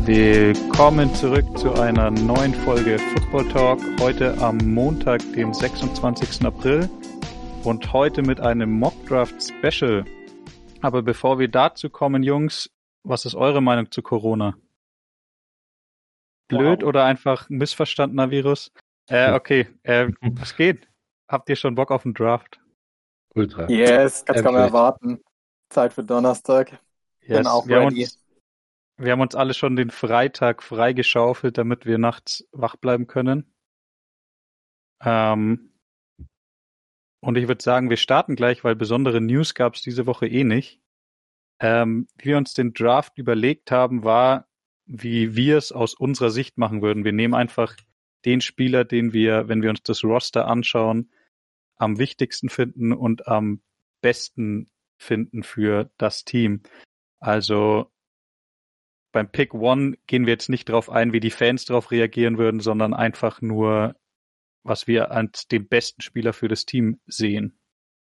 Willkommen zurück zu einer neuen Folge Football Talk. Heute am Montag, dem 26. April und heute mit einem Mock Draft Special. Aber bevor wir dazu kommen, Jungs, was ist eure Meinung zu Corona? Blöd oder einfach missverstandener Virus? Okay, was geht? Habt ihr schon Bock auf den Draft? Ultra. Yes, kannst kaum erwarten. Zeit für Donnerstag. Bin auch ready. Wir haben uns alle schon den Freitag freigeschaufelt, damit wir nachts wach bleiben können. Und ich würde sagen, wir starten gleich, weil besondere News gab es diese Woche nicht. Wie wir uns den Draft überlegt haben, war, wie wir es aus unserer Sicht machen würden. Wir nehmen einfach den Spieler, den wir, wenn wir uns das Roster anschauen, am wichtigsten finden und am besten finden für das Team. Also beim Pick 1 gehen wir jetzt nicht drauf ein, wie die Fans darauf reagieren würden, sondern einfach nur, was wir als den besten Spieler für das Team sehen.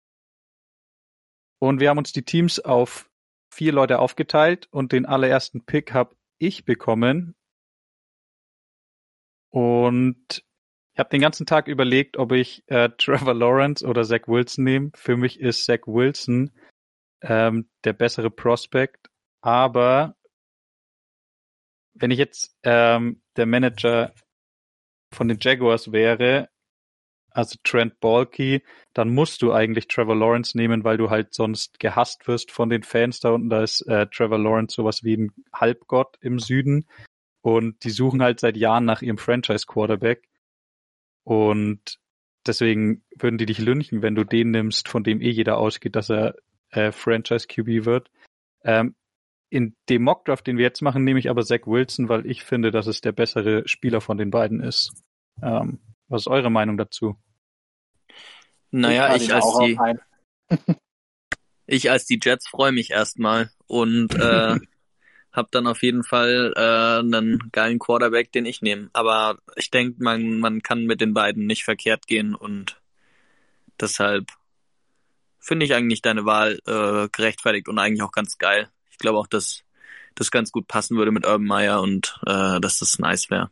Und wir haben uns die Teams auf 4 Leute aufgeteilt und den allerersten Pick habe ich bekommen. Und ich habe den ganzen Tag überlegt, ob ich Trevor Lawrence oder Zach Wilson nehme. Für mich ist Zach Wilson der bessere Prospect, aber wenn ich jetzt der Manager von den Jaguars wäre, also Trent Baalke, dann musst du eigentlich Trevor Lawrence nehmen, weil du halt sonst gehasst wirst von den Fans da unten. Da ist Trevor Lawrence sowas wie ein Halbgott im Süden und die suchen halt seit Jahren nach ihrem Franchise-Quarterback und deswegen würden die dich lynchen, wenn du den nimmst, von dem jeder ausgeht, dass er Franchise-QB wird. In dem Mockdraft, den wir jetzt machen, nehme ich aber Zach Wilson, weil ich finde, dass es der bessere Spieler von den beiden ist. Was ist eure Meinung dazu? Naja, ich als die Jets freue mich erstmal und habe dann auf jeden Fall einen geilen Quarterback, den ich nehme. Aber ich denke, man kann mit den beiden nicht verkehrt gehen und deshalb finde ich eigentlich deine Wahl gerechtfertigt und eigentlich auch ganz geil. Ich glaube auch, dass das ganz gut passen würde mit Urban Meyer und dass das nice wäre.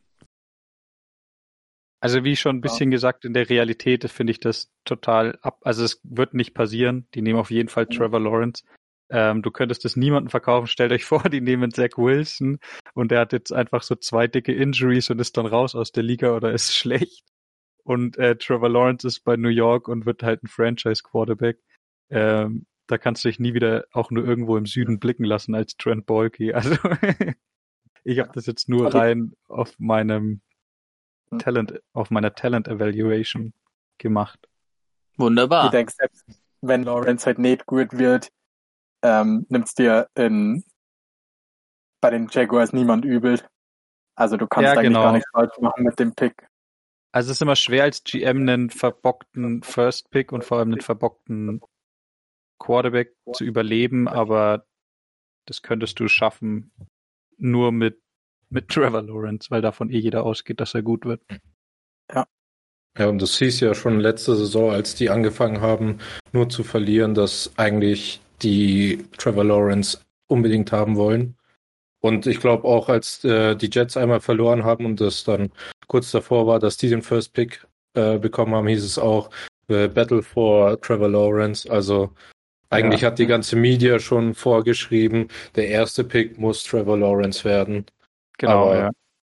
Also wie schon ein bisschen gesagt, in der Realität finde ich das total also es wird nicht passieren. Die nehmen auf jeden Fall Trevor Lawrence. Du könntest es niemandem verkaufen. Stellt euch vor, die nehmen Zach Wilson und der hat jetzt einfach so 2 dicke Injuries und ist dann raus aus der Liga oder ist schlecht. Und Trevor Lawrence ist bei New York und wird halt ein Franchise-Quarterback. Da kannst du dich nie wieder auch nur irgendwo im Süden blicken lassen als Trent Baalke. Also ich habe das jetzt nur rein auf meiner Talent Evaluation gemacht. Wunderbar. Ich denke, selbst wenn Lawrence halt nicht gut wird, nimmt's dir bei den Jaguars niemand übel. Also du kannst eigentlich gar nichts falsch machen mit dem Pick. Also es ist immer schwer als GM einen verbockten First Pick und vor allem einen verbockten Quarterback zu überleben, aber das könntest du schaffen nur mit Trevor Lawrence, weil davon jeder ausgeht, dass er gut wird. Ja, und das hieß ja schon letzte Saison, als die angefangen haben, nur zu verlieren, dass eigentlich die Trevor Lawrence unbedingt haben wollen. Und ich glaube auch, als die Jets einmal verloren haben und das dann kurz davor war, dass die den First Pick bekommen haben, hieß es auch Battle for Trevor Lawrence. Also eigentlich hat die ganze Media schon vorgeschrieben, der erste Pick muss Trevor Lawrence werden. Genau, ja.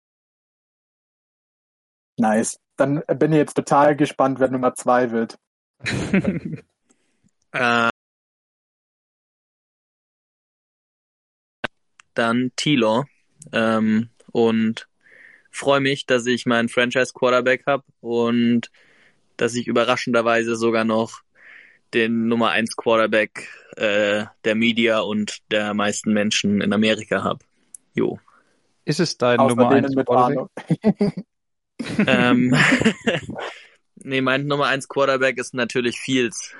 Nice. Dann bin ich jetzt total gespannt, wer Nummer 2 wird. Dann Tilo und freue mich, dass ich meinen Franchise-Quarterback habe und dass ich überraschenderweise sogar noch den Nummer 1 Quarterback der Media und der meisten Menschen in Amerika habe. Jo. Ist es dein Nummer 1 Quarterback? Nee, mein Nummer 1 Quarterback ist natürlich Fields.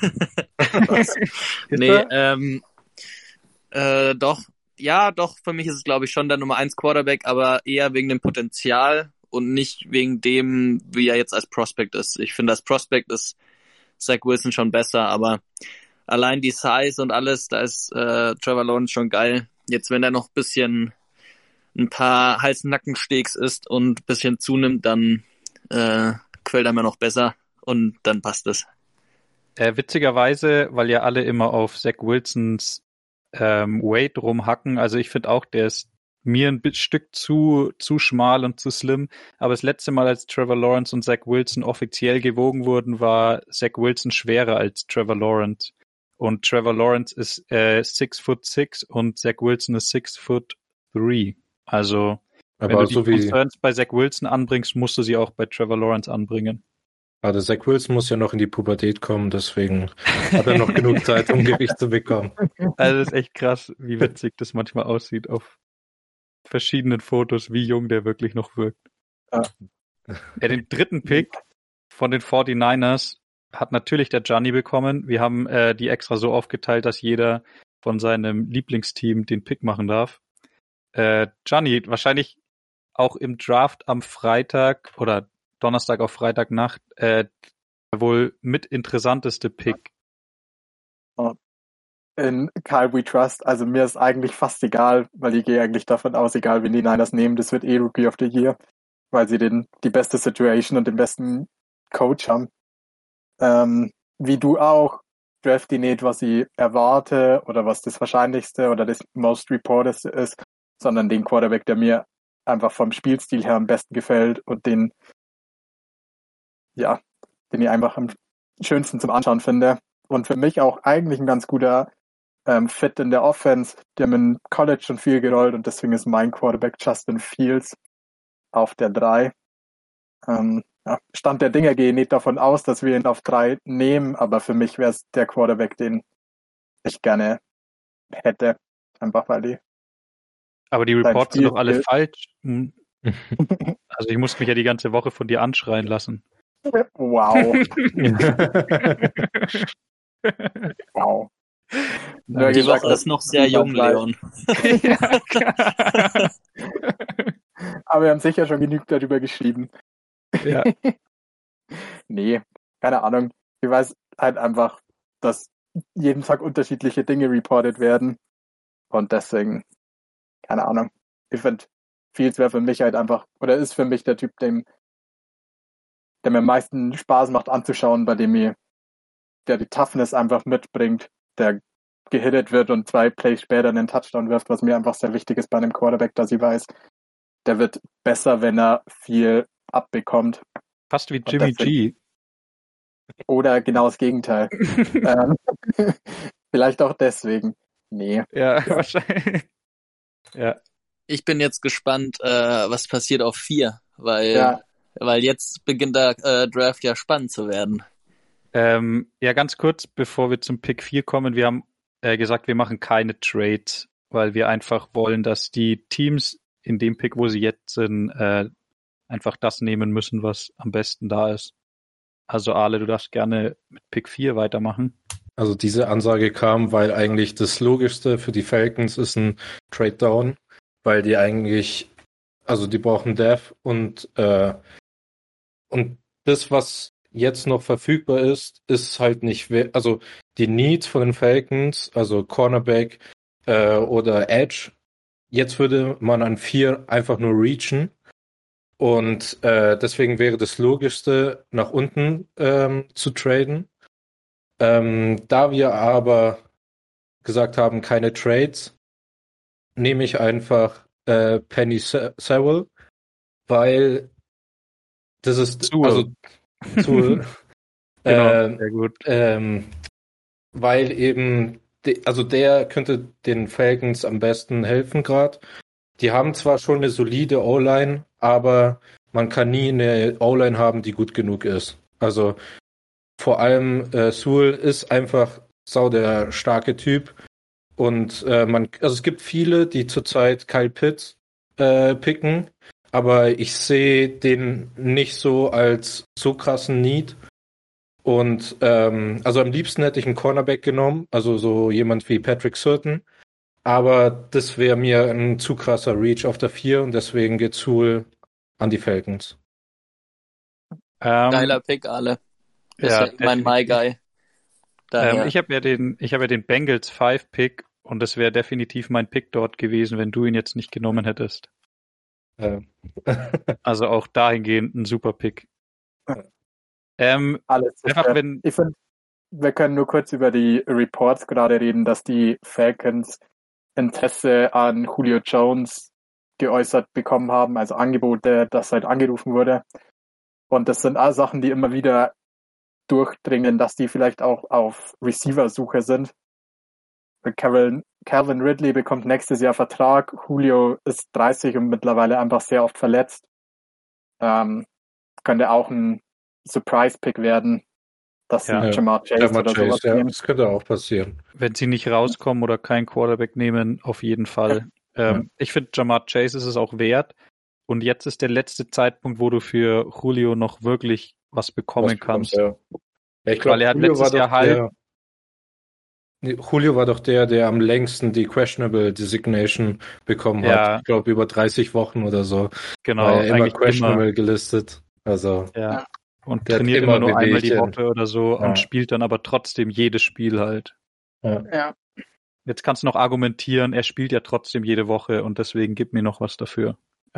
Doch, für mich ist es glaube ich schon der Nummer 1 Quarterback, aber eher wegen dem Potenzial und nicht wegen dem, wie er jetzt als Prospect ist. Ich finde, als Prospect ist Zach Wilson schon besser, aber allein die Size und alles, da ist Trevor Lawrence schon geil. Jetzt, wenn er noch ein bisschen ein paar Hals-Nackensteaks isst und ein bisschen zunimmt, dann quält er mir noch besser und dann passt es. Witzigerweise, weil ja alle immer auf Zach Wilsons Weight rumhacken, also ich finde auch, der ist mir ein Stück zu schmal und zu slim, aber das letzte Mal, als Trevor Lawrence und Zach Wilson offiziell gewogen wurden, war Zach Wilson schwerer als Trevor Lawrence. Und Trevor Lawrence ist 6'6" und Zach Wilson ist 6'3". Also, aber wenn du so die Concerns bei Zach Wilson anbringst, musst du sie auch bei Trevor Lawrence anbringen. Aber Zach Wilson muss ja noch in die Pubertät kommen, deswegen hat er noch genug Zeit, um Gewicht zu bekommen. Also, das ist echt krass, wie witzig das manchmal aussieht auf verschiedenen Fotos, wie jung der wirklich noch wirkt. Ja. Den dritten Pick von den 49ers hat natürlich der Gianni bekommen. Wir haben die extra so aufgeteilt, dass jeder von seinem Lieblingsteam den Pick machen darf. Gianni, wahrscheinlich auch im Draft am Freitag oder Donnerstag auf Freitagnacht wohl mit interessanteste Pick. In Kyle We Trust, also mir ist eigentlich fast egal, weil ich gehe eigentlich davon aus, egal wen die Niners nehmen, das wird Rookie of the Year, weil sie die beste Situation und den besten Coach haben. Wie du auch, draft die nicht, was ich erwarte oder was das Wahrscheinlichste oder das Most Reported ist, sondern den Quarterback, der mir einfach vom Spielstil her am besten gefällt und den ich einfach am schönsten zum Anschauen finde. Und für mich auch eigentlich ein ganz guter Fit in der Offense. Die haben in College schon viel gerollt und deswegen ist mein Quarterback Justin Fields auf der 3. Stand der Dinge, gehe nicht davon aus, dass wir ihn auf 3 nehmen, aber für mich wäre es der Quarterback, den ich gerne hätte. Einfach weil die. Aber die Reports sind doch alle falsch. Also ich muss mich ja die ganze Woche von dir anschreien lassen. Wow. Wow. Die Woche ist noch sehr jung, Leon. Aber wir haben sicher schon genug darüber geschrieben. Ja. Nee, keine Ahnung. Ich weiß halt einfach, dass jeden Tag unterschiedliche Dinge reported werden. Und deswegen, keine Ahnung. Ich finde, Fields wäre für mich halt einfach, oder ist für mich der Typ, der mir am meisten Spaß macht anzuschauen, bei dem der die Toughness einfach mitbringt, der gehittet wird und 2 Plays später einen Touchdown wirft, was mir einfach sehr wichtig ist bei einem Quarterback, dass ich weiß, der wird besser, wenn er viel abbekommt. Fast wie Jimmy G. Oder genau das Gegenteil. Vielleicht auch deswegen. Nee. Ja, wahrscheinlich. Ja. Ich bin jetzt gespannt, was passiert auf 4, weil jetzt beginnt der Draft ja spannend zu werden. Ja, ganz kurz, bevor wir zum Pick 4 kommen, wir haben gesagt, wir machen keine Trades, weil wir einfach wollen, dass die Teams in dem Pick, wo sie jetzt sind, einfach das nehmen müssen, was am besten da ist. Also Ale, du darfst gerne mit Pick 4 weitermachen. Also diese Ansage kam, weil eigentlich das Logischste für die Falcons ist ein Trade Down, weil die eigentlich, also die brauchen Dev und das, was jetzt noch verfügbar ist halt nicht, also die Needs von den Falcons, also Cornerback oder Edge, jetzt würde man an 4 einfach nur reachen und deswegen wäre das Logischste, nach unten zu traden. Da wir aber gesagt haben, keine Trades, nehme ich einfach Penny Sewell, weil das ist Sewell. Sewell, Genau, sehr gut. weil eben der könnte den Falcons am besten helfen gerade. Die haben zwar schon eine solide O-Line, aber man kann nie eine O-Line haben, die gut genug ist. Also vor allem Sewell ist einfach der starke Typ und es gibt viele, die zurzeit Kyle Pitts picken, aber ich sehe den nicht so als so krassen Need. Und also am liebsten hätte ich einen Cornerback genommen, also so jemand wie Patrick Surtain, aber das wäre mir ein zu krasser Reach auf der 4 und deswegen geht Sewell an die Falcons. Geiler Pick, alle. Ja, mein My Guy. Ich habe ja den Bengals 5 Pick und das wäre definitiv mein Pick dort gewesen, wenn du ihn jetzt nicht genommen hättest. Äh, Also auch dahingehend ein super Pick. Alles ist Einfach wenn, Ich finde, wir können nur kurz über die Reports gerade reden, dass die Falcons Interesse an Julio Jones geäußert bekommen haben, also Angebote, dass halt angerufen wurde. Und das sind all Sachen, die immer wieder durchdringen, dass die vielleicht auch auf Receiver-Suche sind. Calvin Ridley bekommt nächstes Jahr Vertrag. Julio ist 30 und mittlerweile einfach sehr oft verletzt. Könnte auch ein Surprise-Pick werden, dass sie Ja. Jamar Chase Jamar oder sowas Chase, ja, nehmen. das könnte auch passieren. wenn sie nicht rauskommen oder keinen Quarterback nehmen, auf jeden Fall. Ich finde, Jamar Chase ist es auch wert. Und jetzt ist der letzte Zeitpunkt, wo du für Julio noch wirklich was bekommen kannst. Ja. Ja, ich Weil glaube, er hat letztes Jahr halt, Julio war doch der am längsten die Questionable Designation bekommen Ja. hat. Ich glaube, über 30 Wochen oder so. genau, War er immer eigentlich questionable gelistet. Also, Ja. Und der hat trainiert immer immer nur einmal die Wehwehchen. Woche oder so Ja. und spielt dann aber trotzdem jedes Spiel halt. Ja. Jetzt kannst du noch argumentieren, er spielt ja trotzdem jede Woche und deswegen gib mir noch was dafür.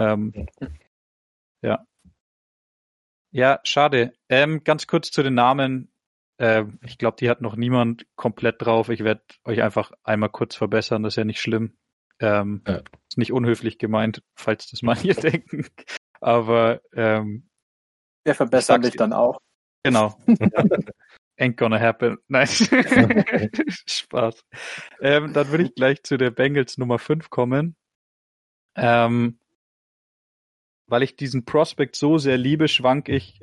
Ja. Ja, schade. Ganz kurz zu den Namen. Ich glaube, die hat noch niemand komplett drauf. Ich werde euch einfach einmal kurz verbessern, das ist ja nicht schlimm. Ist nicht unhöflich gemeint, falls das manche denken. Aber Wir verbessern dich dann auch. Genau. Ja. Ain't gonna happen. Nein. Spaß. Dann würde ich gleich zu der Bengals Nummer 5 kommen. Weil ich diesen Prospect so sehr liebe, schwank ich,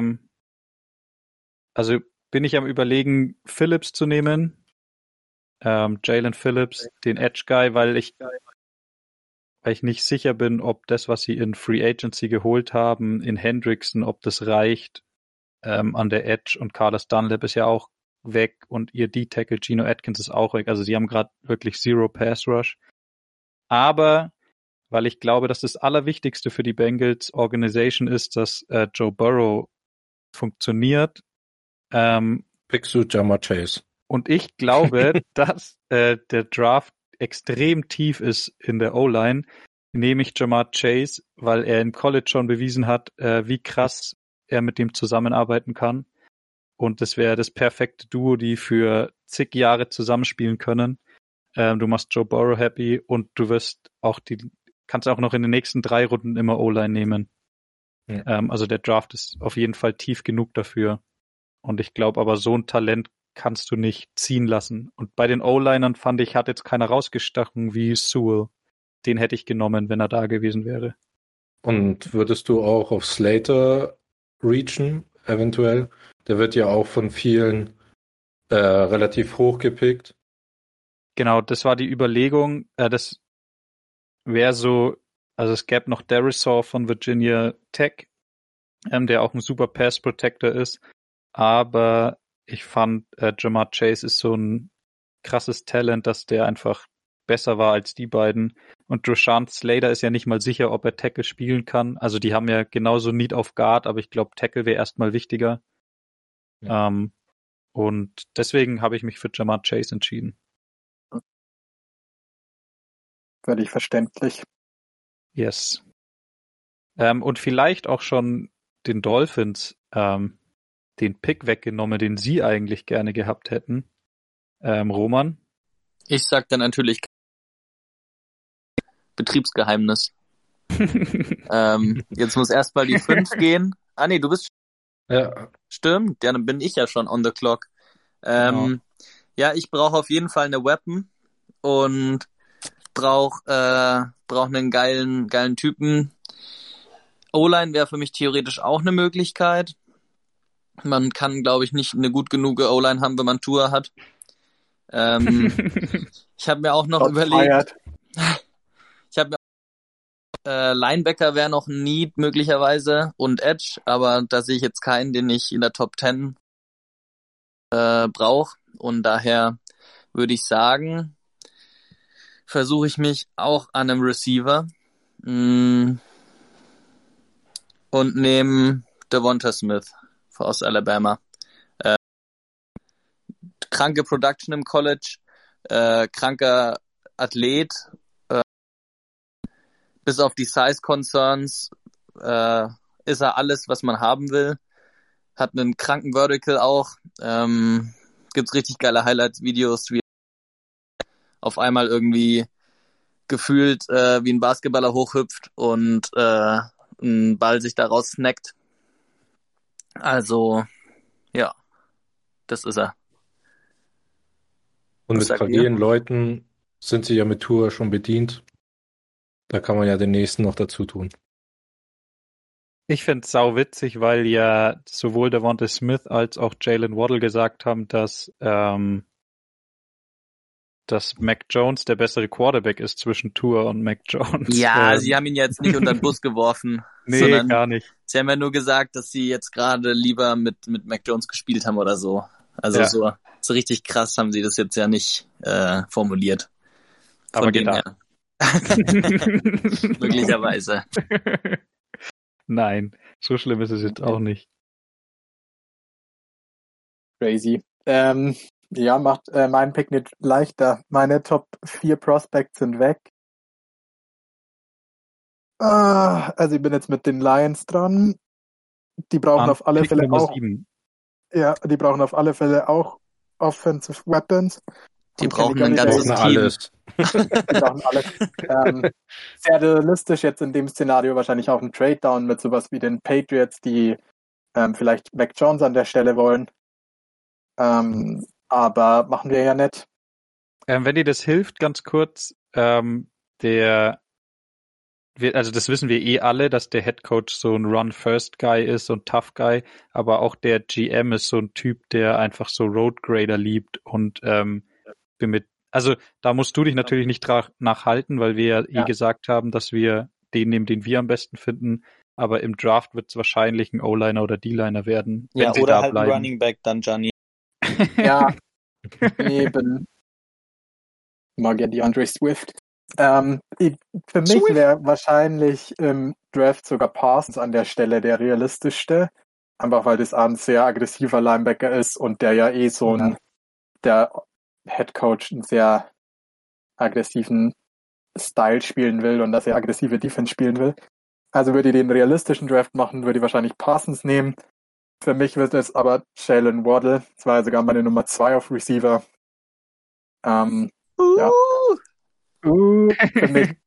also bin ich am Überlegen, Phillips zu nehmen. Jalen Phillips, den Edge Guy, weil ich nicht sicher bin, ob das, was sie in Free Agency geholt haben, in Hendrickson, ob das reicht an der Edge, und Carlos Dunlap ist ja auch weg und ihr D-Tackle Geno Atkins ist auch weg. Also sie haben gerade wirklich Zero Pass Rush. Aber weil ich glaube, dass das Allerwichtigste für die Bengals Organisation ist, dass Joe Burrow funktioniert. Pickst du Jamar Chase? Und ich glaube, dass der Draft extrem tief ist in der O-Line, nehme ich Jamar Chase, weil er im College schon bewiesen hat, wie krass er mit dem zusammenarbeiten kann. Und das wäre das perfekte Duo, die für zig Jahre zusammenspielen können. Du machst Joe Burrow happy und du kannst auch noch in den nächsten 3 Runden immer O-Line nehmen. Ja. Also der Draft ist auf jeden Fall tief genug dafür. Und ich glaube aber, so ein Talent kannst du nicht ziehen lassen. Und bei den O-Linern fand ich, hat jetzt keiner rausgestochen wie Sewell. Den hätte ich genommen, wenn er da gewesen wäre. Und würdest du auch auf Slater reachen, eventuell? Der wird ja auch von vielen relativ hoch gepickt. Genau, das war die Überlegung. Das wäre so, also es gäbe noch Darisaw von Virginia Tech, der auch ein super Pass Protector ist. Aber ich fand, Jamar Chase ist so ein krasses Talent, dass der einfach besser war als die beiden. Und Rashawn Slater ist ja nicht mal sicher, ob er Tackle spielen kann. Also die haben ja genauso Need auf Guard, aber ich glaube, Tackle wäre erstmal wichtiger. Ja. Und deswegen habe ich mich für Jamar Chase entschieden. Völlig verständlich. Yes. Und vielleicht auch schon den Dolphins den Pick weggenommen, den sie eigentlich gerne gehabt hätten. Roman? Ich sag dann natürlich Betriebsgeheimnis. Jetzt muss erstmal die 5 gehen. Ah nee, du bist ja. Stimmt, ja, dann bin ich ja schon on the clock. Genau. Ja, ich brauche auf jeden Fall eine Weapon und brauche einen geilen Typen. O-Line wäre für mich theoretisch auch eine Möglichkeit. Man kann, glaube ich, nicht eine gut genug O-Line haben, wenn man Tour hat. Ich habe mir auch noch überlegt, Linebacker wäre noch ein Need möglicherweise und Edge, aber da sehe ich jetzt keinen, den ich in der Top 10 brauche. Und daher würde ich sagen, versuche ich mich auch an einem Receiver und nehme Devonta Smith aus Alabama. Kranke Production im College, kranker Athlet, bis auf die Size-Concerns ist er alles, was man haben will. Hat einen kranken Vertical auch. Gibt's richtig geile Highlight-Videos, wie er auf einmal irgendwie gefühlt wie ein Basketballer hochhüpft und einen Ball sich daraus snackt. Also, ja, das ist er. Und Was mit sagt ihr? fragilen Leuten sind sie ja mit Tour schon bedient. Da kann man ja den nächsten noch dazu tun. Ich find's sau witzig, weil ja sowohl Devonta Smith als auch Jalen Waddle gesagt haben, dass Mac Jones der bessere Quarterback ist zwischen Tua und Mac Jones. Ja, sie haben ihn jetzt nicht unter den Bus geworfen, Nee, sondern gar nicht. sie haben ja nur gesagt, dass sie jetzt gerade lieber mit Mac Jones gespielt haben oder so. Also Ja. so richtig krass haben sie das jetzt ja nicht formuliert. Aber dem gedacht. her. Möglicherweise. Nein, so schlimm ist es jetzt auch nicht. Crazy. Ja, macht meinen Pick nicht leichter. Meine Top 4 Prospects sind weg. Also ich bin jetzt mit den Lions dran. Die brauchen auf alle Pick Fälle Nummer auch. 7. Ja, die brauchen auf alle Fälle auch Offensive Weapons. Die Und brauchen Kenny ein Golladay- ganzes Brauchen Team. alles. Die brauchen alles. Sehr realistisch jetzt in dem Szenario wahrscheinlich auch ein Trade-Down mit sowas wie den Patriots, die vielleicht Mac Jones an der Stelle wollen. Aber machen wir ja nicht. Wenn dir das hilft, ganz kurz, also das wissen wir eh alle, dass der Head Coach so ein Run-First-Guy ist, so ein Tough-Guy, aber auch der GM ist so ein Typ, der einfach so Road-Grader liebt und also da musst du dich natürlich nicht nachhalten, weil wir ja eh gesagt haben, dass wir den nehmen, den wir am besten finden, aber im Draft wird es wahrscheinlich ein O-Liner oder D-Liner werden, wenn sie da bleiben. Running Back dann, Gianni. Ja, eben. Mag ja DeAndre Swift. Für mich wäre wahrscheinlich im Draft sogar Parsons an der Stelle der realistischste. Einfach weil das ein sehr aggressiver Linebacker ist und der ja eh der Head Coach einen sehr aggressiven Style spielen will und dass er aggressive Defense spielen will. Also würde ich den realistischen Draft machen, würde ich wahrscheinlich Parsons nehmen. Für mich wird es aber Jalen Waddle. Das war ja sogar meine Nummer 2 auf Receiver. Ja. Für mich.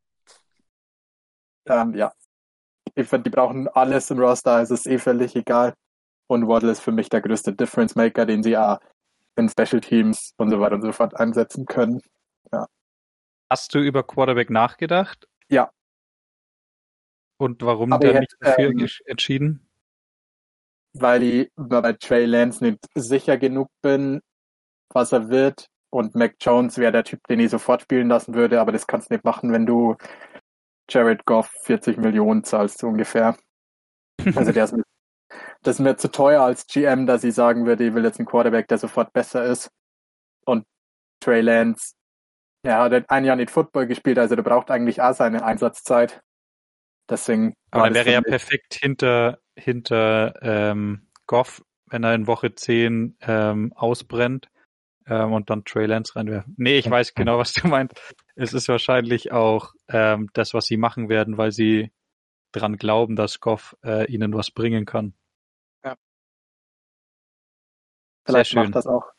Ja. Ich finde, die brauchen alles im Roster, es ist eh völlig egal. Und Waddle ist für mich der größte Difference Maker, den sie ja in Special Teams und so weiter und so fort einsetzen können. Ja. Hast du über Quarterback nachgedacht? Ja. Und warum Aber dann jetzt, nicht dafür entschieden? Weil ich bei Trey Lance nicht sicher genug bin, was er wird. Und Mac Jones wäre der Typ, den ich sofort spielen lassen würde, aber das kannst du nicht machen, wenn du Jared Goff 40 Millionen zahlst, so ungefähr. Also das ist mir zu teuer als GM, dass ich sagen würde, ich will jetzt einen Quarterback, der sofort besser ist. Und Trey Lance, er hat ein Jahr nicht Football gespielt, also der braucht eigentlich auch seine Einsatzzeit. Deswegen. Aber dann wäre er ja perfekt hinter Goff, wenn er in Woche 10 ausbrennt und dann Trey Lance reinwerfen. Nee, ich weiß genau, was du meinst. Es ist wahrscheinlich auch das, was sie machen werden, weil sie dran glauben, dass Goff ihnen was bringen kann. Ja. Vielleicht macht das auch.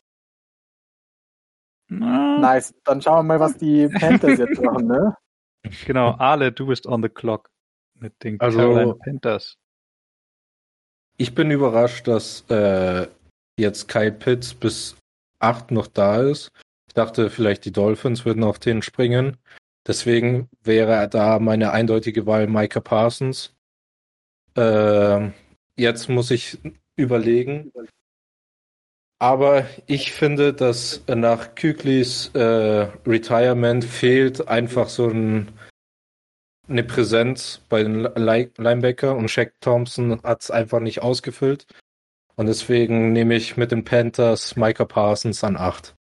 Nice. Dann schauen wir mal, was die Panthers jetzt machen, ne? Genau, Ale, du bist on the clock mit den Carolina Panthers. Ich bin überrascht, dass jetzt Kyle Pitts bis 8 noch da ist. Ich dachte, vielleicht die Dolphins würden auf den springen. Deswegen wäre da meine eindeutige Wahl Micah Parsons. Jetzt muss ich überlegen. Aber ich finde, dass nach Küklis Retirement fehlt einfach so eine Präsenz bei den Linebacker und Shaq Thompson hat es einfach nicht ausgefüllt. Und deswegen nehme ich mit den Panthers Micah Parsons an 8.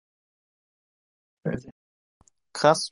Krass.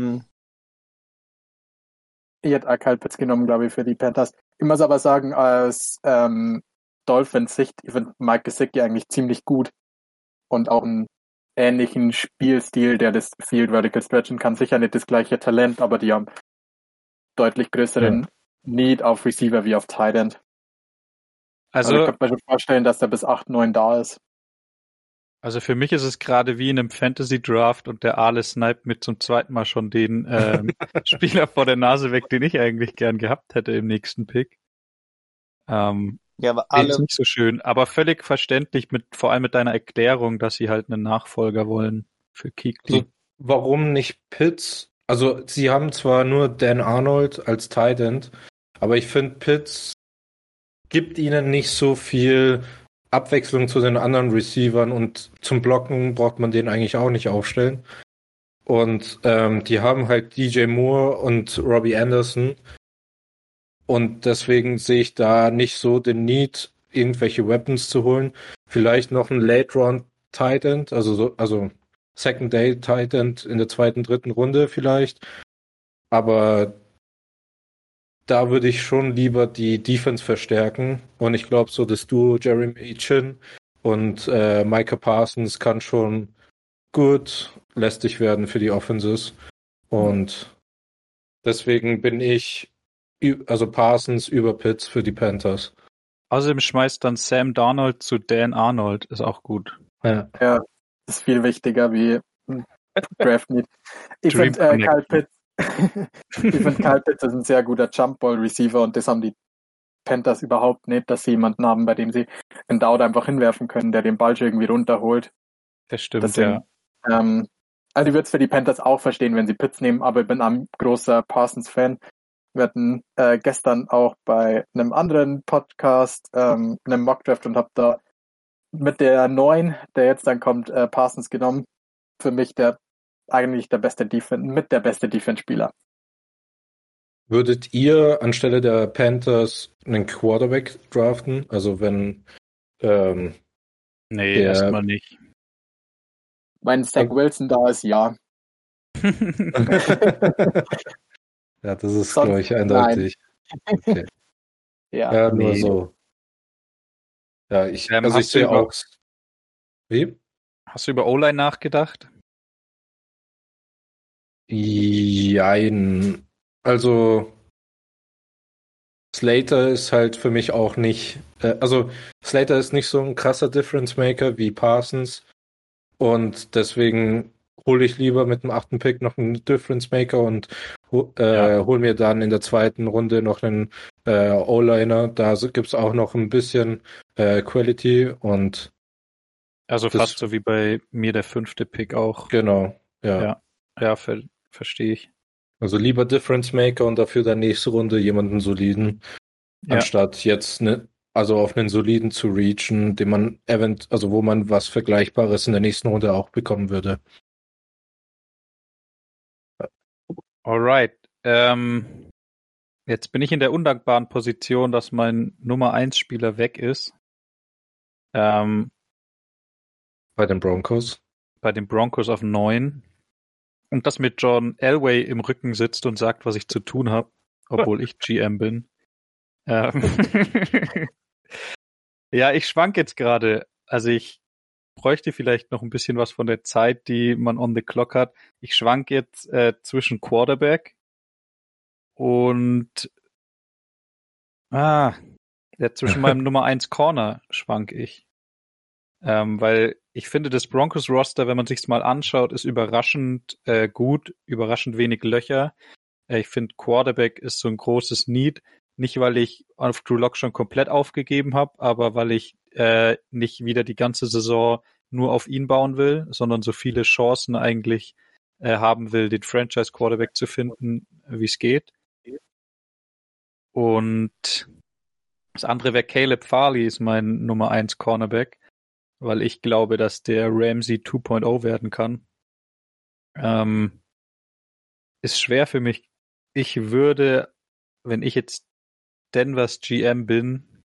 Ich hätte auch Kyle Pitts genommen, glaube ich, für die Panthers. Ich muss aber sagen, aus Dolphins-Sicht, ich finde Mike Gesicki eigentlich ziemlich gut und auch einen ähnlichen Spielstil, der das Field Vertical stretchen kann. Sicher nicht das gleiche Talent, aber die haben deutlich größeren Need auf Receiver wie auf Tight End. Also ich Also, könnte mir schon vorstellen, dass der bis 8, 9 da ist. also für mich ist es gerade wie in einem Fantasy-Draft und der Aale sniped mir zum zweiten Mal schon den Spieler vor der Nase weg, den ich eigentlich gern gehabt hätte im nächsten Pick. Ja, aber Ist alle, nicht so schön, aber völlig verständlich, vor allem mit deiner Erklärung, dass sie halt einen Nachfolger wollen für Kuechly. Also, warum nicht Pitts? Also, sie haben zwar nur Dan Arnold als Tight End, aber ich finde, Pitts gibt ihnen nicht so viel Abwechslung zu den anderen Receivern und zum Blocken braucht man den eigentlich auch nicht aufstellen. Und die haben halt DJ Moore und Robbie Anderson. Und deswegen sehe ich da nicht so den Need, irgendwelche Weapons zu holen. Vielleicht noch ein Late Round Tight End, also Second Day Tight End in der zweiten, dritten Runde vielleicht. Aber da würde ich schon lieber die Defense verstärken. Und ich glaube, so das Duo Jeremy Chin und Micah Parsons kann schon gut lästig werden für die Offenses. Und deswegen bin ich also Parsons über Pitts für die Panthers. Außerdem schmeißt dann Sam Darnold zu Dan Arnold, ist auch gut. Ja. Ja, ist viel wichtiger wie ein Draft Need. Ich Dream finde Kyle Connection. Pitts ich finde Kyle Pitts ist ein sehr guter Jump-Ball-Receiver und das haben die Panthers überhaupt nicht, dass sie jemanden haben, bei dem sie einen Dowd einfach hinwerfen können, der den Ball schon irgendwie runterholt. Das stimmt, Deswegen, ja. also ich würde es für die Panthers auch verstehen, wenn sie Pitts nehmen, aber ich bin ein großer Parsons-Fan. Wir hatten gestern auch bei einem anderen Podcast einen Mockdraft und habe da mit der 9, der jetzt dann kommt, Parsons genommen. Für mich eigentlich der beste Defense-Spieler. Würdet ihr anstelle der Panthers einen Quarterback draften? Also wenn Nee, der- erstmal nicht. Wenn Zach Wilson da ist, ja. Ja, das ist, Sonst- glaube ich, eindeutig. Okay. Ja. Ja, nur Nee. so. Ja, ich Hast sehe du über- auch. Wie? Hast du über O-Line nachgedacht? Jein. Also Slater ist halt für mich auch nicht. Also Slater ist nicht so ein krasser Difference Maker wie Parsons. Und deswegen hole ich lieber mit dem 8. Pick noch einen Difference Maker und hole mir dann in der zweiten Runde noch einen O-Liner. Da gibt's auch noch ein bisschen Quality und Also Das- fast so wie bei mir der 5. Pick auch. genau, ja. Ja, verstehe ich. Also lieber Difference Maker und dafür dann nächste Runde jemanden soliden, Ja. anstatt jetzt also auf einen soliden zu reachen, den man also wo man was Vergleichbares in der nächsten Runde auch bekommen würde. Alright. Jetzt bin ich in der undankbaren Position, dass mein Nummer 1 Spieler weg ist. Bei den Broncos. Bei den Broncos auf 9. Und dass mir John Elway im Rücken sitzt und sagt, was ich zu tun habe, obwohl ich GM bin. Ja, ich schwank jetzt gerade. Also ich bräuchte vielleicht noch ein bisschen was von der Zeit, die man on the clock hat. Ich schwank jetzt zwischen Quarterback und zwischen meinem Nummer 1 Corner schwank ich. Weil ich finde, das Broncos-Roster, wenn man sich's mal anschaut, ist überraschend gut, überraschend wenig Löcher. Ich finde, Quarterback ist so ein großes Need. Nicht, weil ich auf Drew Lock schon komplett aufgegeben habe, aber weil ich nicht wieder die ganze Saison nur auf ihn bauen will, sondern so viele Chancen eigentlich haben will, den Franchise-Quarterback zu finden, wie es geht. Und das andere wäre Caleb Farley, ist mein Nummer 1 Cornerback, weil ich glaube, dass der Ramsey 2.0 werden kann. Ist schwer für mich. Ich würde, wenn ich jetzt Denvers GM bin,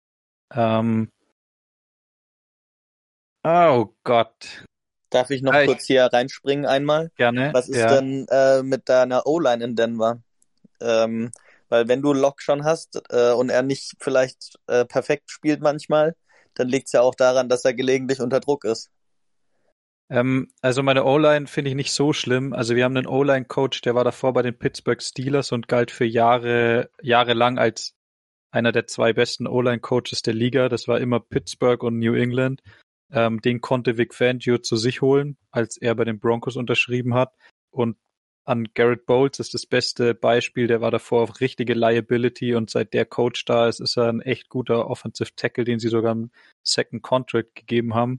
oh Gott, darf ich noch Ja, kurz hier reinspringen einmal? gerne. Was ist ja. denn mit deiner O-Line in Denver? Weil wenn du Lock schon hast und er nicht vielleicht perfekt spielt manchmal, dann liegt es ja auch daran, dass er gelegentlich unter Druck ist. Also meine O-Line finde ich nicht so schlimm. Also wir haben einen O-Line-Coach, der war davor bei den Pittsburgh Steelers und galt für jahrelang als einer der 2 besten O-Line-Coaches der Liga. Das war immer Pittsburgh und New England. Den konnte Vic Fangio zu sich holen, als er bei den Broncos unterschrieben hat. Und an Garrett Bowles ist das beste Beispiel. Der war davor auf richtige Liability und seit der Coach da ist, ist er ein echt guter Offensive Tackle, den sie sogar einen Second Contract gegeben haben.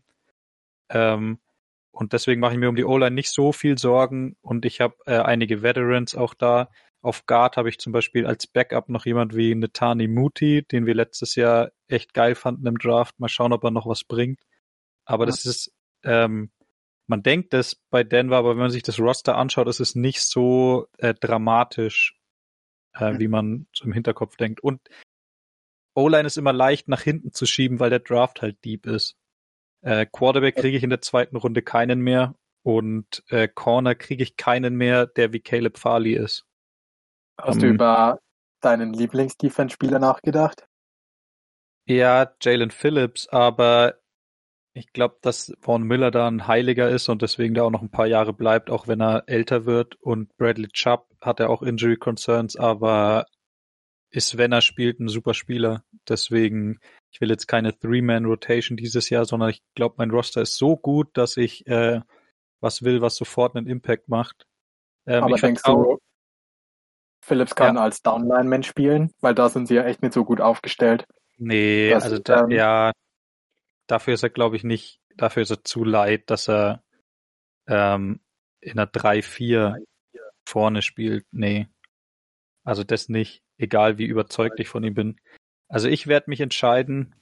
Und deswegen mache ich mir um die O-Line nicht so viel Sorgen und ich habe einige Veterans auch da. Auf Guard habe ich zum Beispiel als Backup noch jemand wie Netani Muti, den wir letztes Jahr echt geil fanden im Draft. Mal schauen, ob er noch was bringt. Aber das ist, man denkt das bei Denver, aber wenn man sich das Roster anschaut, ist es nicht so dramatisch, wie man so im Hinterkopf denkt. Und O-Line ist immer leicht nach hinten zu schieben, weil der Draft halt deep ist. Quarterback kriege ich in der 2. Runde keinen mehr und Corner kriege ich keinen mehr, der wie Caleb Farley ist. Hast du über deinen Lieblings-Defense-Spieler nachgedacht? Ja, Jalen Phillips, aber ich glaube, dass Von Miller da ein Heiliger ist und deswegen da auch noch ein paar Jahre bleibt, auch wenn er älter wird. Und Bradley Chubb hat ja auch Injury Concerns, aber ist, wenn er spielt, ein super Spieler. Deswegen, ich will jetzt keine Three-Man-Rotation dieses Jahr, sondern ich glaube, mein Roster ist so gut, dass ich was will, was sofort einen Impact macht. Aber denkst du, Phillips kann als Downlineman spielen? Weil da sind sie ja echt nicht so gut aufgestellt. Nee, also dafür ist er, glaube ich, nicht, dafür ist er zu light, dass er in einer 3-4 vorne spielt. Nee. Also das nicht, egal wie überzeugt ich von ihm bin. Also ich werde mich entscheiden.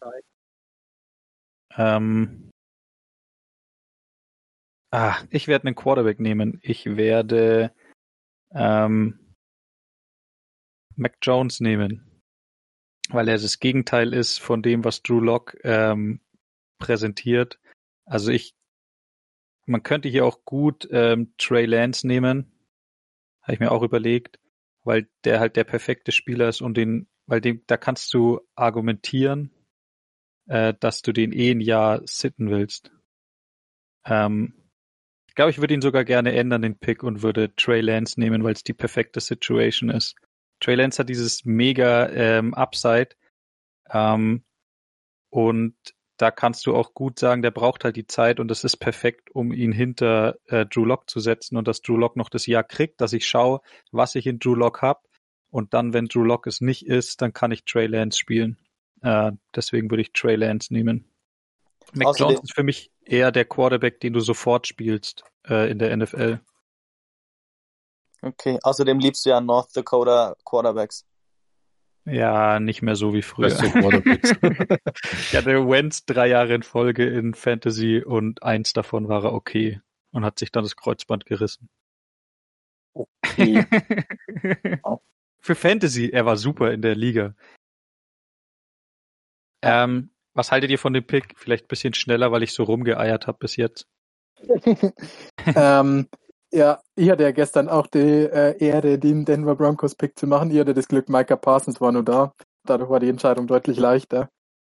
Ich werde einen Quarterback nehmen. Ich werde Mac Jones nehmen, weil er das Gegenteil ist von dem, was Drew Lock präsentiert. Also man könnte hier auch gut Trey Lance nehmen, habe ich mir auch überlegt, weil der halt der perfekte Spieler ist und da kannst du argumentieren, dass du den ein Jahr sitten willst. Ich glaube, ich würde ihn sogar gerne ändern, den Pick, und würde Trey Lance nehmen, weil es die perfekte Situation ist. Trey Lance hat dieses mega Upside und da kannst du auch gut sagen, der braucht halt die Zeit und das ist perfekt, um ihn hinter Drew Lock zu setzen und dass Drew Lock noch das Jahr kriegt, dass ich schaue, was ich in Drew Lock habe und dann, wenn Drew Lock es nicht ist, dann kann ich Trey Lance spielen. Deswegen würde ich Trey Lance nehmen. Mac Jones ist für mich eher der Quarterback, den du sofort spielst in der NFL. Okay, außerdem liebst du ja North Dakota Quarterbacks. Ja, nicht mehr so wie früher. Ich hatte Wentz 3 Jahre in Folge in Fantasy und 1 davon war er okay und hat sich dann das Kreuzband gerissen. Okay. Für Fantasy, er war super in der Liga. Was haltet ihr von dem Pick? Vielleicht ein bisschen schneller, weil ich so rumgeeiert habe bis jetzt. Ja, ich hatte ja gestern auch die Ehre, den Denver Broncos Pick zu machen. Ich hatte das Glück, Micah Parsons war nur da. Dadurch war die Entscheidung deutlich leichter.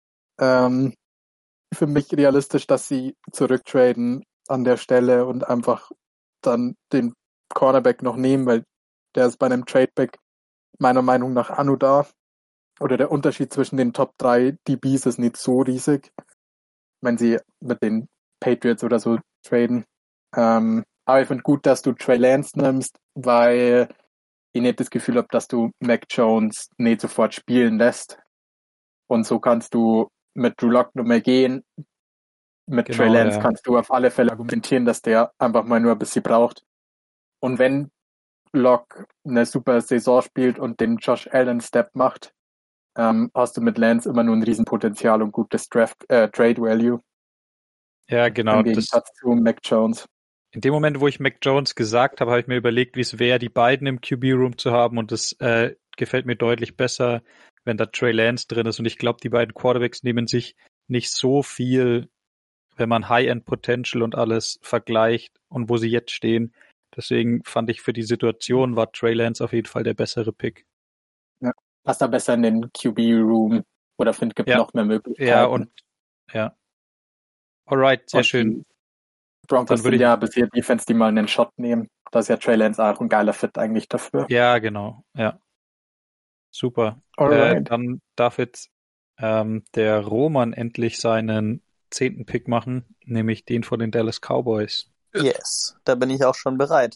Für mich realistisch, dass sie zurücktraden an der Stelle und einfach dann den Cornerback noch nehmen, weil der ist bei einem Tradeback meiner Meinung nach Anu da. Oder der Unterschied zwischen den Top 3 DBs ist nicht so riesig, wenn sie mit den Patriots oder so traden. Aber ich finde gut, dass du Trey Lance nimmst, weil ich nicht das Gefühl habe, dass du Mac Jones nicht sofort spielen lässt. Und so kannst du mit Drew Lock nur mehr gehen. Mit Trey Lance kannst du auf alle Fälle argumentieren, dass der einfach mal nur ein bisschen braucht. Und wenn Lock eine super Saison spielt und den Josh Allen Step macht, hast du mit Lance immer nur ein Riesenpotenzial und gutes Trade Value. Ja, genau. Im Gegensatz zu Mac Jones. In dem Moment, wo ich Mac Jones gesagt habe, habe ich mir überlegt, wie es wäre, die beiden im QB-Room zu haben und das gefällt mir deutlich besser, wenn da Trey Lance drin ist und ich glaube, die beiden Quarterbacks nehmen sich nicht so viel, wenn man High-End-Potential und alles vergleicht und wo sie jetzt stehen. Deswegen fand ich für die Situation war Trey Lance auf jeden Fall der bessere Pick. Ja, passt da besser in den QB-Room oder gibt noch mehr Möglichkeiten. Ja. Alright, sehr schön. Broncos würde sind ich- ja bisher Defense, die mal einen Shot nehmen. Da ist ja Trey Lance auch ein geiler Fit eigentlich dafür. Ja, genau. Ja. Super. Alright. Dann darf jetzt der Roman endlich seinen 10. Pick machen, nämlich den von den Dallas Cowboys. Yes, da bin ich auch schon bereit.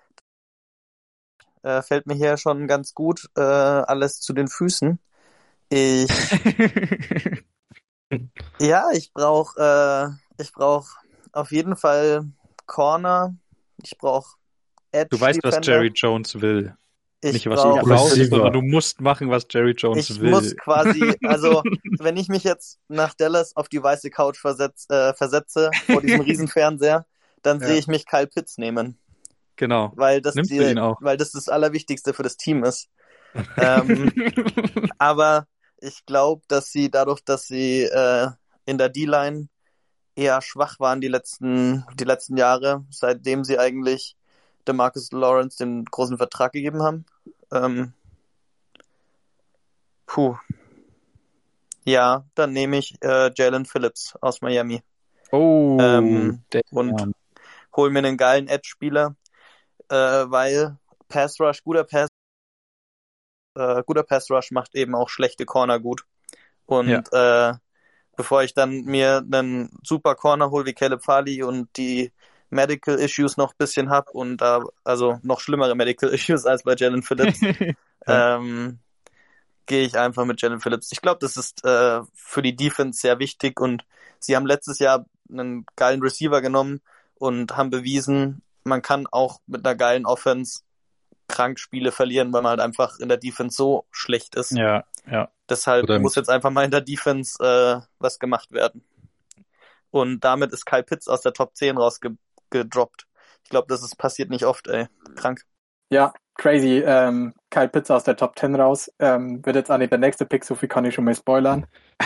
Fällt mir hier schon ganz gut alles zu den Füßen. Ich brauch auf jeden Fall Corner. Ich brauche Edge Du weißt, was Defender. Jerry Jones will. Ich Nicht, was du brauche brauchst, Receiver. sondern du musst machen, was Jerry Jones Ich will. muss quasi, also wenn ich mich jetzt nach Dallas auf die weiße Couch versetze vor diesem Riesenfernseher, dann Ja. sehe ich mich Kyle Pitts nehmen, Genau. weil das Nimmst du ihn auch? weil das Allerwichtigste für das Team ist. Aber ich glaube, dass sie dadurch, dass sie in der D-Line eher schwach waren die letzten Jahre, seitdem sie eigentlich DeMarcus Lawrence den großen Vertrag gegeben haben. Ja, dann nehme ich Jalen Phillips aus Miami Oh, und damn. hol mir einen geilen Edge-Spieler, weil guter Pass Rush macht eben auch schlechte Corner gut. Und bevor ich dann mir einen super Corner hole wie Caleb Farley und die Medical Issues noch ein bisschen hab und da also noch schlimmere Medical Issues als bei Jalen Phillips, gehe ich einfach mit Jalen Phillips. Ich glaube, das ist für die Defense sehr wichtig und sie haben letztes Jahr einen geilen Receiver genommen und haben bewiesen, man kann auch mit einer geilen Offense krank Spiele verlieren, weil man halt einfach in der Defense so schlecht ist. Ja. Deshalb Oder muss jetzt einfach mal in der Defense was gemacht werden. Und damit ist Kyle Pitts aus der Top 10 rausgedroppt. Ich glaube, das passiert nicht oft, ey. Krank. Ja, crazy. Kyle Pitts aus der Top 10 raus. Wird jetzt auch nicht der nächste Pick, so viel kann ich schon mal spoilern.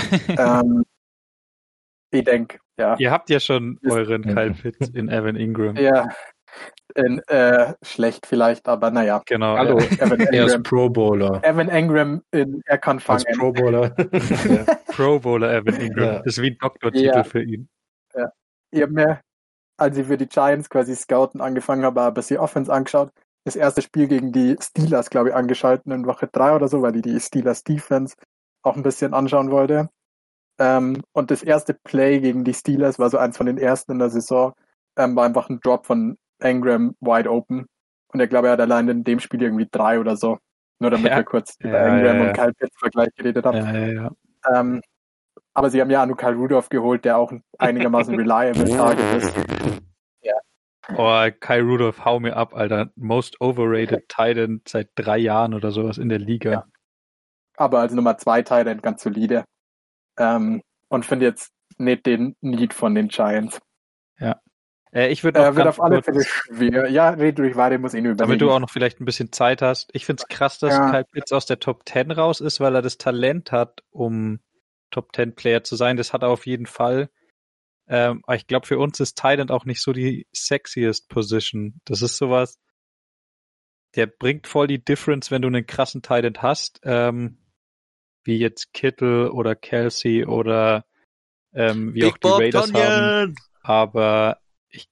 Ich denke, ja. Ihr habt ja schon Ist- euren Kyle Pitts in Evan Ingram. Ja, schlecht vielleicht, aber naja. Genau. Hallo, Evan er ist Ingram, Pro Bowler. Evan Ingram er kann Als fangen. Pro Bowler. Ja. Pro Bowler Evan Ingram. Ja. Das ist wie ein Doktortitel Ja. für ihn. Ich habe mir, als ich für die Giants quasi scouten angefangen habe, ein bisschen Offense angeschaut. Das erste Spiel gegen die Steelers, glaube ich, angeschaltet in Woche 3 oder so, weil ich die Steelers Defense auch ein bisschen anschauen wollte. Und das erste Play gegen die Steelers war so eins von den ersten in der Saison, war einfach ein Drop von Ingram wide open. Und ich glaube, er hat allein in dem Spiel irgendwie 3 oder so. Nur damit Ja. wir kurz über Ja, Ingram ja. und Kyle Pitts Vergleich geredet haben. Ja. Aber sie haben ja auch nur Kyle Rudolph geholt, der auch ein einigermaßen reliable Target ist. Oh, Kai Rudolph, hau mir ab, Alter. Most overrated Titan seit 3 Jahren oder sowas in der Liga. Ja. Aber als Nummer 2 Titan ganz solide. Und finde jetzt nicht den Need von den Giants. Ich würde noch Wird ganz auf alle kurz, Fälle schwer. Ja, red durch weiter, muss ich nur überlegen. damit du auch noch vielleicht ein bisschen Zeit hast. Ich finde es krass, dass Ja. Kyle Pitts aus der Top 10 raus ist, weil er das Talent hat, um Top 10 Player zu sein. Das hat er auf jeden Fall. Aber ich glaube, für uns ist Titan auch nicht so die sexiest Position. Das ist sowas, der bringt voll die Difference, wenn du einen krassen Titan hast, wie jetzt Kittle oder Kelsey oder wie auch die Raiders haben. Aber ich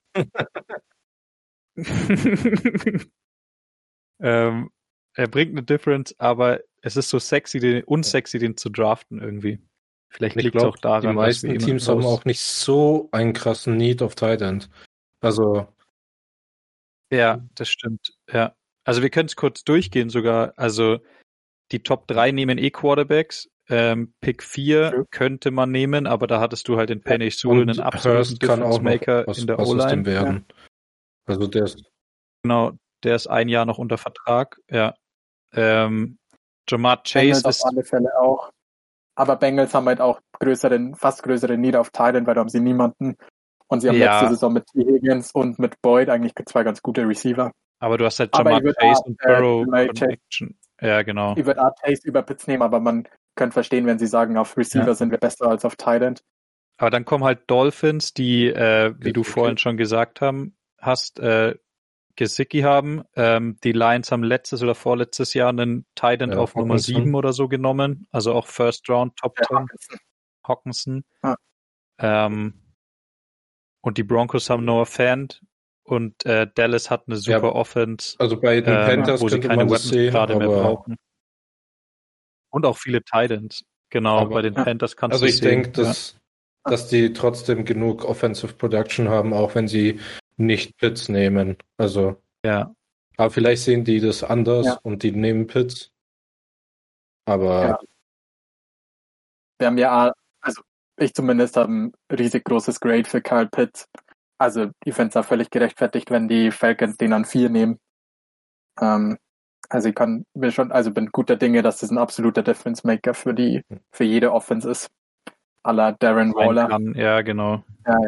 er bringt eine Difference, aber es ist so unsexy, den zu draften irgendwie. Vielleicht Ich liegt es auch glaube, daran, die meisten dass wir Teams haben auch nicht so einen krassen Need auf Tight End. Also, Ja, das stimmt. Ja. Also wir können es kurz durchgehen sogar. Also die Top 3 nehmen Quarterbacks. Pick 4 True. könnte man nehmen, aber da hattest du halt den Penny Sewell, und einen absoluten Hurst kann auch noch Difference-Maker was in der aus dem O-Line. werden. Also der ist Genau, der ist 1 Jahr noch unter Vertrag. Ja. Jamar Chase Bengals ist auf alle Fälle auch. Aber Bengals haben halt auch fast größeren Need auf Titan, weil da haben sie niemanden. Und sie haben Ja. letzte Saison mit T. Higgins und mit Boyd eigentlich 2 ganz gute Receiver. aber du hast halt Aber Jamar ich würd Chase auch, und Burrow Jamar Chase- Connection. Ja, genau. Ich würde Chase über Pitts nehmen, aber man könnte verstehen, wenn sie sagen, auf Receiver Ja. sind wir besser als auf Titan. Aber dann kommen halt Dolphins, die, wie du Okay. vorhin schon gesagt hast, Gesicki haben. Die Lions haben letztes oder vorletztes Jahr einen Tight End Ja, auf Nummer Hockenson. 7 oder so genommen. Also auch First Round, Top 10, Hockenson. Ja. Und die Broncos haben Noah Fant und Dallas hat eine super Offense, Also bei den Panthers wo sie könnte keine man das Weapons sehen, gerade mehr aber brauchen. Und auch viele Titans. Genau, bei den Panthers kannst also du ich sehen. denke, dass die trotzdem genug Offensive Production haben, auch wenn sie nicht Pitts nehmen. Also, Ja. aber vielleicht sehen die das anders und die nehmen Pitts. Aber Wir haben ja, also ich zumindest habe ein riesig großes Grade für Kyle Pitts. Also ich fände es auch völlig gerechtfertigt, wenn die Falcons den an 4 nehmen. Also ich bin guter Dinge, dass das ein absoluter Difference Maker für jede Offense ist. À la Darren Waller. Ja, genau.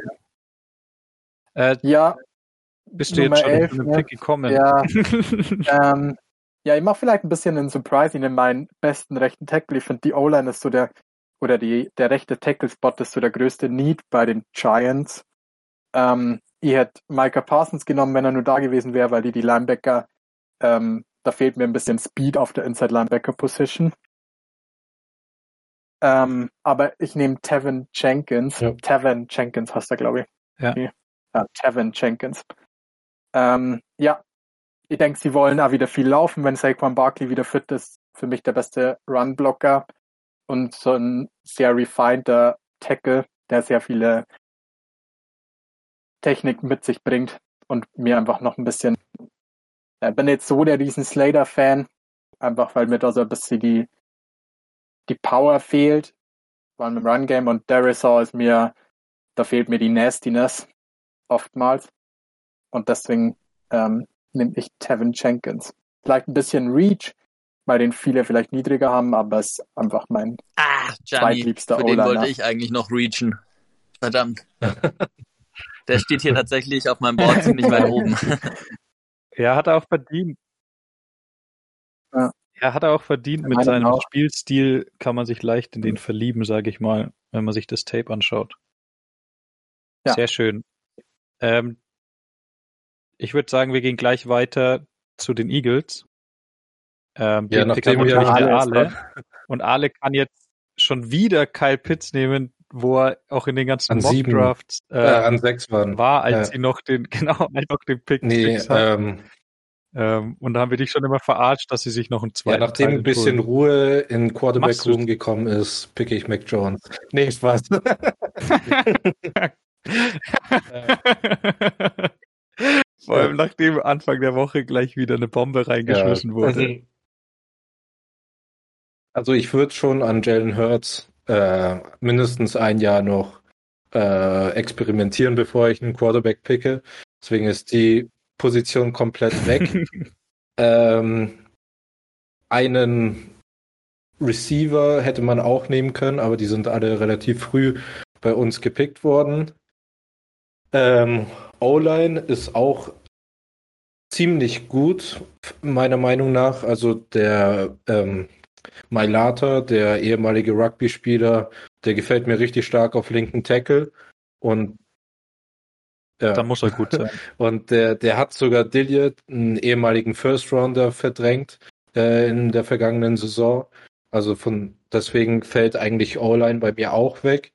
Ja, bist du jetzt schon 11, zu einem Pick gekommen? Ja, ja, ich mache vielleicht ein bisschen einen Surprise in meinen besten rechten Tackle. Ich finde, die O-Line ist so der rechte Tackle-Spot ist so der größte Need bei den Giants. Ich hätte Micah Parsons genommen, wenn er nur da gewesen wäre, weil die Linebacker, da fehlt mir ein bisschen Speed auf der Inside-Linebacker-Position. Aber ich nehme Tevin Jenkins. Ja. Tevin Jenkins heißt er, glaube ich. Ja. Okay. Ja, Tevin Jenkins. Ja, ich denke, sie wollen auch wieder viel laufen, wenn Saquon Barkley wieder fit ist. Für mich der beste Run-Blocker und so ein sehr refineder Tackle, der sehr viele Technik mit sich bringt und mir einfach noch ein bisschen, bin jetzt so der riesen Slater-Fan, einfach weil mir da so ein bisschen die Power fehlt, vor allem im Run-Game, und Darisaw da fehlt mir die Nastiness oftmals und deswegen nehme ich Tevin Jenkins. Vielleicht ein bisschen Reach, weil den viele vielleicht niedriger haben, aber es ist einfach mein zweitliebster O-Liner. Für den wollte ich eigentlich noch reachen. Verdammt. Der steht hier tatsächlich auf meinem Board ziemlich weit oben. Ja, hat er auch verdient. Ja. Er hat auch verdient. Mit seinem Spielstil kann man sich leicht in den verlieben, sage ich mal, wenn man sich das Tape anschaut. Ja. Sehr schön. Ich würde sagen, wir gehen gleich weiter zu den Eagles. Den nachdem wir Ale. Und Ale kann jetzt schon wieder Kyle Pitts nehmen, wo er auch in den ganzen Mock-Drafts an 6 war, als sie noch den Pick hatten. Und da haben wir dich schon immer verarscht, dass sie sich noch einen zweiten nachdem ein bisschen Ruhe in Quarterback Room gekommen ist, picke ich Mac Jones. Nee, Spaß. Vor allem nachdem Anfang der Woche gleich wieder eine Bombe reingeschmissen wurde. Also ich würde schon an Jalen Hurts mindestens ein Jahr noch experimentieren, bevor ich einen Quarterback picke. Deswegen ist die Position komplett weg. Einen Receiver hätte man auch nehmen können, aber die sind alle relativ früh bei uns gepickt worden. O-Line ist auch ziemlich gut, meiner Meinung nach. Also der Mailata, der ehemalige Rugby-Spieler, der gefällt mir richtig stark auf linken Tackle. Und da muss er gut sein. Und der hat sogar Dilliard, einen ehemaligen First-Rounder, verdrängt in der vergangenen Saison. Also deswegen fällt eigentlich O-Line bei mir auch weg.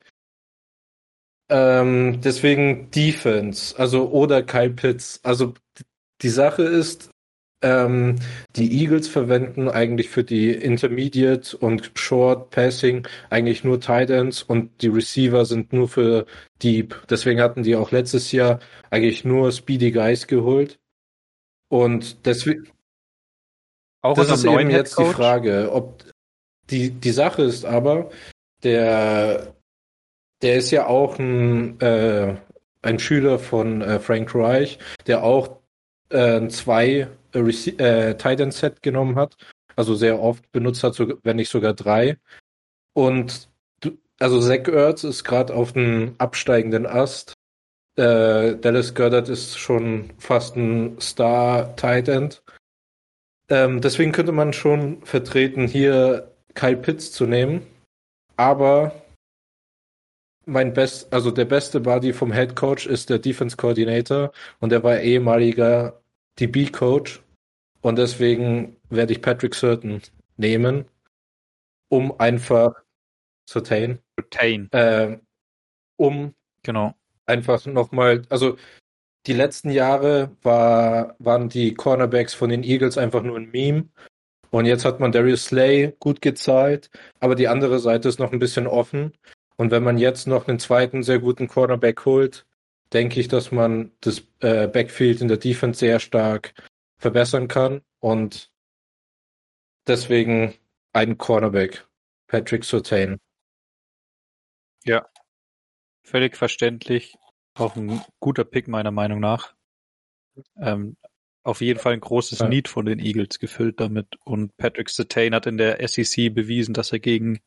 Deswegen Defense, also oder Kyle Pitts. Also die Sache ist, die Eagles verwenden eigentlich für die Intermediate und Short Passing eigentlich nur Tight Ends und die Receiver sind nur für Deep. Deswegen hatten die auch letztes Jahr eigentlich nur Speedy Guys geholt. Und deswegen auch das ist eben jetzt die Frage, ob die Sache ist aber, der ist ja auch ein Schüler von Frank Reich, der auch 2 Tight End Set genommen hat, also sehr oft benutzt hat, wenn nicht sogar 3. Und also Zach Ertz ist gerade auf dem absteigenden Ast. Dallas Goedert ist schon fast ein Star Tight End. Deswegen könnte man schon vertreten, hier Kyle Pitts zu nehmen. Aber der beste Buddy vom Head Coach ist der Defense Coordinator und der war ehemaliger DB-Coach und deswegen werde ich Patrick Surtain nehmen, um einfach Surtain. um genau. einfach nochmal, also die letzten Jahre waren die Cornerbacks von den Eagles einfach nur ein Meme. Und jetzt hat man Darius Slay gut gezahlt, aber die andere Seite ist noch ein bisschen offen. Und wenn man jetzt noch einen zweiten sehr guten Cornerback holt, denke ich, dass man das Backfield in der Defense sehr stark verbessern kann. Und deswegen ein Cornerback, Patrick Surtain. Ja, völlig verständlich. Auch ein guter Pick meiner Meinung nach. Auf jeden Fall ein großes Ja. Need von den Eagles gefüllt damit. Und Patrick Surtain hat in der SEC bewiesen, dass er gegen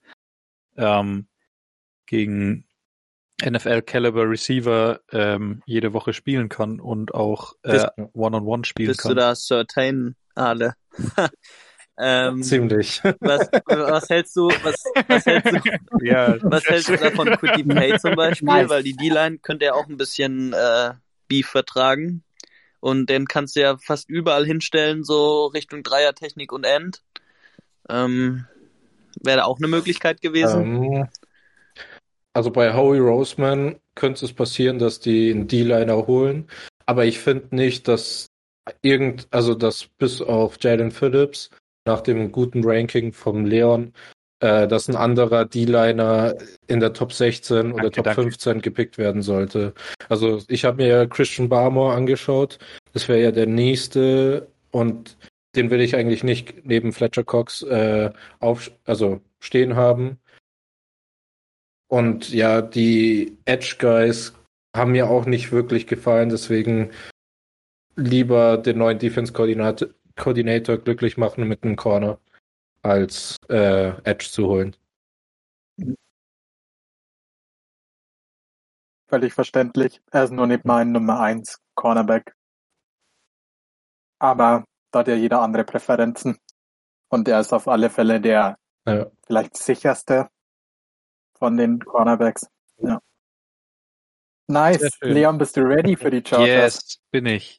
NFL-Caliber Receiver jede Woche spielen kann und auch One-on-One spielen Bist kann. du da Certain, Ale? Ziemlich. Was hältst du Ja, was hältst du davon Quickie Pay zum Beispiel? Nice. Weil die D-Line könnte ja auch ein bisschen Beef vertragen. Und den kannst du ja fast überall hinstellen, so Richtung Dreiertechnik und End. Wäre da auch eine Möglichkeit gewesen? Also bei Howie Roseman könnte es passieren, dass die einen D-Liner holen. Aber ich finde nicht, dass dass bis auf Jalen Phillips nach dem guten Ranking vom Leon, dass ein anderer D-Liner in der Top 16 oder Top 15 gepickt werden sollte. Also ich habe mir ja Christian Barmore angeschaut. Das wäre ja der nächste und den will ich eigentlich nicht neben Fletcher Cox stehen haben. Und ja, die Edge Guys haben mir auch nicht wirklich gefallen, deswegen lieber den neuen Defense Coordinator glücklich machen mit einem Corner als Edge zu holen. Völlig verständlich. Er ist nur nicht mein Nummer 1 Cornerback. Aber da hat ja jeder andere Präferenzen. Und er ist auf alle Fälle der vielleicht sicherste von den Cornerbacks. Ja. Nice. Leon, bist du ready für die Chargers? Yes, bin ich.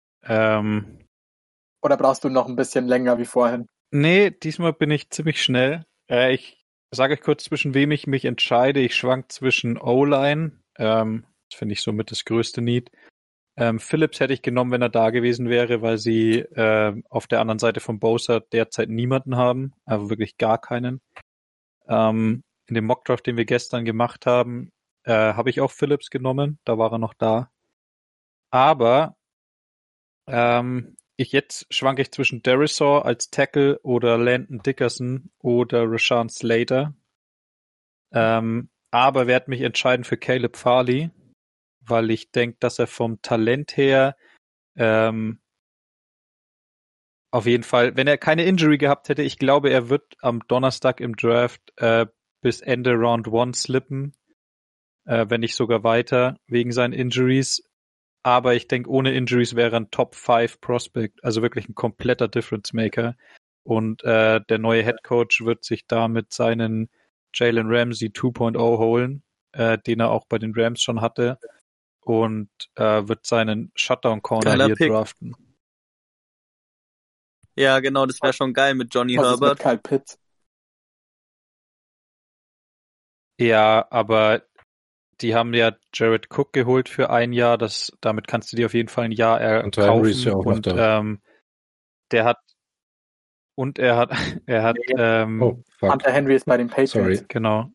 Oder brauchst du noch ein bisschen länger wie vorhin? Nee, diesmal bin ich ziemlich schnell. Ich sage euch kurz, zwischen wem ich mich entscheide. Ich schwank zwischen O-Line. Das finde ich somit das größte Need. Phillips hätte ich genommen, wenn er da gewesen wäre, weil sie auf der anderen Seite von Bosa derzeit niemanden haben. Also wirklich gar keinen. In dem Mockdraft, den wir gestern gemacht haben, habe ich auch Phillips genommen. Da war er noch da. Aber jetzt schwanke ich zwischen Derisor als Tackle oder Landon Dickerson oder Rashawn Slater. Aber werde mich entscheiden für Caleb Farley, weil ich denke, dass er vom Talent her auf jeden Fall, wenn er keine Injury gehabt hätte, ich glaube, er wird am Donnerstag im Draft bis Ende Round 1 slippen, wenn nicht sogar weiter, wegen seinen Injuries. Aber ich denke, ohne Injuries wäre er ein Top 5 Prospect, also wirklich ein kompletter Difference Maker. Und der neue Head Coach wird sich damit seinen Jalen Ramsey 2.0 holen, den er auch bei den Rams schon hatte, und wird seinen Shutdown Corner hier draften. Ja, genau, das wäre schon geil mit Johnny Herbert. Mit Kyle Pitts? Ja, aber die haben ja Jared Cook geholt für ein Jahr. Damit kannst du dir auf jeden Fall ein Jahr kaufen. Ja auch und er hat Hunter Henry ist bei den Patriots. Sorry. Genau.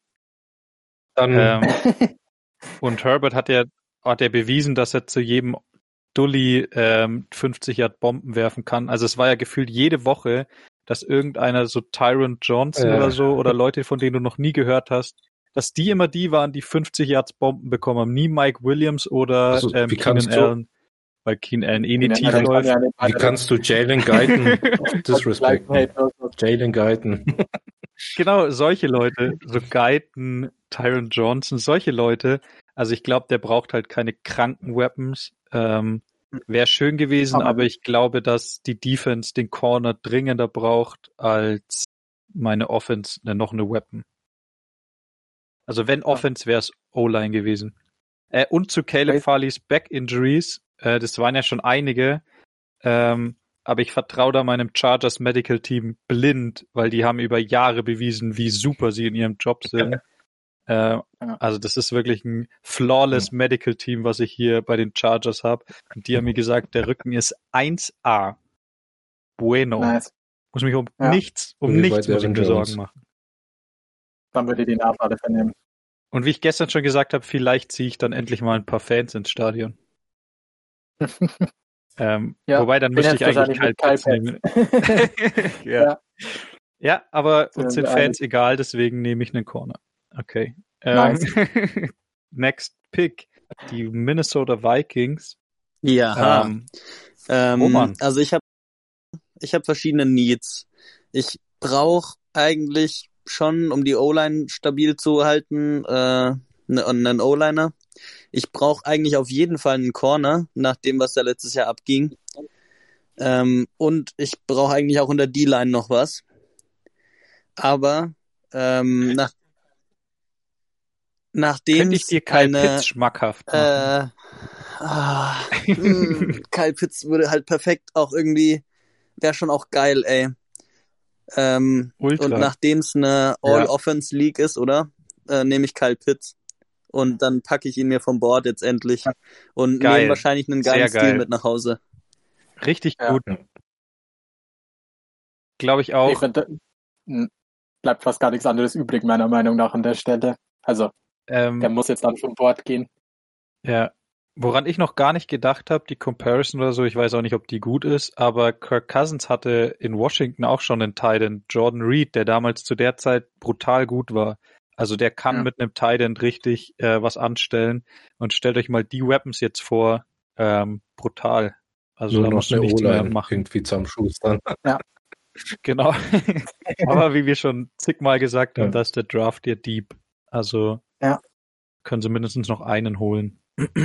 Dann und Herbert hat ja bewiesen, dass er zu jedem Dulli 50 Yard Bomben werfen kann. Also es war ja gefühlt jede Woche, dass irgendeiner so Tyron Johnson oder so oder Leute, von denen du noch nie gehört hast, dass die immer die waren, die 50 Yards Bomben bekommen haben. Nie Mike Williams oder Keenan Allen, weil Keenan Allen nicht tief läuft. Wie kannst du Jalen Guyton disrespekten? Jalen Guyton. Genau, solche Leute, so Guyton, Tyron Johnson, solche Leute. Also ich glaube, der braucht halt keine kranken Weapons. Wäre schön gewesen, aber ich glaube, dass die Defense den Corner dringender braucht als meine Offense noch eine Weapon. Also wenn Offense, wäre es O-Line gewesen. Und zu Caleb Farleys Back-Injuries, das waren ja schon einige, aber ich vertraue da meinem Chargers Medical Team blind, weil die haben über Jahre bewiesen, wie super sie in ihrem Job sind. Also das ist wirklich ein flawless Medical Team, was ich hier bei den Chargers habe. Und die haben mir gesagt, der Rücken ist 1A. Bueno. Nice. Muss mich um Ja. nichts So wie bei muss ich Devin mir Jones. Sorgen machen. Dann würde ich den auf alle Fälle nehmen. Und wie ich gestern schon gesagt habe, vielleicht ziehe ich dann endlich mal ein paar Fans ins Stadion. Ja, Wobei, dann den müsste ich hättest eigentlich wahrscheinlich Kyle mit Pitts nehmen. Ja. Ja, aber Sind uns sind wir Fans egal, deswegen nehme ich einen Corner. Okay. Nice. Next Pick. Die Minnesota Vikings. Ja. Roman. Also ich habe verschiedene Needs. Ich brauche eigentlich schon, um die O-Line stabil zu halten, einen O-Liner. Ich brauche eigentlich auf jeden Fall einen Corner, nach dem, was da letztes Jahr abging. Und ich brauche eigentlich auch in der D-Line noch was. Aber nachdem Könnte ich dir Kyle Pitts schmackhaft machen? Kyle Pitts würde halt perfekt auch irgendwie, wäre schon auch geil, ey. Ultra. Und nachdem es eine All-Offense-League ist, oder? Nehme ich Kyle Pitts. Und dann packe ich ihn mir vom Board jetzt endlich. Und nehme wahrscheinlich einen geilen Stil mit nach Hause. Richtig Ja. gut. Glaube ich auch. Ich finde, bleibt fast gar nichts anderes übrig, meiner Meinung nach, an der Stelle. Also, der muss jetzt dann vom Board gehen. Ja. Woran ich noch gar nicht gedacht habe, die Comparison oder so, ich weiß auch nicht, ob die gut ist, aber Kirk Cousins hatte in Washington auch schon einen Tight End, Jordan Reed, der damals zu der Zeit brutal gut war. Also der kann mit einem Tight End richtig was anstellen. Und stellt euch mal die Weapons jetzt vor, brutal. Also Nur da noch musst du eine nichts mehr O-Line machen. irgendwie zusammenschustern. Ja. Genau. Aber wie wir schon zigmal gesagt haben, Ja. da ist der Draft ja deep. Also können sie mindestens noch einen holen.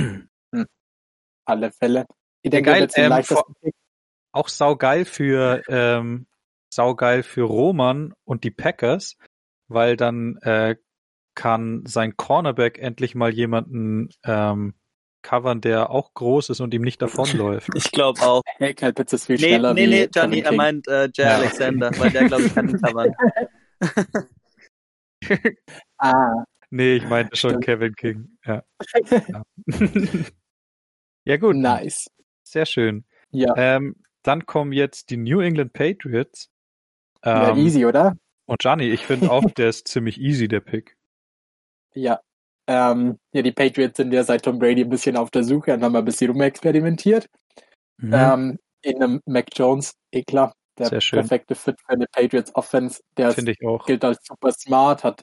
Alle Fälle. Ich Ja, denke, geil, jetzt den leichtesten Pick. auch saugeil für Roman und die Packers, weil dann kann sein Cornerback endlich mal jemanden covern, der auch groß ist und ihm nicht davonläuft. Ich glaube auch. Hey, Kyle Pitts ist viel schneller wie Nee, Kevin Johnny, er King. meint Jay Alexander, weil der, glaube ich, kann ihn covern. Nee, ich meinte schon Stimmt. Kevin King. Ja. Ja gut, Nice. sehr schön. Ja, Dann kommen jetzt die New England Patriots. ja, easy, oder? Und Gianni, ich finde auch, der ist ziemlich easy, der Pick. Ja. Die Patriots sind ja seit Tom Brady ein bisschen auf der Suche und haben ein bisschen rumexperimentiert. In einem Mac Jones, klar, der Sehr schön. perfekte Fit für eine Patriots Offense. Der Finde ich auch. gilt als super smart, hat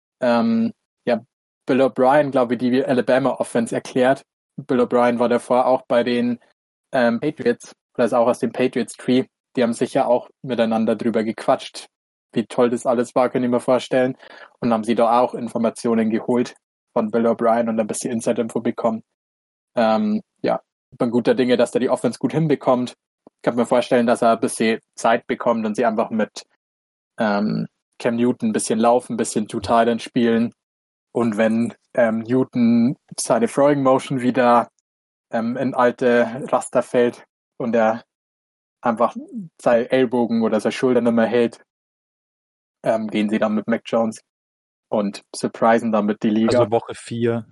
Bill O'Brien, glaube ich, die Alabama Offense erklärt. Bill O'Brien war davor auch bei den Patriots, oder ist auch aus dem Patriots Tree. Die haben sicher auch miteinander drüber gequatscht, wie toll das alles war, kann ich mir vorstellen. Und haben sie da auch Informationen geholt von Bill O'Brien und ein bisschen Inside-Info bekommen. Ich bin guter Dinge, dass der die Offense gut hinbekommt. Ich kann mir vorstellen, dass er ein bisschen Zeit bekommt und sie einfach mit Cam Newton ein bisschen laufen, ein bisschen Two Tight spielen. Und wenn Newton seine Throwing Motion wieder in alte Raster fällt und er einfach seine Ellbogen oder seine Schulter nicht mehr hält, gehen sie dann mit Mac Jones und surprisen damit die Liga. Also Woche 4.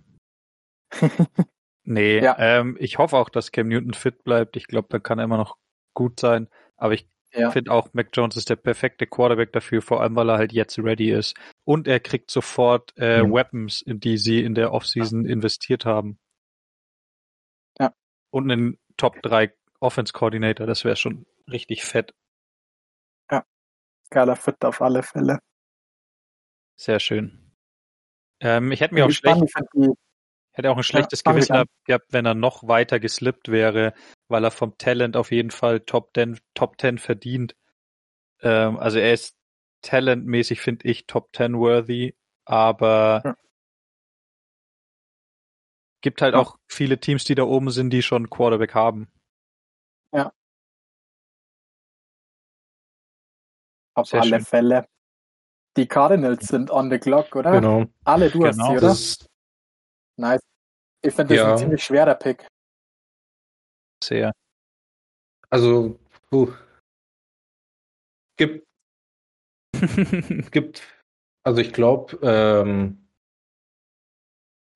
Nee, ich hoffe auch, dass Cam Newton fit bleibt. Ich glaube, da kann er immer noch gut sein. Aber ich finde auch, Mac Jones ist der perfekte Quarterback dafür, vor allem, weil er halt jetzt ready ist. Und er kriegt sofort Weapons, in die sie in der Offseason investiert haben. Ja. Und einen Top 3 Offense Coordinator, das wäre schon richtig fett. Ja, geiler Fit auf alle Fälle. Sehr schön. Ich hätte mir auch hätte auch ein schlechtes Gewissen gehabt, wenn er noch weiter geslippt wäre, weil er vom Talent auf jeden Fall Top 10 verdient. Also er ist talentmäßig, finde ich, Top 10 worthy, aber gibt halt auch viele Teams, die da oben sind, die schon Quarterback haben. Ja. Auf alle Fälle. Die Cardinals sind on the clock, oder? Genau. Alle, du hast sie, oder? Nice. Ich finde das ein ziemlich schwerer Pick. Sehr. Also, gibt, also ich glaube,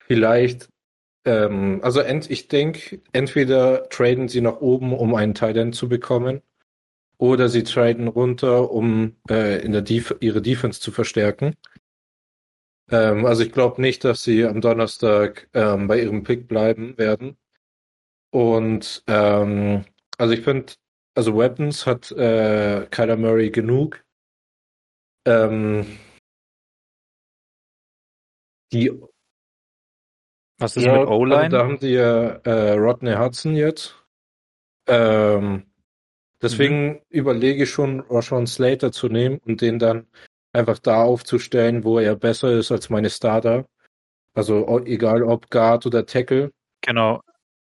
vielleicht, also ich denke, entweder traden sie nach oben, um einen Tight End zu bekommen, oder sie traden runter, um ihre Defense zu verstärken. Also ich glaube nicht, dass sie am Donnerstag bei ihrem Pick bleiben werden. Und also ich finde, also Weapons hat Kyler Murray genug. Die Was ist Ja, mit also O-Line? da haben sie ja Rodney Hudson jetzt. Ähm, deswegen überlege ich schon, Rashawn Slater zu nehmen und den dann einfach da aufzustellen, wo er besser ist als meine Starter. Also egal ob Guard oder Tackle. Genau.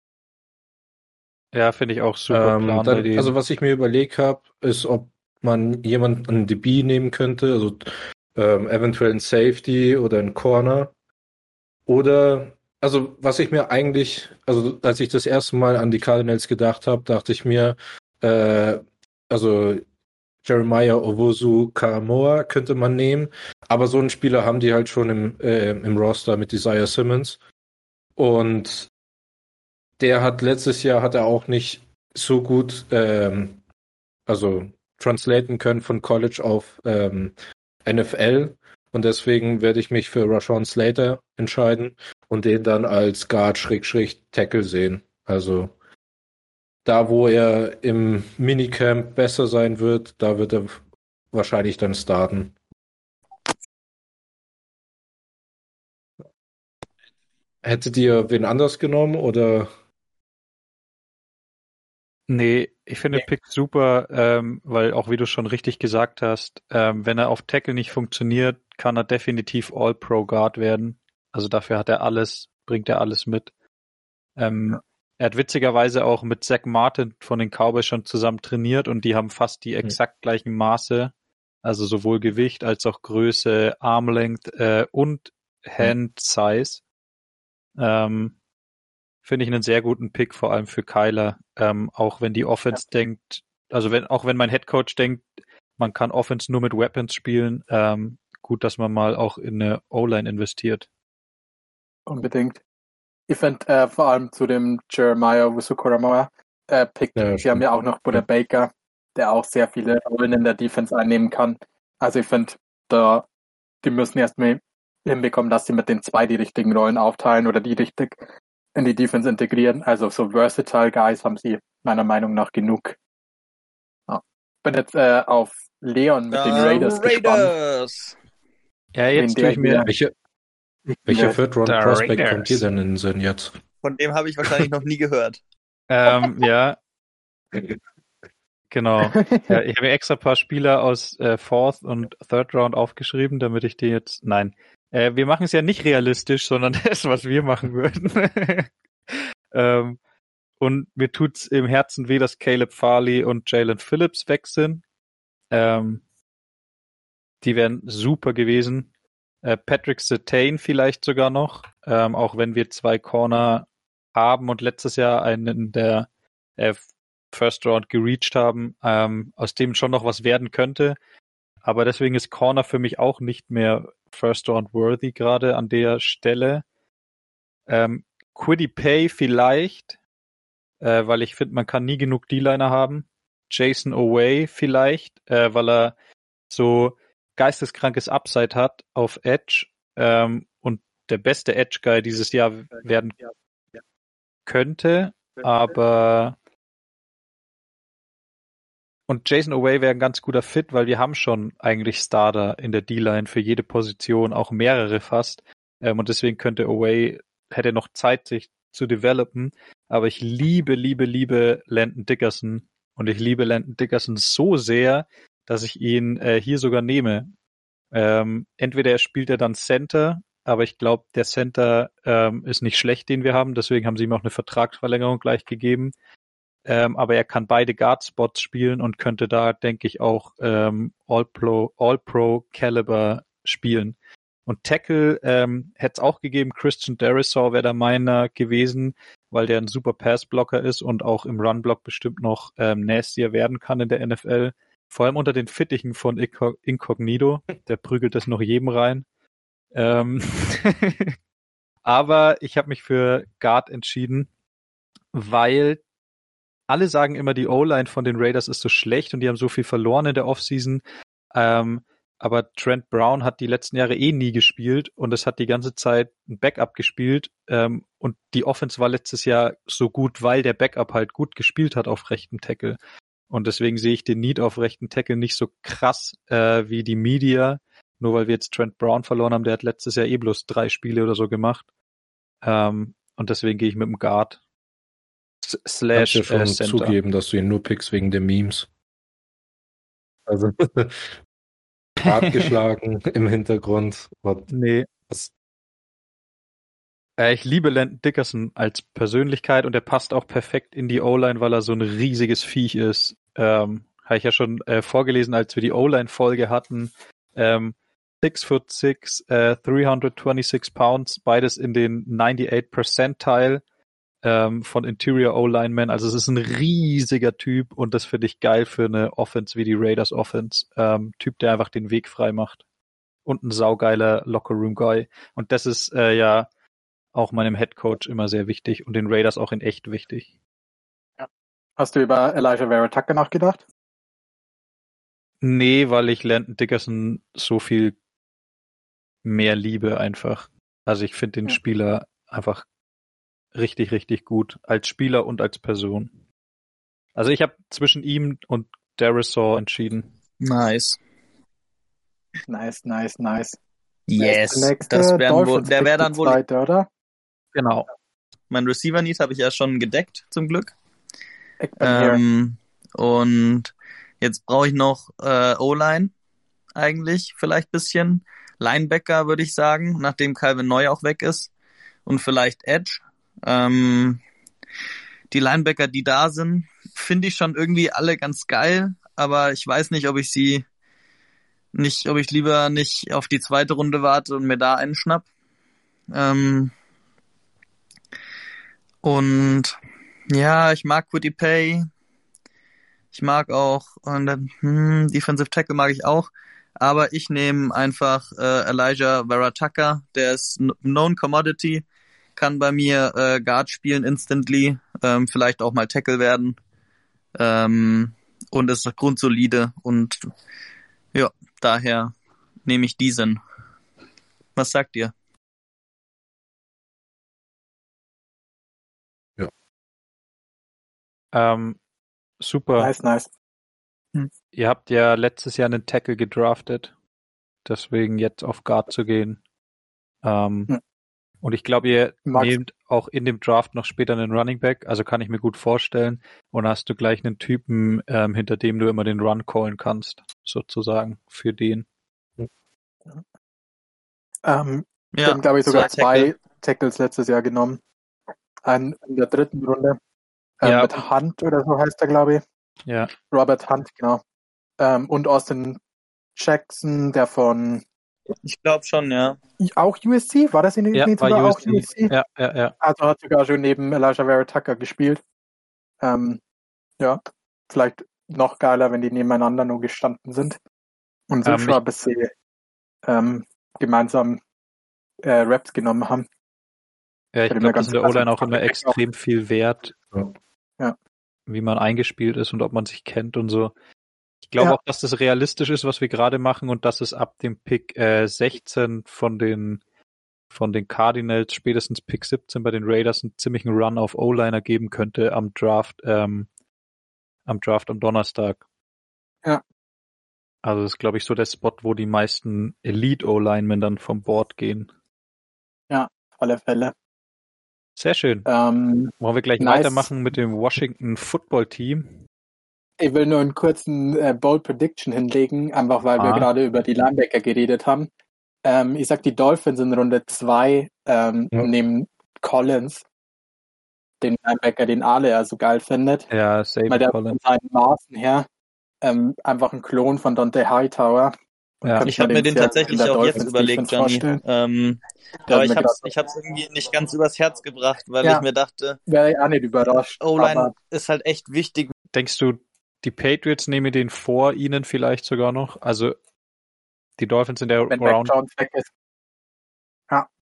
Ja, finde ich auch super Plan bei denen. Also was ich mir überlegt habe, ist, ob man jemanden an DB nehmen könnte, also eventuell ein Safety oder ein Corner. Oder, also was ich mir eigentlich, also als ich das erste Mal an die Cardinals gedacht habe, dachte ich mir, also Jeremiah Owusu-Koramoah könnte man nehmen, aber so einen Spieler haben die halt schon im Roster mit Isaiah Simmons. Und der hat letztes Jahr hat er auch nicht so gut also translaten können von College auf NFL. Und deswegen werde ich mich für Rashawn Slater entscheiden und den dann als Guard-Tackle sehen. Also da, wo er im Minicamp besser sein wird, da wird er wahrscheinlich dann starten. Hättet ihr wen anders genommen oder? Nee, ich finde den Pick super, weil auch wie du schon richtig gesagt hast, wenn er auf Tackle nicht funktioniert, kann er definitiv All-Pro-Guard werden. Also dafür bringt er alles mit. Er hat witzigerweise auch mit Zach Martin von den Cowboys schon zusammen trainiert und die haben fast die exakt gleichen Maße. Also sowohl Gewicht als auch Größe, Armlength und Hand Size. Finde ich einen sehr guten Pick, vor allem für Kyler. Auch wenn die Offense denkt, also wenn mein Headcoach denkt, man kann Offense nur mit Weapons spielen, gut, dass man mal auch in eine O-Line investiert. Unbedingt. Ich finde vor allem zu dem Jeremiah Owusu-Koramoah Pick, wir haben ja auch noch Buddha Baker, der auch sehr viele Rollen in der Defense einnehmen kann. Also ich finde, die müssen erstmal hinbekommen, dass sie mit den zwei die richtigen Rollen aufteilen oder die richtig in die Defense integrieren. Also so versatile Guys haben sie meiner Meinung nach genug. Ja. Bin jetzt auf Leon mit den Raiders gespannt. Ja, jetzt tue ich mir... Welcher Third-Round-Prospect kommt dir denn in den Sinn jetzt? Von dem habe ich wahrscheinlich noch nie gehört. Ja. Genau. Ja, ich habe mir extra ein paar Spieler aus Fourth und Third Round aufgeschrieben, damit ich die jetzt... Nein. Wir machen es ja nicht realistisch, sondern das, was wir machen würden. Und mir tut's im Herzen weh, dass Caleb Farley und Jalen Phillips weg sind. Die wären super gewesen. Patrick Surtain vielleicht sogar noch, auch wenn wir 2 Corner haben und letztes Jahr einen der First Round gereached haben, aus dem schon noch was werden könnte. Aber deswegen ist Corner für mich auch nicht mehr First Round worthy gerade an der Stelle. Kwity Paye vielleicht, weil ich finde, man kann nie genug D-Liner haben. Jason Oweh vielleicht, weil er so geisteskrankes Upside hat auf Edge und der beste Edge-Guy dieses Jahr werden könnte, aber und Jason Oweh wäre ein ganz guter Fit, weil wir haben schon eigentlich Starter in der D-Line für jede Position, auch mehrere fast. Und deswegen hätte noch Zeit, sich zu developen. Aber ich liebe Landon Dickerson. Und ich liebe Landon Dickerson so sehr, dass ich ihn hier sogar nehme. Entweder spielt er dann Center, aber ich glaube, der Center ist nicht schlecht, den wir haben. Deswegen haben sie ihm auch eine Vertragsverlängerung gleich gegeben. Aber er kann beide Guard-Spots spielen und könnte da, denke ich, auch All-Pro-Caliber spielen. Und Tackle hätte es auch gegeben. Christian Darrisaw wäre da meiner gewesen, weil der ein super Pass-Blocker ist und auch im Run-Block bestimmt noch nastier werden kann in der NFL. Vor allem unter den Fittichen von Incognito. Der prügelt das noch jedem rein. Aber ich habe mich für Guard entschieden, weil alle sagen immer, die O-Line von den Raiders ist so schlecht und die haben so viel verloren in der Offseason. Aber Trent Brown hat die letzten Jahre nie gespielt und es hat die ganze Zeit ein Backup gespielt. Und die Offense war letztes Jahr so gut, weil der Backup halt gut gespielt hat auf rechten Tackle. Und deswegen sehe ich den Need auf rechten Tackle nicht so krass wie die Media. Nur weil wir jetzt Trent Brown verloren haben, der hat letztes Jahr bloß 3 Spiele oder so gemacht. Und deswegen gehe ich mit dem Guard. Kannst ja schon zugeben, dass du ihn nur pickst wegen der Memes. Also hart geschlagen im Hintergrund. Nee. Ich liebe Landon Dickerson als Persönlichkeit und er passt auch perfekt in die O-Line, weil er so ein riesiges Viech ist. Habe ich ja schon vorgelesen, als wir die O-Line-Folge hatten. 6'6", 326 Pounds, beides in den 98th Percentile von Interior O-Linemen. Also es ist ein riesiger Typ und das finde ich geil für eine Offense wie die Raiders Offense. Typ, der einfach den Weg frei macht. Und ein saugeiler Locker-Room-Guy. Und das ist ja auch meinem Headcoach immer sehr wichtig und den Raiders auch in echt wichtig. Ja. Hast du über Elijah Vera Tucker nachgedacht? Nee, weil ich Landon Dickerson so viel mehr liebe einfach. Also ich finde den Spieler einfach richtig, richtig gut. Als Spieler und als Person. Also ich habe zwischen ihm und Darisaw entschieden. Nice. Nice. Yes. Das der wäre dann wohl zweite, oder? Genau. Mein Receiver-Need habe ich ja schon gedeckt, zum Glück. Und Und jetzt brauche ich noch O-Line eigentlich, vielleicht bisschen. Linebacker würde ich sagen, nachdem Calvin Neu auch weg ist. Und vielleicht Edge. Die Linebacker, die da sind, finde ich schon irgendwie alle ganz geil, aber ich weiß nicht, ob ich lieber nicht auf die zweite Runde warte und mir da einen schnapp. Und ja, ich mag Quiddy Pay. Ich mag auch Defensive Tackle mag ich auch. Aber ich nehme einfach Elijah Vera Tucker. Der ist Known Commodity. Kann bei mir Guard spielen instantly. Vielleicht auch mal Tackle werden. Und ist grundsolide. Und ja, daher nehme ich diesen. Was sagt ihr? Super. Nice. Ihr habt ja letztes Jahr einen Tackle gedraftet. Deswegen jetzt auf Guard zu gehen. Und ich glaube, ihr nehmt auch in dem Draft noch später einen Running Back. Also kann ich mir gut vorstellen. Und hast du gleich einen Typen, hinter dem du immer den Run callen kannst. Sozusagen für den. Wir haben, glaube ich, sogar 2 Tackles letztes Jahr genommen. Einen in der 3. Runde. Mit Hunt oder so heißt er, glaube ich. Ja. Robert Hunt, genau. Und Austin Jackson, der von... Ich glaube schon, ja. Auch USC? War das in den war auch USC? Ja. Also hat sogar schon neben Elijah Vera Tucker gespielt. Ja, vielleicht noch geiler, wenn die nebeneinander nur gestanden sind. Und so schon, bis sie gemeinsam Raps genommen haben. Ja, ich glaube, das ist in der O-Line auch immer extrem viel wert. Ja. Wie man eingespielt ist und ob man sich kennt und so. Ich glaube auch, dass das realistisch ist, was wir gerade machen und dass es ab dem Pick 16 von den Cardinals, spätestens Pick 17 bei den Raiders einen ziemlichen Run auf O-Liner geben könnte am Draft am Donnerstag. Ja. Also das ist, glaube ich, so der Spot, wo die meisten Elite-O-Linemen dann vom Board gehen. Ja, auf alle Fälle. Sehr schön. Wollen wir gleich weitermachen mit dem Washington Football Team? Ich will nur einen kurzen Bold Prediction hinlegen, einfach weil wir gerade über die Linebacker geredet haben. Ich sag, die Dolphins in Runde 2 nehmen Collins, den Linebacker, den Ale ja so geil findet. Ja, Saban weil der Collins. von seinen Maßen her einfach ein Klon von Dante Hightower. Ja. Ich habe mir den tatsächlich auch jetzt überlegt, Johnny. Aber ich hab's irgendwie nicht ganz übers Herz gebracht, weil ich mir dachte, wäre ich auch nicht überrascht. O-Line ist halt echt wichtig. Denkst du, die Patriots nehmen den vor ihnen vielleicht sogar noch? Also die Dolphins in der Wenn Mac Jones weg ist. Ja.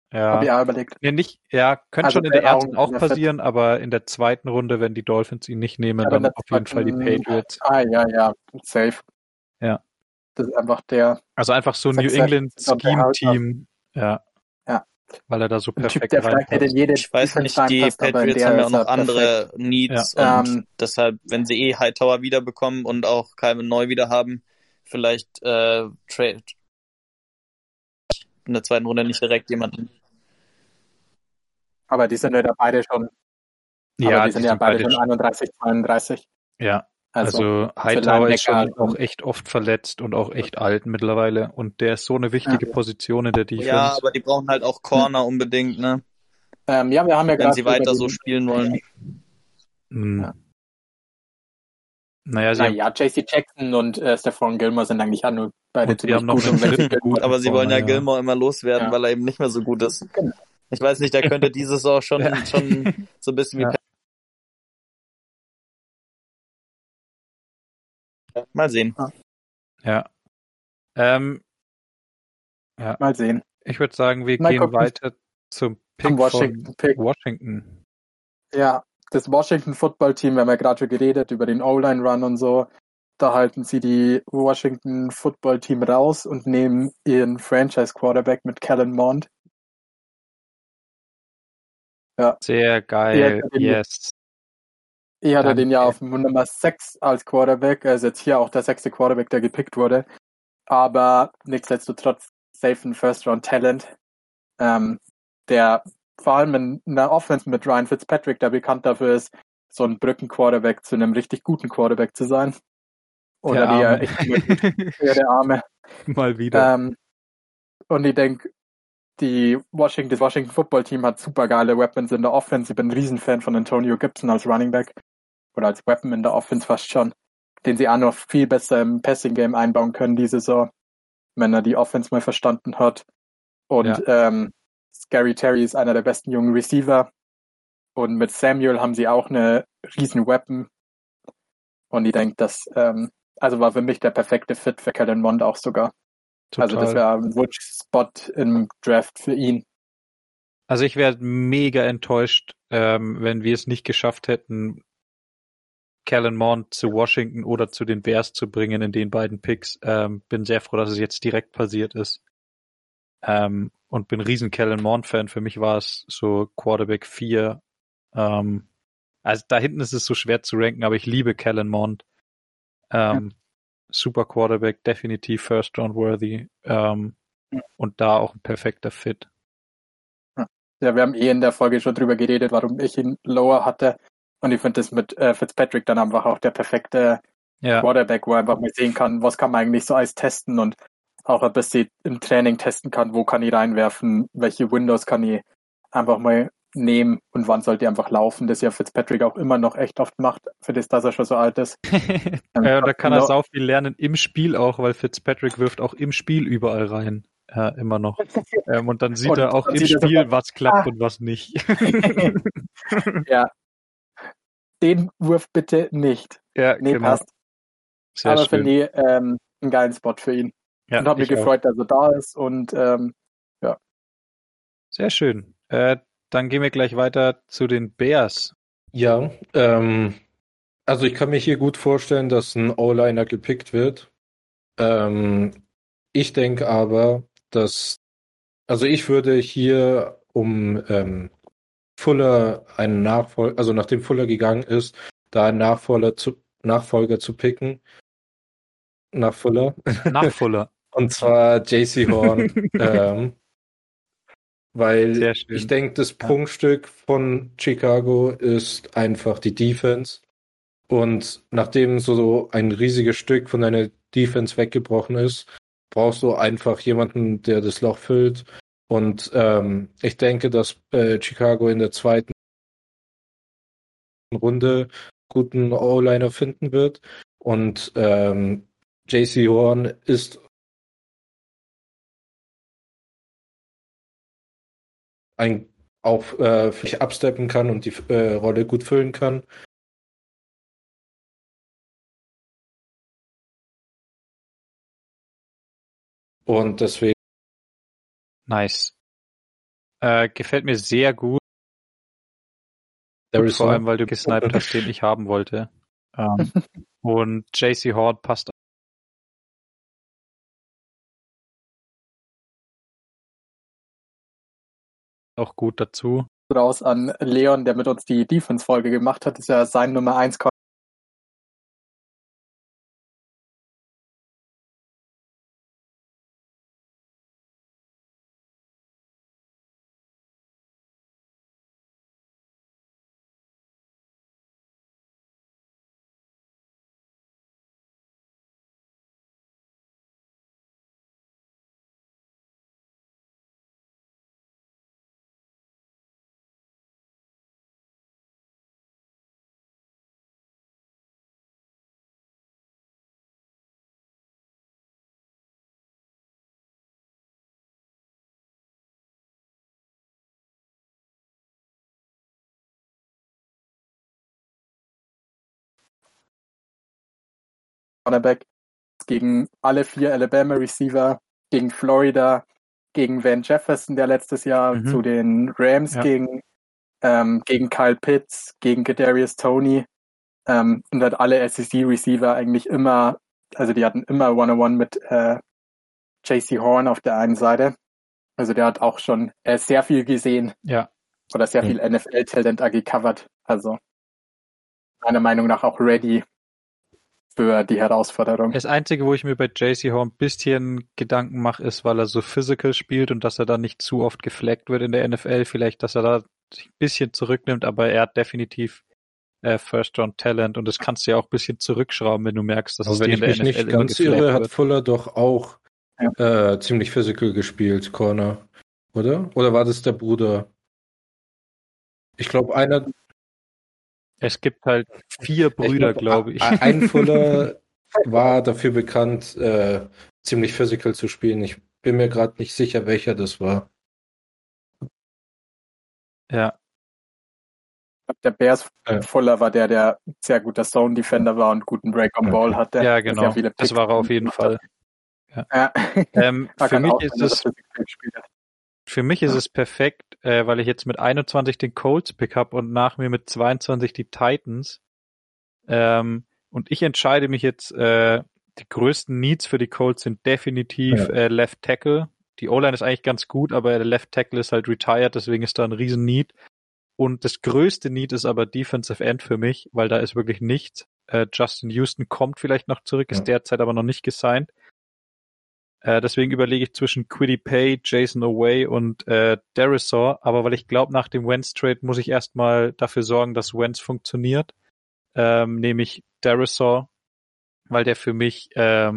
Hab ich Ja. auch überlegt. Nee, nicht, ja, könnte Also schon in der der ersten Augen- auch der Fit. passieren, aber in der zweiten Runde, wenn die Dolphins ihn nicht nehmen, Aber in dann der auf jeden Fall die zweiten- Patriots. Ja, safe. Ja. Das ist einfach der Also einfach so ein New Success England und der House- Scheme-Team. Ja. Ja. Weil er da so Ein Typ, perfekt der vielleicht nicht in reinpasst. jede Ich weiß Defense nicht, die reinpasst, aber in Patriots der haben ja ist auch noch er perfekt. andere Needs Ja. und deshalb, wenn sie Hightower wiederbekommen und auch Calvin Neu wieder haben, vielleicht Trade in der zweiten Runde nicht direkt jemanden. Aber die sind ja beide schon, Ja, die sind ja sind beide schon 31, 32. Ja. Also, Also für Hightower ist Linebacker schon auch echt oft verletzt und auch echt alt mittlerweile. Und der ist so eine wichtige Position in der Defense. Ja, aber die brauchen halt auch Corner unbedingt, ne? ja, wir haben ja Wenn gerade sie weiter über so spielen wollen. Hm. Ja. Naja, sie haben, Naja, JC Jackson und Stephon Gilmore sind eigentlich auch nur beide und sie ziemlich haben noch gut. einen Und wenn sie dritten guten Aber sie wollen ja Corner, Gilmore immer loswerden, Ja. weil er eben nicht mehr so gut ist. Genau. Ich weiß nicht, der könnte diese Saison schon, Ja. schon so ein bisschen wie Ja. Mal sehen. Ja. Mal sehen. Ich würde sagen, wir Mal gehen gucken. weiter zum Pick Zum Washington-Pick. von Washington. Ja, das Washington Football Team, wir haben ja gerade schon geredet über den O-Line Run und so. Da halten sie die Washington Football Team raus und nehmen ihren Franchise Quarterback mit Kellen Mond. Sehr geil. Ja, den- Yes. Ich hatte Danke. den ja auf Nummer 6 als Quarterback. Er ist jetzt hier auch der 6. Quarterback, der gepickt wurde. Aber nichtsdestotrotz safe ein First-Round-Talent, der vor allem in einer Offense mit Ryan Fitzpatrick, der bekannt dafür ist, so ein Brücken-Quarterback zu einem richtig guten Quarterback zu sein. Oder Der die ja Arme. echt ja, der Arme. Mal wieder. Und ich denke, das Washington Football Team hat super geile Weapons in der Offense. Ich bin ein Riesenfan von Antonio Gibson als Running Back oder als Weapon in der Offense fast schon, den sie auch noch viel besser im Passing Game einbauen können diese Saison, wenn er die Offense mal verstanden hat. Und Scary Terry ist einer der besten jungen Receiver. Und mit Samuel haben sie auch eine riesen Weapon. Und ich denke, das war für mich der perfekte Fit für Kellen Mond auch sogar. Total. Also das wäre ein Wunsch-Spot im Draft für ihn. Also ich wäre mega enttäuscht, wenn wir es nicht geschafft hätten, Kellen Mond zu Washington oder zu den Bears zu bringen in den beiden Picks. Bin sehr froh, dass es jetzt direkt passiert ist. Und bin riesen Kellen Mond-Fan. Für mich war es so Quarterback 4. Also da hinten ist es so schwer zu ranken, aber ich liebe Kellen Mond. Super Quarterback, definitiv First Round worthy. Und da auch ein perfekter Fit. Ja, wir haben in der Folge schon drüber geredet, warum ich ihn lower hatte. Und ich finde das mit Fitzpatrick dann einfach auch der perfekte Quarterback, wo er einfach mal sehen kann, was kann man eigentlich so alles testen und auch ein bisschen im Training testen kann, wo kann ich reinwerfen, welche Windows kann ich einfach mal nehmen und wann sollte ich einfach laufen, das ja Fitzpatrick auch immer noch echt oft macht, für das, dass er schon so alt ist. Ja, und da kann er sau viel lernen im Spiel auch, weil Fitzpatrick wirft auch im Spiel überall rein. Immer noch. Und dann sieht er auch im Spiel, was klappt und was nicht. Ja. Den Wurf bitte nicht. Ja, nee, genau. passt. Sehr aber schön. finde ich einen geilen Spot für ihn. Ja, und habe mich gefreut, dass er da ist und ja. Sehr schön. Dann gehen wir gleich weiter zu den Bears. Ja, also ich kann mir hier gut vorstellen, dass ein O-Liner gepickt wird. Ich denke aber, also ich würde hier Fuller einen Nachfolger, also nachdem Fuller gegangen ist, da einen Nachfolger zu picken. Nach Fuller. Nach Fuller. Und zwar JC Horn. Weil ich denke, das Prunkstück von Chicago ist einfach die Defense. Und nachdem so ein riesiges Stück von deiner Defense weggebrochen ist, brauchst du einfach jemanden, der das Loch füllt. Und ich denke, dass Chicago in der zweiten Runde guten O-Liner finden wird. Und JC Horn ist auch vielleicht absteppen kann und die Rolle gut füllen kann. Und deswegen. Nice. Gefällt mir sehr gut. Darius Vor allem, Hall. weil du gesniped hast, den ich haben wollte. Und JC Horn passt auch gut dazu. Raus an Leon, der mit uns die Defense-Folge gemacht hat. Das ist ja sein Nummer 1 Cornerback gegen alle 4 Alabama Receiver, gegen Florida, gegen Van Jefferson, der letztes Jahr zu den Rams ging, gegen Kyle Pitts, gegen Kadarius Toney, und hat alle SEC Receiver eigentlich immer, also die hatten immer One-on-One mit JC Horn auf der einen Seite. Also der hat auch schon sehr viel gesehen. Ja. Oder sehr viel NFL-Talent gecovert. Also meiner Meinung nach auch ready für die Herausforderung. Das Einzige, wo ich mir bei JC Horn ein bisschen Gedanken mache, ist, weil er so physical spielt und dass er da nicht zu oft geflaggt wird in der NFL. Vielleicht, dass er da sich ein bisschen zurücknimmt, aber er hat definitiv First-Round-Talent und das kannst du ja auch ein bisschen zurückschrauben, wenn du merkst, dass Aber es wenn dir in ich der mich NFL nicht immer ganz geflaggt irre, hat wird. Fuller doch auch ziemlich physical gespielt, Corner. Oder? Oder war das der Bruder? Ich glaube, einer. Es gibt halt 4 Brüder, glaube ich. Ein Fuller war dafür bekannt, ziemlich physical zu spielen. Ich bin mir gerade nicht sicher, welcher das war. Ja. Der Bears Fuller war der sehr guter Zone-Defender war und guten Break-on-Ball hatte. Ja, genau. Das war er auf jeden Fall. Ja. Für mich ist es perfekt, weil ich jetzt mit 21 den Colts pick habe und nach mir mit 22 die Titans. Und ich entscheide mich jetzt, die größten Needs für die Colts sind definitiv Left Tackle. Die O-Line ist eigentlich ganz gut, aber der Left Tackle ist halt retired, deswegen ist da ein riesen Need. Und das größte Need ist aber Defensive End für mich, weil da ist wirklich nichts. Justin Houston kommt vielleicht noch zurück, ist derzeit aber noch nicht gesigned. Deswegen überlege ich zwischen Kwity Paye, Jason Oweh und Darisaw, aber weil ich glaube, nach dem Wentz-Trade muss ich erstmal dafür sorgen, dass Wentz funktioniert, nehme ich Darisaw, weil der für mich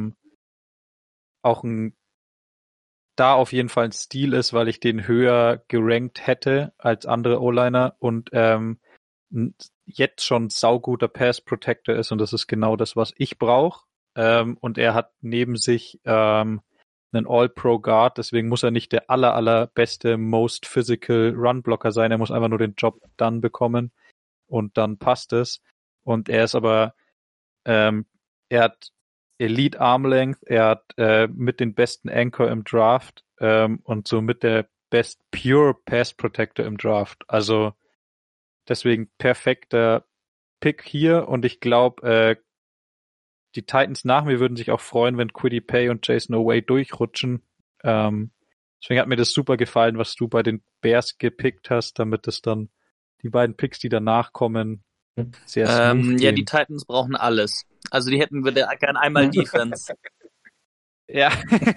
auch da auf jeden Fall ein Stil ist, weil ich den höher gerankt hätte als andere O-Liner und jetzt schon sauguter Pass-Protector ist und das ist genau das, was ich brauche. Und er hat neben sich einen All-Pro-Guard, deswegen muss er nicht der allerbeste Most Physical Run-Blocker sein, er muss einfach nur den Job dann bekommen und dann passt es. Und er ist aber, er hat Elite Arm Length, er hat mit den besten Anchor im Draft und somit der Best Pure Pass Protector im Draft. Also deswegen perfekter Pick hier und ich glaube, die Titans nach mir würden sich auch freuen, wenn Kwity Paye und Jason Oweh durchrutschen. Deswegen hat mir das super gefallen, was du bei den Bears gepickt hast, damit es dann die beiden Picks, die danach kommen, sehr smooth gehen. Ja, die Titans brauchen alles. Also die hätten wir gern einmal Defense. Ja.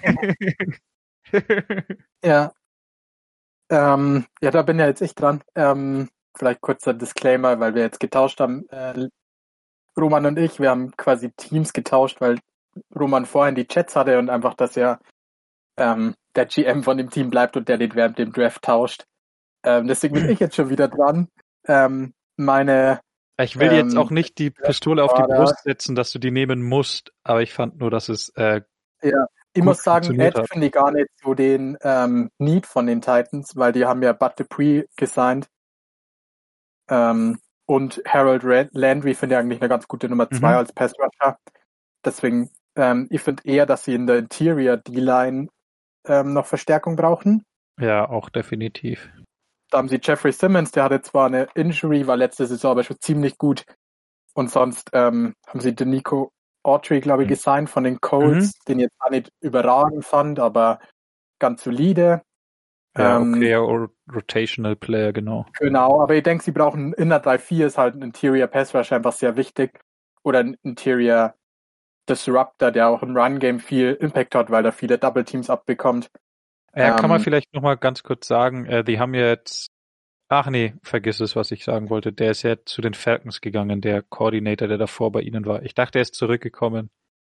Ja. Ja, da bin ja jetzt ich dran. Vielleicht kurzer Disclaimer, weil wir jetzt getauscht haben. Roman und ich, wir haben quasi Teams getauscht, weil Roman vorhin die Chats hatte und einfach, dass er der GM von dem Team bleibt und der den während dem Draft tauscht. Deswegen bin ich jetzt schon wieder dran. Ich will jetzt auch nicht die Pistole auf die Brust setzen, dass du die nehmen musst, aber ich fand nur, dass es ja, ich muss sagen, Ed finde ich gar nicht so den Need von den Titans, weil die haben ja Bud Dupree gesigned. Und Harold Landry finde ich eigentlich eine ganz gute Nummer 2 als Pass Rusher. Deswegen, ich finde eher, dass sie in der Interior D-Line noch Verstärkung brauchen. Ja, auch definitiv. Da haben sie Jeffrey Simmons, der hatte zwar eine Injury, war letzte Saison aber schon ziemlich gut. Und sonst haben sie Denico Autry, glaube ich, gesigned von den Colts, den ich jetzt auch nicht überragend fand, aber ganz solide. Ja, okay, Rotational Player, genau. Genau, aber ich denke, sie brauchen in der 3-4 ist halt ein Interior Pass Rush einfach sehr wichtig. Oder ein Interior Disruptor, der auch im Run-Game viel Impact hat, weil er viele Double Teams abbekommt. Ja, kann man vielleicht nochmal ganz kurz sagen, die haben jetzt, ach nee, vergiss es, was ich sagen wollte. Der ist ja zu den Falcons gegangen, der Coordinator, der davor bei ihnen war. Ich dachte, er ist zurückgekommen.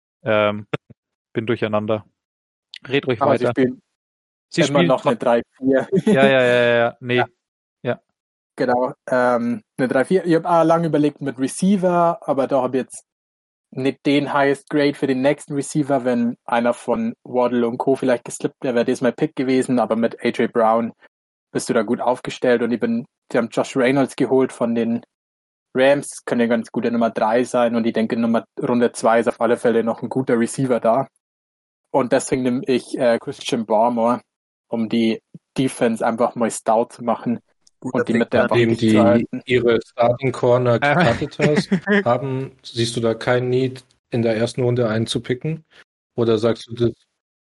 Bin durcheinander. Red ruhig aber weiter. Sie spielen immer noch eine 3-4. Ja. Nee. Ja. Genau. Eine 3-4. Ich habe lange überlegt mit Receiver, aber da habe ich jetzt nicht den Highest Grade für den nächsten Receiver, wenn einer von Waddle und Co. vielleicht geslippt wäre, wäre das mein Pick gewesen, aber mit AJ Brown bist du da gut aufgestellt und sie haben Josh Reynolds geholt von den Rams, kann ja ganz gut der Nummer 3 sein und ich denke, Runde 2 ist auf alle Fälle noch ein guter Receiver da. Und deswegen nehme ich Christian Barmore, um die Defense einfach mal stout zu machen. Und die Mitte einfach nachdem nicht zu halten. ihre Starting Corner gecuttet hast, siehst du da kein Need, in der ersten Runde einzupicken? Oder sagst du das?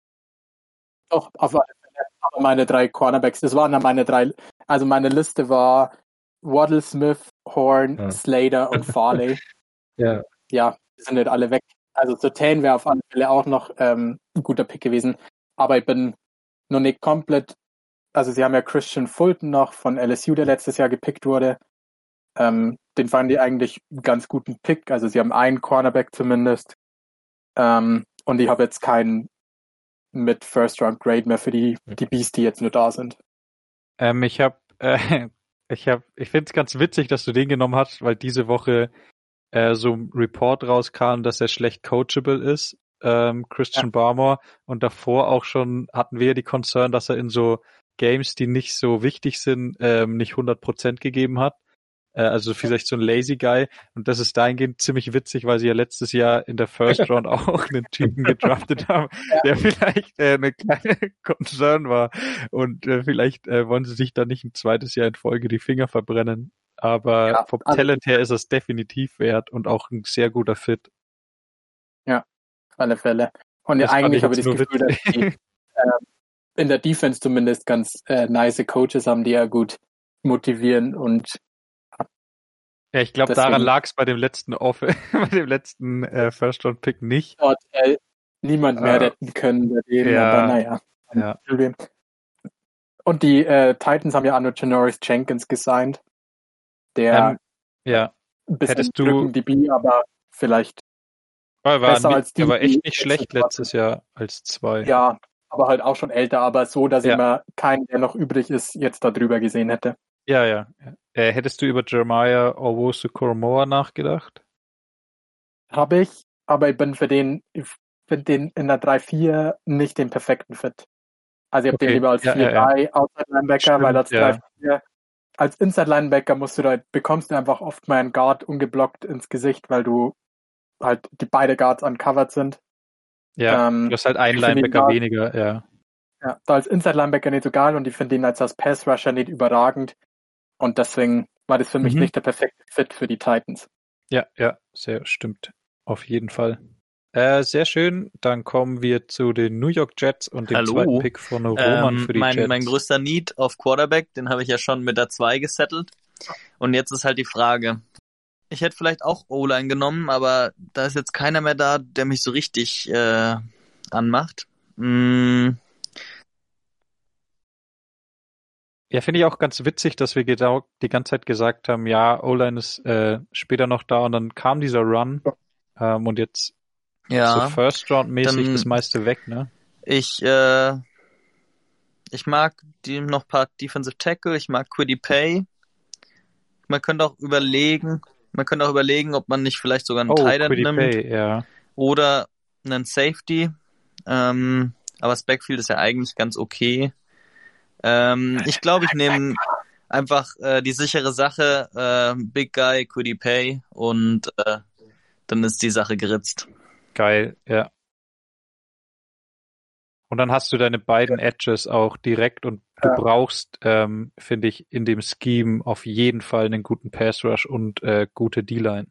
Doch, auf alle Fälle. Aber meine 3 Cornerbacks, das waren dann meine 3, also meine Liste war Waddle, Smith, Horn, Slater und Farley. Ja, die sind nicht alle weg. Also Surtain wäre auf alle Fälle auch noch ein guter Pick gewesen. Aber ich bin noch nicht komplett. Also sie haben ja Christian Fulton noch von LSU, der letztes Jahr gepickt wurde. Den fanden die eigentlich einen ganz guten Pick. Also sie haben einen Cornerback zumindest. Und ich habe jetzt keinen mit First-Round-Grade mehr für die Beast, die jetzt nur da sind. Ich finde es ganz witzig, dass du den genommen hast, weil diese Woche so ein Report rauskam, dass er schlecht coachable ist, Christian Barmore. Und davor auch schon hatten wir die Concern, dass er in so Games, die nicht so wichtig sind, nicht 100% gegeben hat. Also vielleicht so ein Lazy Guy. Und das ist dahingehend ziemlich witzig, weil sie ja letztes Jahr in der First Round auch einen Typen gedraftet haben, der vielleicht eine kleine Concern war. Und vielleicht wollen sie sich da nicht ein zweites Jahr in Folge die Finger verbrennen. Aber vom Talent her ist es definitiv wert und auch ein sehr guter Fit. Ja, auf alle Fälle. Und eigentlich habe ich das Gefühl, dass die in der Defense zumindest ganz nice Coaches haben, die ja gut motivieren und ja, ich glaube, daran lag es bei dem letzten First-Round-Pick nicht. Dort niemand mehr retten können bei denen, aber naja. Ja. Und die Titans haben ja Arnold Janoris Jenkins gesigned, der ein bisschen drücken DB, aber vielleicht besser als die. Er war echt nicht schlecht letztes Jahr als 2. Ja, aber halt auch schon älter, aber so, dass ich mir keinen, der noch übrig ist, jetzt da drüber gesehen hätte. Ja. Hättest du über Jeremiah Owusu-Koramoah nachgedacht? Habe ich, aber ich finde den in der 3-4 nicht den perfekten Fit. Also ich habe den lieber als 4-3 Outside Linebacker, weil als 3-4 als Inside Linebacker bekommst du einfach oft mal einen Guard ungeblockt ins Gesicht, weil du halt beide Guards uncovered sind. Ja, du hast halt einen Linebacker weniger, ja. Ja, da als Inside Linebacker nicht so geil und ich finde ihn als Pass Rusher nicht überragend. Und deswegen war das für mich nicht der perfekte Fit für die Titans. Ja, sehr stimmt. Auf jeden Fall. Sehr schön. Dann kommen wir zu den New York Jets und dem zweiten Pick von Roman für die Jets. Mein größter Need auf Quarterback, den habe ich ja schon mit der 2 gesettelt. Und jetzt ist halt die Frage. Ich hätte vielleicht auch O-Line genommen, aber da ist jetzt keiner mehr da, der mich so richtig anmacht. Ja, finde ich auch ganz witzig, dass wir genau die ganze Zeit gesagt haben, ja, O-Line ist später noch da und dann kam dieser Run und jetzt so First-Round-mäßig das meiste weg, ne? Ich mag noch ein paar Defensive Tackle, ich mag Kwity Paye. Man könnte auch überlegen, ob man nicht vielleicht sogar einen Tight End nimmt. Paye, ja. Oder einen Safety. Aber das Backfield ist ja eigentlich ganz okay. Ich glaube, ich nehme einfach die sichere Sache, Big Guy, Kwity Paye und dann ist die Sache geritzt. Geil, ja. Und dann hast du deine beiden Edges auch direkt und du Ja. brauchst, finde ich, in dem Scheme auf jeden Fall einen guten Pass Rush und gute D-Line.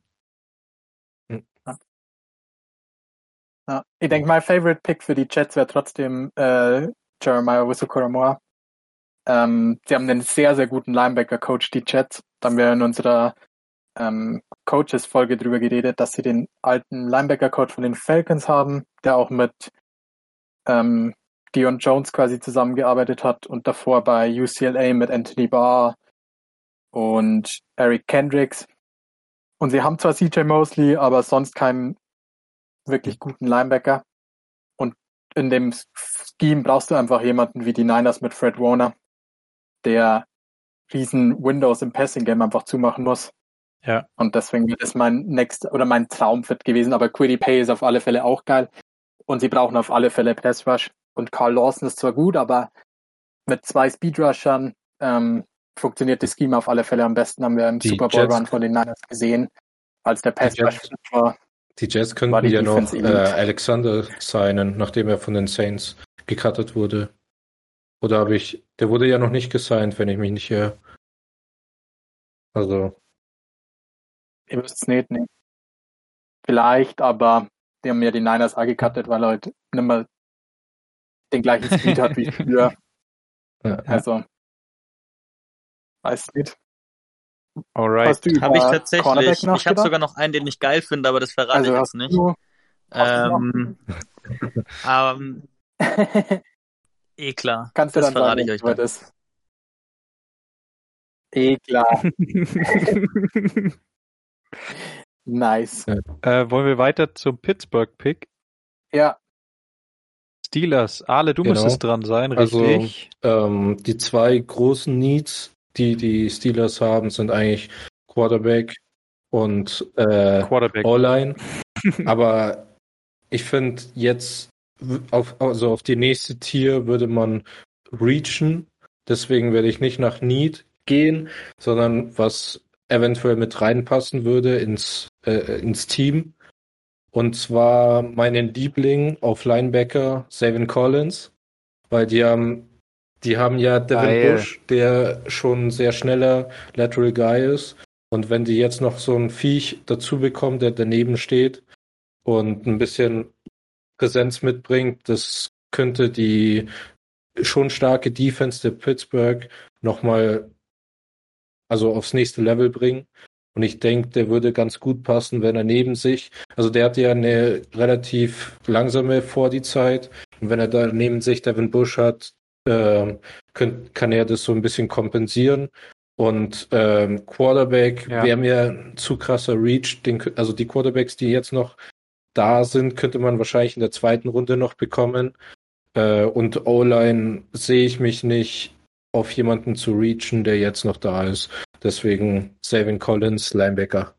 Ja. Ich denke, mein Favorite Pick für die Jets wäre trotzdem Jeremiah Owusu-Koramoah. Sie haben einen sehr, sehr guten Linebacker-Coach, die Jets. Da haben wir in unserer Coaches-Folge drüber geredet, dass sie den alten Linebacker-Coach von den Falcons haben, der auch mit Dion Jones quasi zusammengearbeitet hat und davor bei UCLA mit Anthony Barr und Eric Kendricks. Und sie haben zwar CJ Mosley, aber sonst keinen wirklich guten Linebacker. Und in dem Scheme brauchst du einfach jemanden wie die Niners mit Fred Warner, der riesen Windows im Passing Game einfach zumachen muss. Ja. Und deswegen wird es mein Traumfit gewesen. Aber Kwity Paye ist auf alle Fälle auch geil. Und sie brauchen auf alle Fälle Pass Rush. Und Carl Lawson ist zwar gut, aber mit 2 Speedrushern funktioniert das Scheme auf alle Fälle am besten. Haben wir im Die Super Bowl Jets- Run von den Niners gesehen, als der Pass Rush war. Die Jets War könnten die ja noch Defense elite. Alexander signen, nachdem er von den Saints gecuttet wurde. Oder der wurde ja noch nicht gesigned, wenn ich mich nicht irre. Also, Ihr wisst es nicht, ne? Vielleicht, aber die haben ja die Niners auch gecuttet, weil er halt nicht mehr den gleichen Speed hat wie früher. ja. Also, weiß nicht. Alright. Hast du Habe ich über tatsächlich. Cornerback Ich habe nachgedacht? sogar noch einen, den ich geil finde, aber das verrate Also ich hast jetzt nicht. du Klar. kannst du Das dann verrate sagen, ich euch über dann. das. Klar. Nice. Wollen wir weiter zum Pittsburgh-Pick? Ja, Steelers. Ale, du Genau. müsstest dran sein, Also, richtig? die 2 großen Needs, die Steelers haben, sind eigentlich Quarterback und Quarterback. O-Line. Aber ich finde jetzt auf die nächste Tier würde man reachen. Deswegen werde ich nicht nach Need gehen, sondern was eventuell mit reinpassen würde ins Team. Und zwar meinen Liebling auf Linebacker, Zayvon Collins, weil die haben ja Devin Geil. Bush, der schon ein sehr schneller Lateral Guy ist. Und wenn die jetzt noch so ein Viech dazu bekommen, der daneben steht und ein bisschen Präsenz mitbringt, das könnte die schon starke Defense der Pittsburgh nochmal aufs nächste Level bringen. Und ich denke, der würde ganz gut passen, wenn er neben sich, also der hatte ja eine relativ langsame vor die Zeit. Und wenn er da neben sich Devin Bush hat, kann er das so ein bisschen kompensieren. Und Quarterback Ja. wäre mir ein zu krasser Reach. Also die Quarterbacks, die jetzt noch da sind, könnte man wahrscheinlich in der 2. Runde noch bekommen. Und O-Line sehe ich mich nicht auf jemanden zu reachen, der jetzt noch da ist. Deswegen Zayvon Collins, Linebacker.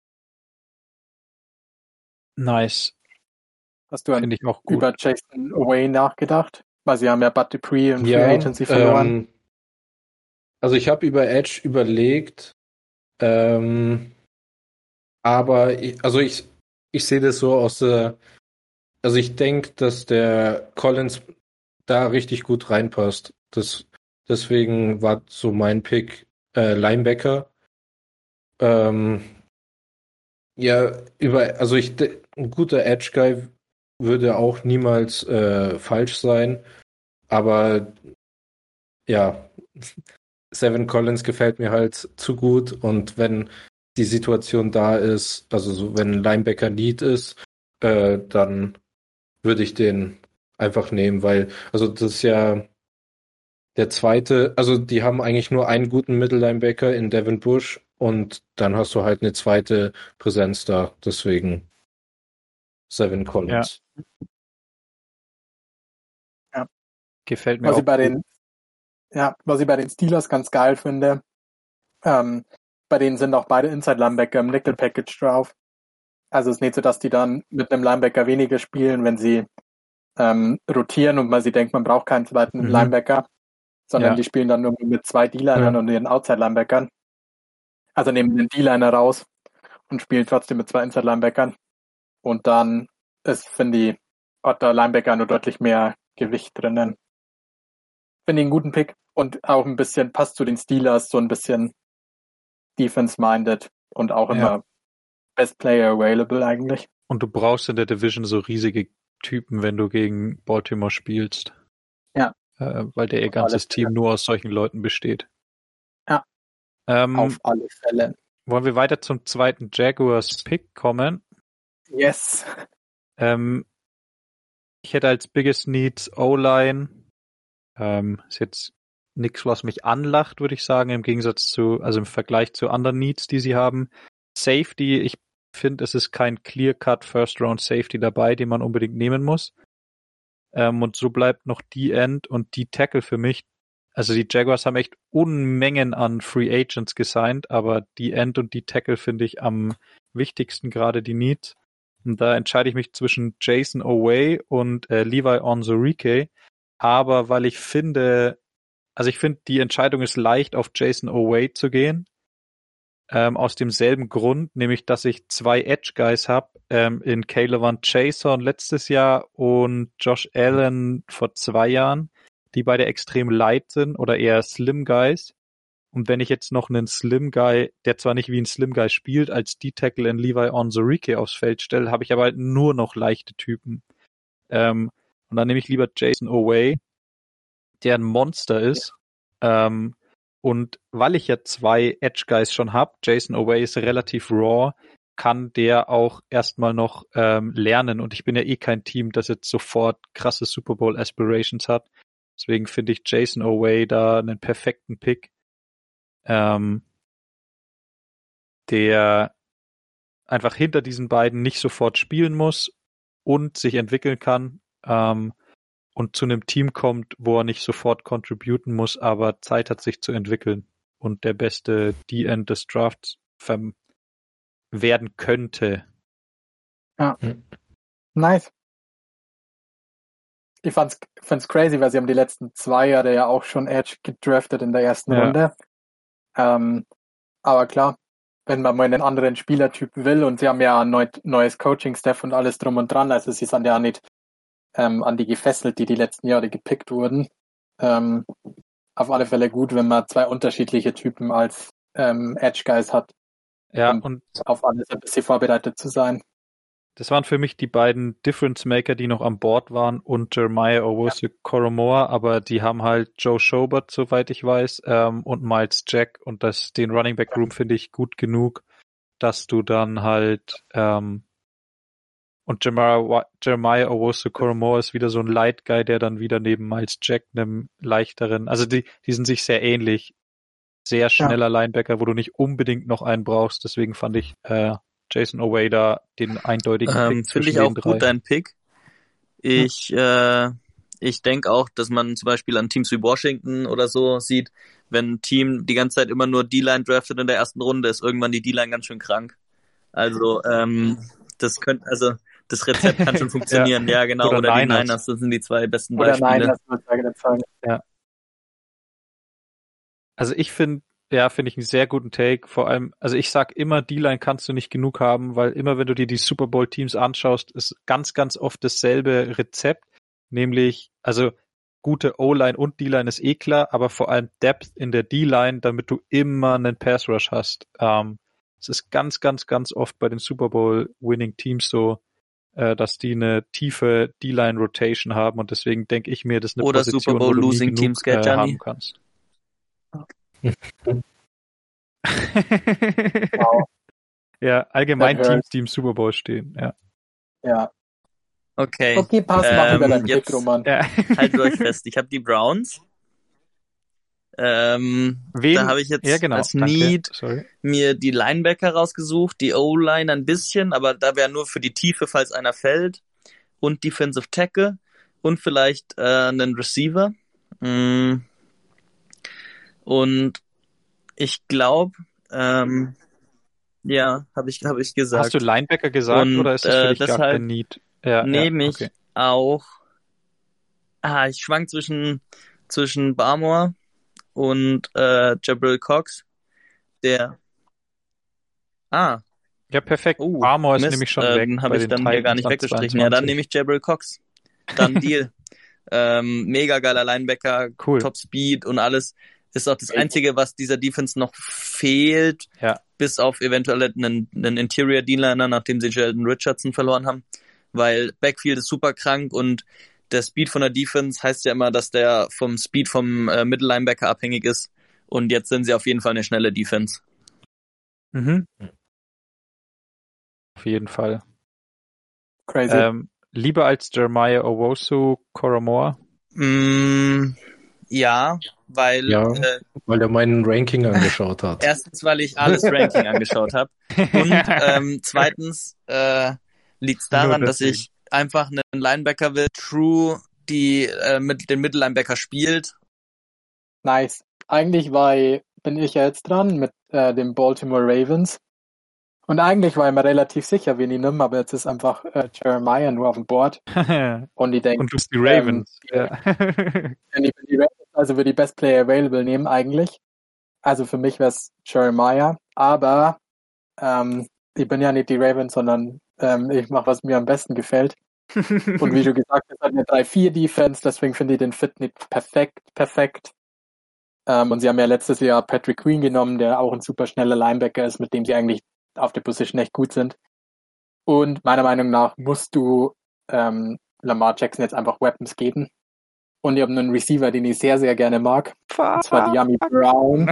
Nice. hast du Finde ich auch gut. über Jason Away nachgedacht? Weil sie haben ja Bud Dupree und Free Agency verloren. Also ich habe über Edge überlegt, aber ich sehe das so also ich denke, dass der Collins da richtig gut reinpasst. Deswegen war so mein Pick Linebacker. Ein guter Edge Guy würde auch niemals falsch sein, aber ja, Zayvon Collins gefällt mir halt zu gut und wenn die Situation da ist, also so, wenn ein Linebacker Need ist, dann würde ich den einfach nehmen, weil, also das ist ja der zweite, also die haben eigentlich nur einen guten Mittellinebacker in Devin Bush und dann hast du halt eine zweite Präsenz da, deswegen Zayvon Collins. Gefällt mir Was auch ich bei gut. was ich bei den Steelers ganz geil finde, bei denen sind auch beide Inside Linebacker im Nickel Package drauf. Also es ist nicht so, dass die dann mit einem Linebacker weniger spielen, wenn sie rotieren und man sie denkt, man braucht keinen zweiten Mhm. Linebacker, sondern Ja. die spielen dann nur mit 2 D-Linern Ja. und den Outside Linebackern. Also nehmen den D-Liner raus und spielen trotzdem mit 2 Inside Linebackern. Und dann ist, finde ich, hat der Linebacker nur deutlich mehr Gewicht drinnen. Finde ich einen guten Pick und auch ein bisschen passt zu den Steelers, so ein bisschen defense-minded und auch immer Best Player available eigentlich. Und du brauchst in der Division so riesige Typen, wenn du gegen Baltimore spielst. Ja. Weil ihr Auf ganzes alle Fälle. Team nur aus solchen Leuten besteht. Ja. Auf alle Fälle. Wollen wir weiter zum zweiten Jaguars-Pick kommen? Yes. Ich hätte als Biggest Needs O-Line. Ist jetzt nichts, was mich anlacht, würde ich sagen, im Vergleich zu anderen Needs, die sie haben. Safety, ich finde, es ist kein Clear-Cut First-Round Safety dabei, den man unbedingt nehmen muss. Und so bleibt noch die End und die Tackle für mich. Also die Jaguars haben echt Unmengen an Free Agents gesigned, aber die End und die Tackle finde ich am wichtigsten, gerade die Needs. Und da entscheide ich mich zwischen Jason Oweh und Levi Onwuzurike. Aber weil ich finde, die Entscheidung ist leicht, auf Jason Oweh zu gehen. Aus demselben Grund, nämlich, dass ich 2 Edge-Guys habe, in Kayvon Chason letztes Jahr und Josh Allen vor 2 Jahren, die beide extrem light sind oder eher Slim Guys. Und wenn ich jetzt noch einen Slim Guy, der zwar nicht wie ein Slim Guy spielt, als D-Tackle in Levi Onwuzurike aufs Feld stelle, habe ich aber halt nur noch leichte Typen. Und dann nehme ich lieber Jason Oweh, der ein Monster ist. Und weil ich ja 2 Edge Guys schon habe, Jason Oweh ist relativ raw, kann der auch erstmal noch lernen. Und ich bin ja eh kein Team, das jetzt sofort krasse Super Bowl Aspirations hat. Deswegen finde ich Jason Oweh da einen perfekten Pick, der einfach hinter diesen beiden nicht sofort spielen muss und sich entwickeln kann. Und zu einem Team kommt, wo er nicht sofort contributen muss, aber Zeit hat, sich zu entwickeln und der beste D-End des Drafts werden könnte. Ja. Nice. Ich fand's crazy, weil sie haben die letzten 2 Jahre ja auch schon Edge gedraftet in der ersten Runde. Aber klar, wenn man mal einen anderen Spielertyp will und sie haben ja ein neues Coaching-Staff und alles drum und dran, also sie sind ja nicht an die gefesselt, die letzten Jahre gepickt wurden. Auf alle Fälle gut, wenn man 2 unterschiedliche Typen als Edge-Guys hat. Ja, und auf alles ein bisschen vorbereitet zu sein. Das waren für mich die beiden Difference Maker, die noch an Bord waren, und Jeremiah Owusu-Koramoah, aber die haben halt Joe Schobert, soweit ich weiß, und Miles Jack, und den Running Back Room finde ich gut genug, dass du dann halt und Jeremiah Owusu-Koramoah ist wieder so ein Light Guy, der dann wieder neben Miles Jack, einem leichteren, also die sind sich sehr ähnlich, sehr schneller Linebacker, wo du nicht unbedingt noch einen brauchst, deswegen fand ich Jason Oweh da den eindeutigen Pick zwischen den 3. Finde ich auch gut, dein Pick. Ich denke auch, dass man zum Beispiel an Teams wie Washington oder so sieht, wenn ein Team die ganze Zeit immer nur D-Line draftet in der ersten Runde, ist irgendwann die D-Line ganz schön krank. Also das Rezept kann schon funktionieren. Ja, genau. Oder die Niners, das sind die 2 besten Beispiele. Oder Niners, würde ich jetzt sagen. Ja. Also ich finde ich einen sehr guten Take. Vor allem, also ich sag immer, D-Line kannst du nicht genug haben, weil immer, wenn du dir die Super Bowl Teams anschaust, ist ganz, ganz oft dasselbe Rezept. Nämlich, also gute O-Line und D-Line ist eh klar, aber vor allem Depth in der D-Line, damit du immer einen Pass Rush hast. Es ist ganz, ganz, ganz oft bei den Super Bowl Winning Teams so, dass die eine tiefe D-Line Rotation haben, und deswegen denke ich mir, das ist eine oder Position, Super Bowl wo du Losing nie Teams genug haben kannst. Wow. Ja, allgemein Teams, die im Super Bowl stehen, ja. Ja. Okay, passt, machen wir deinen Pick, Roman. Ja. Haltet euch fest, ich habe die Browns. Da habe ich jetzt als Need mir die Linebacker rausgesucht, die O-Line ein bisschen, aber da wäre nur für die Tiefe, falls einer fällt, und Defensive Tackle und vielleicht einen Receiver. Und ich glaube, ja, habe ich gesagt. Hast du Linebacker gesagt, und, oder ist das für dich deshalb gar kein Need? Ja, nehme ich auch. Ich schwank zwischen Barmore und Jabril Cox, der. Ja, perfekt. Barmore ist nämlich schon weg. Habe ich dann hier gar nicht weggestrichen. Ja, dann nehme ich Jabril Cox. Dann Deal. Mega geiler Linebacker, Cool. Top Speed und alles. Ist auch das Einzige, was dieser Defense noch fehlt, Ja. bis auf eventuell einen Interior D-Liner, nachdem sie Sheldon Richardson verloren haben. Weil Backfield ist super krank und der Speed von der Defense heißt ja immer, dass der vom Speed vom Middle Linebacker abhängig ist. Und jetzt sind sie auf jeden Fall eine schnelle Defense. Mhm. Auf jeden Fall. Crazy. Lieber als Jeremiah Owusu Coromore? Ja, weil Ja, weil er meinen Ranking angeschaut hat. erstens, weil ich alles Ranking angeschaut habe und zweitens liegt es daran, Nur dass deswegen. ich einfach einen Linebacker will, True, die mit den Mittellinebacker spielt. Nice. Eigentlich bin ich ja jetzt dran mit den Baltimore Ravens. Und eigentlich war ich mir relativ sicher, wen ich nehme, aber jetzt ist einfach Jeremiah nur auf dem Board. Und ich denke, Und du bist die Ravens. Ja. wenn ich die Ravens also für die Best Player Available nehme eigentlich. Also für mich wäre es Jeremiah. Aber ich bin ja nicht die Ravens, sondern ich mache, was mir am besten gefällt. Und wie du gesagt hast, hat eine 3-4-Defense, deswegen finde ich den Fit nicht perfekt. Und sie haben ja letztes Jahr Patrick Queen genommen, der auch ein super schneller Linebacker ist, mit dem sie eigentlich auf der Position echt gut sind. Und meiner Meinung nach musst du Lamar Jackson jetzt einfach Weapons geben. Und ich habe einen Receiver, den ich sehr, sehr gerne mag. Und zwar Dyami Brown.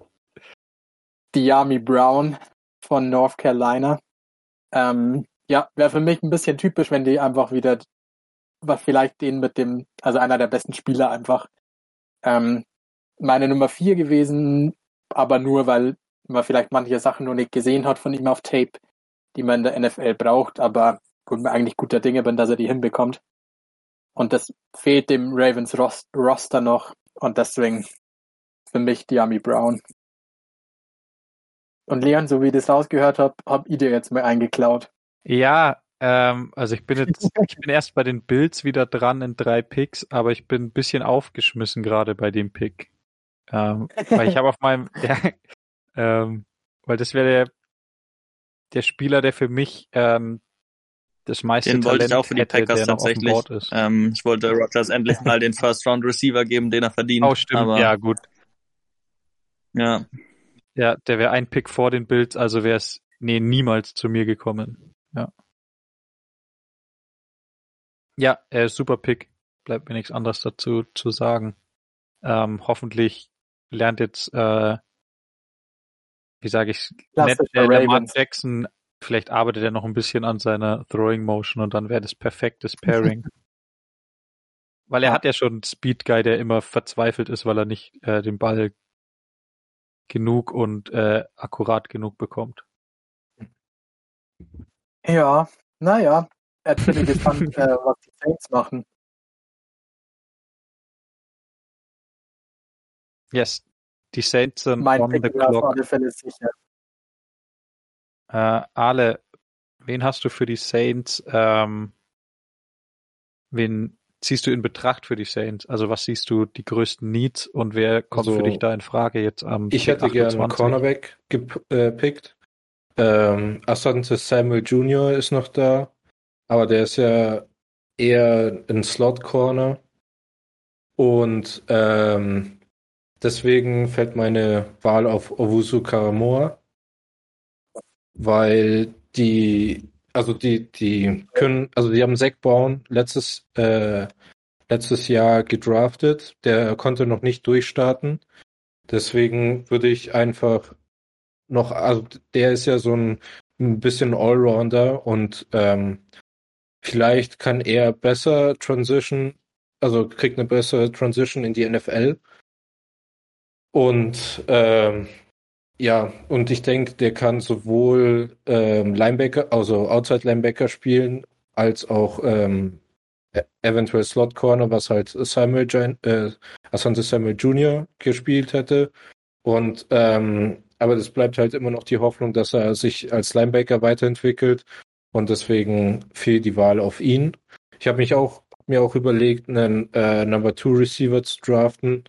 Dyami Brown von North Carolina. Ja, wäre für mich ein bisschen typisch, wenn die einfach wieder, was vielleicht den also einer der besten Spieler einfach, meine Nummer 4 gewesen, aber nur, weil man vielleicht manche Sachen noch nicht gesehen hat von ihm auf Tape, die man in der NFL braucht, aber gut, mir eigentlich guter Dinge bin, dass er die hinbekommt. Und das fehlt dem Ravens Roster noch und deswegen für mich Dyami Brown. Und Leon, so wie ich das rausgehört habe, hab ich dir jetzt mal eingeklaut. Ja, also ich bin erst bei den Bills wieder dran in 3 Picks, aber ich bin ein bisschen aufgeschmissen gerade bei dem Pick. Weil ich habe auf meinem, weil das wäre der Spieler, der für mich das meiste Den wollte Talent ich auch für die hätte, Packers der noch auf dem tatsächlich. Board ist. Ich wollte Rodgers endlich mal den First-Round-Receiver geben, den er verdient. Oh, stimmt, aber, ja, gut. Ja. Ja, der wäre ein Pick vor den Bills, also wäre es niemals zu mir gekommen. Ja. Ja, super Pick. Bleibt mir nichts anderes dazu zu sagen. Hoffentlich lernt jetzt, wie sage ich, Lamar Jackson, vielleicht arbeitet er noch ein bisschen an seiner Throwing Motion und dann wäre das perfektes Pairing. Weil er hat ja schon einen Speed Guy, der immer verzweifelt ist, weil er nicht den Ball genug und akkurat genug bekommt. Ja, naja, jetzt bin ich gespannt, was die Saints machen. Yes, die Saints sind Mein on Pick the wäre auf clock. alle Fälle sicher. Ale, wen hast du für die Saints? Wen ziehst du in Betracht für die Saints? Also was siehst du die größten Needs und wer kommt Also, für dich da in Frage jetzt am Ich Pick hätte gerne 28? Cornerback gepickt. Asante Samuel Jr. ist noch da, aber der ist ja eher ein Slot-Corner. Und deswegen fällt meine Wahl auf Owusu Karamoa, weil die haben Zach Brown letztes Jahr gedraftet, der konnte noch nicht durchstarten. Deswegen würde ich einfach noch, also der ist ja so ein bisschen Allrounder und vielleicht kann er besser kriegt eine bessere Transition in die NFL. Und ja, und ich denke, der kann sowohl Linebacker, also Outside Linebacker spielen, als auch eventuell Slot Corner, was halt Asante Samuel Jr. gespielt hätte. Und aber es bleibt halt immer noch die Hoffnung, dass er sich als Linebacker weiterentwickelt. Und deswegen fiel die Wahl auf ihn. Ich habe mir auch überlegt, einen Number 2 Receiver zu draften.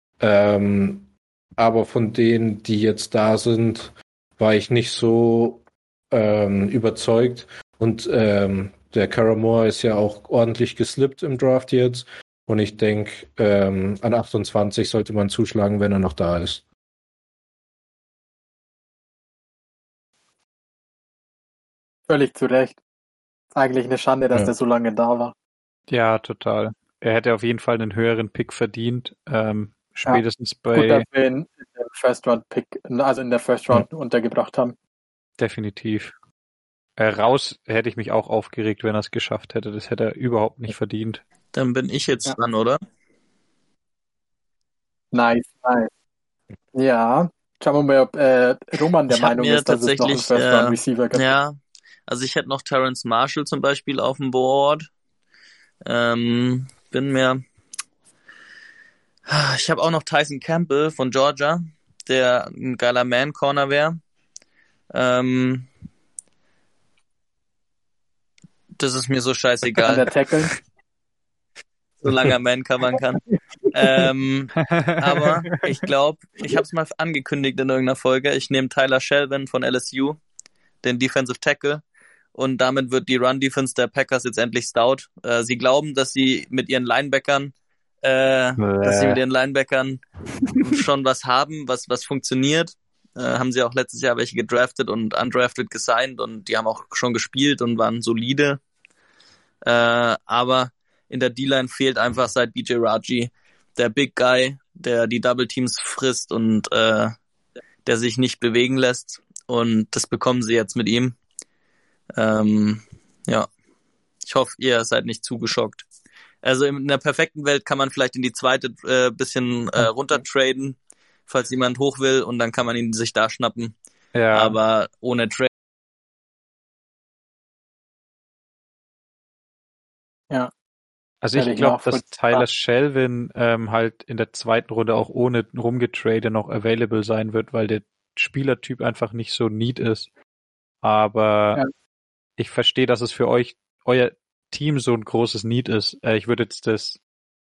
Aber von denen, die jetzt da sind, war ich nicht so überzeugt. Und der Karamoa ist ja auch ordentlich geslippt im Draft jetzt. Und ich denke, an 28 sollte man zuschlagen, wenn er noch da ist. Völlig zu Recht. Eigentlich eine Schande, dass Ja. der so lange da war. Ja, total. Er hätte auf jeden Fall einen höheren Pick verdient. Spätestens Gut, bei dass wir ihn in der First-Round-Pick, also in der First-Round untergebracht haben. definitiv. Raus hätte ich mich auch aufgeregt, wenn er es geschafft hätte. Das hätte er überhaupt nicht verdient. Dann bin ich jetzt Ja. dran, oder? Nice. Ja, schauen wir mal, ob Roman der Ich hab Meinung mir ist, dass es noch einen tatsächlich, First-Round-Receiver gibt. Ja, also ich hätte noch Terrence Marshall zum Beispiel auf dem Board. Ich habe auch noch Tyson Campbell von Georgia, der ein geiler Man-Corner wäre. Das ist mir so Kann scheißegal, der tackeln? solange er Man covern kann. Aber ich glaube, ich habe es mal angekündigt in irgendeiner Folge. Ich nehme Tyler Shelvin von LSU, den Defensive Tackle. Und damit wird die Run-Defense der Packers jetzt endlich stout. Sie glauben, dass sie mit ihren Linebackern schon was haben, was funktioniert. Haben sie auch letztes Jahr welche gedraftet und undrafted gesigned und die haben auch schon gespielt und waren solide. Aber in der D-Line fehlt einfach seit BJ Raji der Big Guy, der die Double Teams frisst und der sich nicht bewegen lässt. Und das bekommen sie jetzt mit ihm. Ja, ich hoffe, ihr seid nicht zu geschockt. Also in der perfekten Welt kann man vielleicht in die zweite bisschen runtertraden, falls jemand hoch will, und dann kann man ihn sich da schnappen. Ja. Aber ohne Trade. Ja. Also Hätte ich ich glaube, dass nachvollziehbar. Tyler Shelvin halt in der zweiten Runde auch ohne rumgetrade noch available sein wird, weil der Spielertyp einfach nicht so neat ist. Aber Ja. ich verstehe, dass es für euch, euer Team so ein großes Need ist. Ich würde jetzt das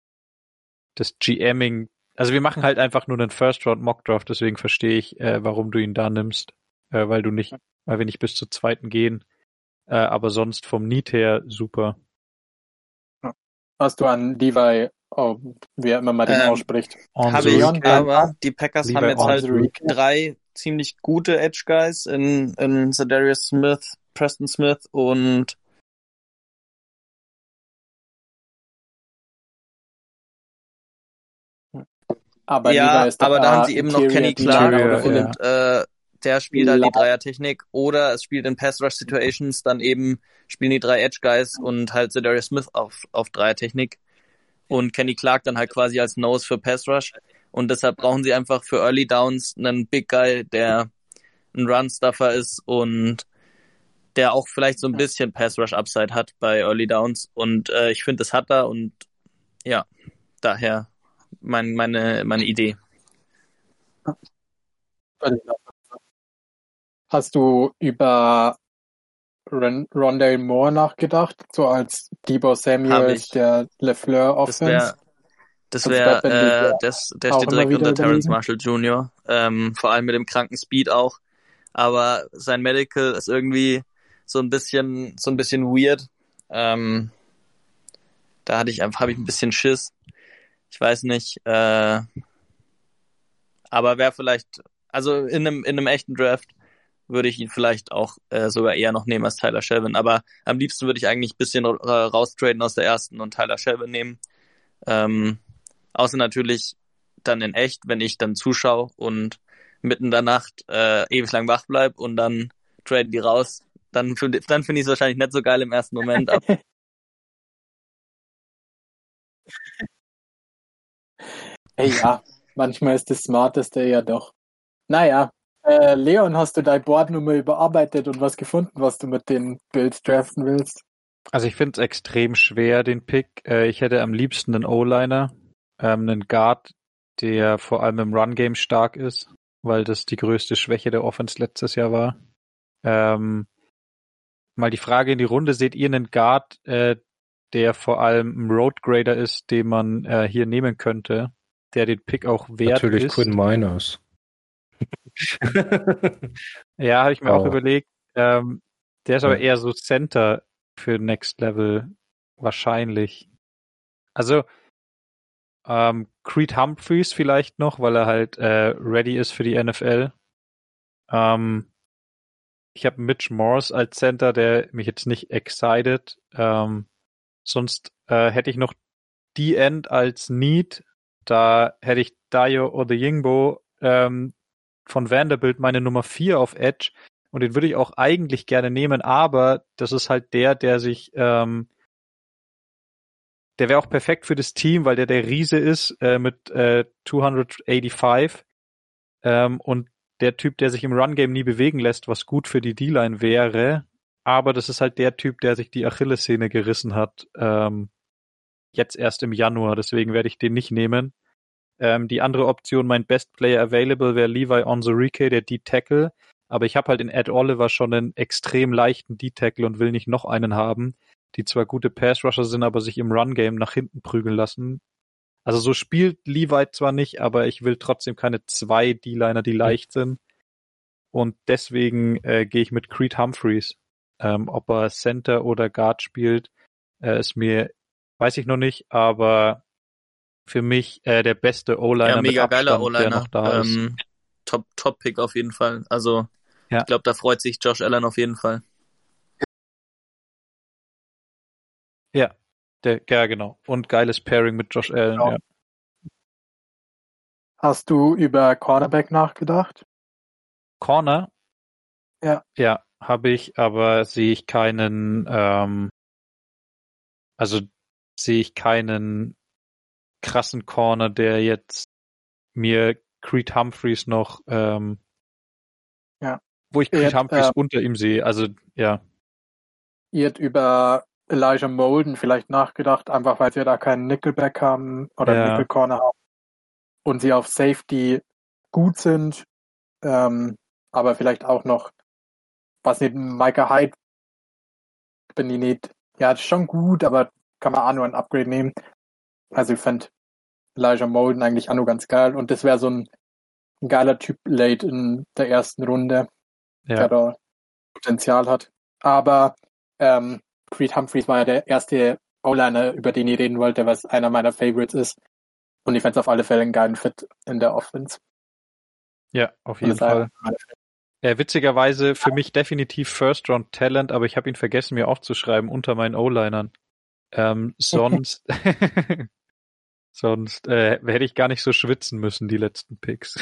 GMing, also wir machen halt einfach nur einen First-Round-Mock-Draft, deswegen verstehe ich, warum du ihn da nimmst, weil wir nicht bis zur zweiten gehen. Aber sonst vom Need her super. Hast du an Levi, wie immer man den ausspricht? Habe ich, Leon, aber die Packers Levi haben jetzt halt Onwuzurike. 3 ziemlich gute Edge Guys in Za'Darius Smith, Preston Smith und Aber ja, Levi ist doch aber da haben sie eben noch Interior Kenny Clark D-Liner, oder? und der spielt halt die Dreier-Technik oder es spielt in Pass-Rush-Situations, dann eben spielen die 3 Edge Guys und halt Za'Darius Smith auf Dreier-Technik und Kenny Clark dann halt quasi als Nose für Pass-Rush und deshalb brauchen sie einfach für Early Downs einen Big Guy, der ein Run-Stuffer ist und der auch vielleicht so ein bisschen Pass-Rush-Upside hat bei Early Downs und ich finde, das hat er und ja, daher meine Idee. Hast du über Rondale Moore nachgedacht? So als Deebo Samuels ich. der LeFleur Offense? Das Als wäre, Weapon, die der auch steht immer direkt wieder unter Terrence überlegen. Marshall Jr., vor allem mit dem kranken Speed auch. Aber sein Medical ist irgendwie so ein bisschen weird. Da habe ich ein bisschen Schiss. Ich weiß nicht, aber wäre vielleicht, also in einem echten Draft würde ich ihn vielleicht auch sogar eher noch nehmen als Tyler Shelvin. Aber am liebsten würde ich eigentlich ein bisschen raustraden aus der ersten und Tyler Shelvin nehmen. Außer natürlich dann in echt, wenn ich dann zuschaue und mitten in der Nacht ewig lang wach bleib und dann traden die raus. Dann finde ich es wahrscheinlich nicht so geil im ersten Moment. Aber Hey, ja, manchmal ist das Smarteste ja doch. Naja, Leon, hast du dein Board nur mal überarbeitet und was gefunden, was du mit den Bills draften willst? Also ich finde es extrem schwer, den Pick. Ich hätte am liebsten einen O-Liner, einen Guard, der vor allem im Run-Game stark ist, weil das die größte Schwäche der Offense letztes Jahr war. Mal die Frage in die Runde, seht ihr einen Guard, der vor allem ein Roadgrader ist, den man hier nehmen könnte, der den Pick auch wert Natürlich ist? Quinn Miners. Ja, habe ich mir auch Oh. überlegt. Der ist aber Ja. eher so Center für Next Level wahrscheinlich. Also Creed Humphreys vielleicht noch, weil er halt ready ist für die NFL. Ich habe Mitch Morse als Center, der mich jetzt nicht excited. Sonst hätte ich noch D-End als Need. Da hätte ich Dayo Odeyingbo von Vanderbilt meine Nummer 4 auf Edge. Und den würde ich auch eigentlich gerne nehmen, aber das ist halt der sich der wäre auch perfekt für das Team, weil der Riese ist mit 285 und der Typ, der sich im Run-Game nie bewegen lässt, was gut für die D-Line wäre. Aber das ist halt der Typ, der sich die Achillessehne gerissen hat, jetzt erst im Januar. Deswegen werde ich den nicht nehmen. Die andere Option, mein Best Player Available, wäre Levi Onwuzurike, der D-Tackle. Aber ich habe halt in Ed Oliver schon einen extrem leichten D-Tackle und will nicht noch einen haben, die zwar gute Pass-Rusher sind, aber sich im Run-Game nach hinten prügeln lassen. Also so spielt Levi zwar nicht, aber ich will trotzdem keine 2 D-Liner, die leicht sind. Und deswegen gehe ich mit Creed Humphreys. Ob er Center oder Guard spielt, ist mir, weiß ich noch nicht, aber für mich der beste O-Liner Ja, mega mit geiler Abstand, der O-Liner. noch da ist. Top-Pick auf jeden Fall. Also Ja. ich glaube, da freut sich Josh Allen auf jeden Fall. Ja, ja, genau. Und geiles Pairing mit Josh Allen, Genau. ja. Hast du über Cornerback nachgedacht? Corner? Ja. Ja, habe ich, aber sehe ich keinen, sehe ich keinen krassen Corner, der jetzt mir Creed Humphreys noch, wo ich Creed Humphreys unter ihm sehe, also ja. Ihr habt über Elijah Molden vielleicht nachgedacht, einfach weil sie da keinen Nickelback haben oder Nickel Corner haben und sie auf Safety gut sind, aber vielleicht auch noch, was nicht, Micah Hyde bin ich nicht, ja, ist schon gut, aber kann man auch nur ein Upgrade nehmen. Also ich fände Elijah Molden eigentlich auch nur ganz geil und das wäre so ein geiler Typ late in der ersten Runde, der da Potenzial hat. Aber Creed Humphreys war ja der erste O-Liner, über den ich reden wollte, was einer meiner Favorites ist. Und ich fände es auf alle Fälle einen geilen Fit in der Offense. Ja, auf jeden Fall. Witzigerweise für mich definitiv First-Round-Talent, aber ich habe ihn vergessen, mir aufzuschreiben unter meinen O-Linern. Sonst hätte ich gar nicht so schwitzen müssen, die letzten Picks.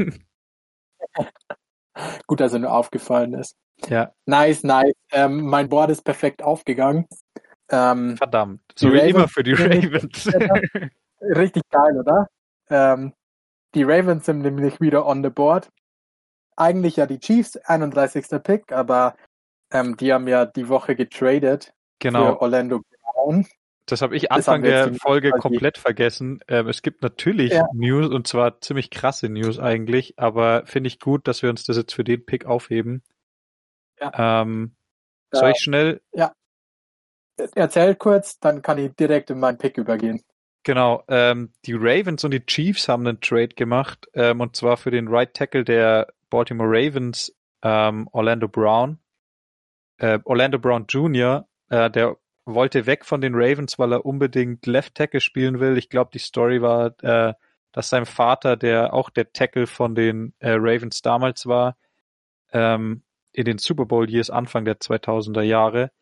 Gut, dass er nur aufgefallen ist. Ja. Nice. Mein Board ist perfekt aufgegangen. Verdammt. So wie immer für die Ravens. Richtig geil, oder? Die Ravens sind nämlich wieder on the board. Eigentlich ja die Chiefs, 31. Pick, aber die haben ja die Woche getradet für Orlando Brown. Das habe ich Anfang der Folge komplett vergessen. Es gibt natürlich News, und zwar ziemlich krasse News eigentlich, aber finde ich gut, dass wir uns das jetzt für den Pick aufheben. Ja. Soll ich schnell? Ja. Erzähl kurz, dann kann ich direkt in meinen Pick übergehen. Genau, die Ravens und die Chiefs haben einen Trade gemacht, und zwar für den Right Tackle der Baltimore Ravens, Orlando Brown. Orlando Brown Jr., der wollte weg von den Ravens, weil er unbedingt Left Tackle spielen will. Ich glaube, die Story war, dass sein Vater, der auch der Tackle von den Ravens damals war, in den Super Bowl Years Anfang der 2000er Jahre,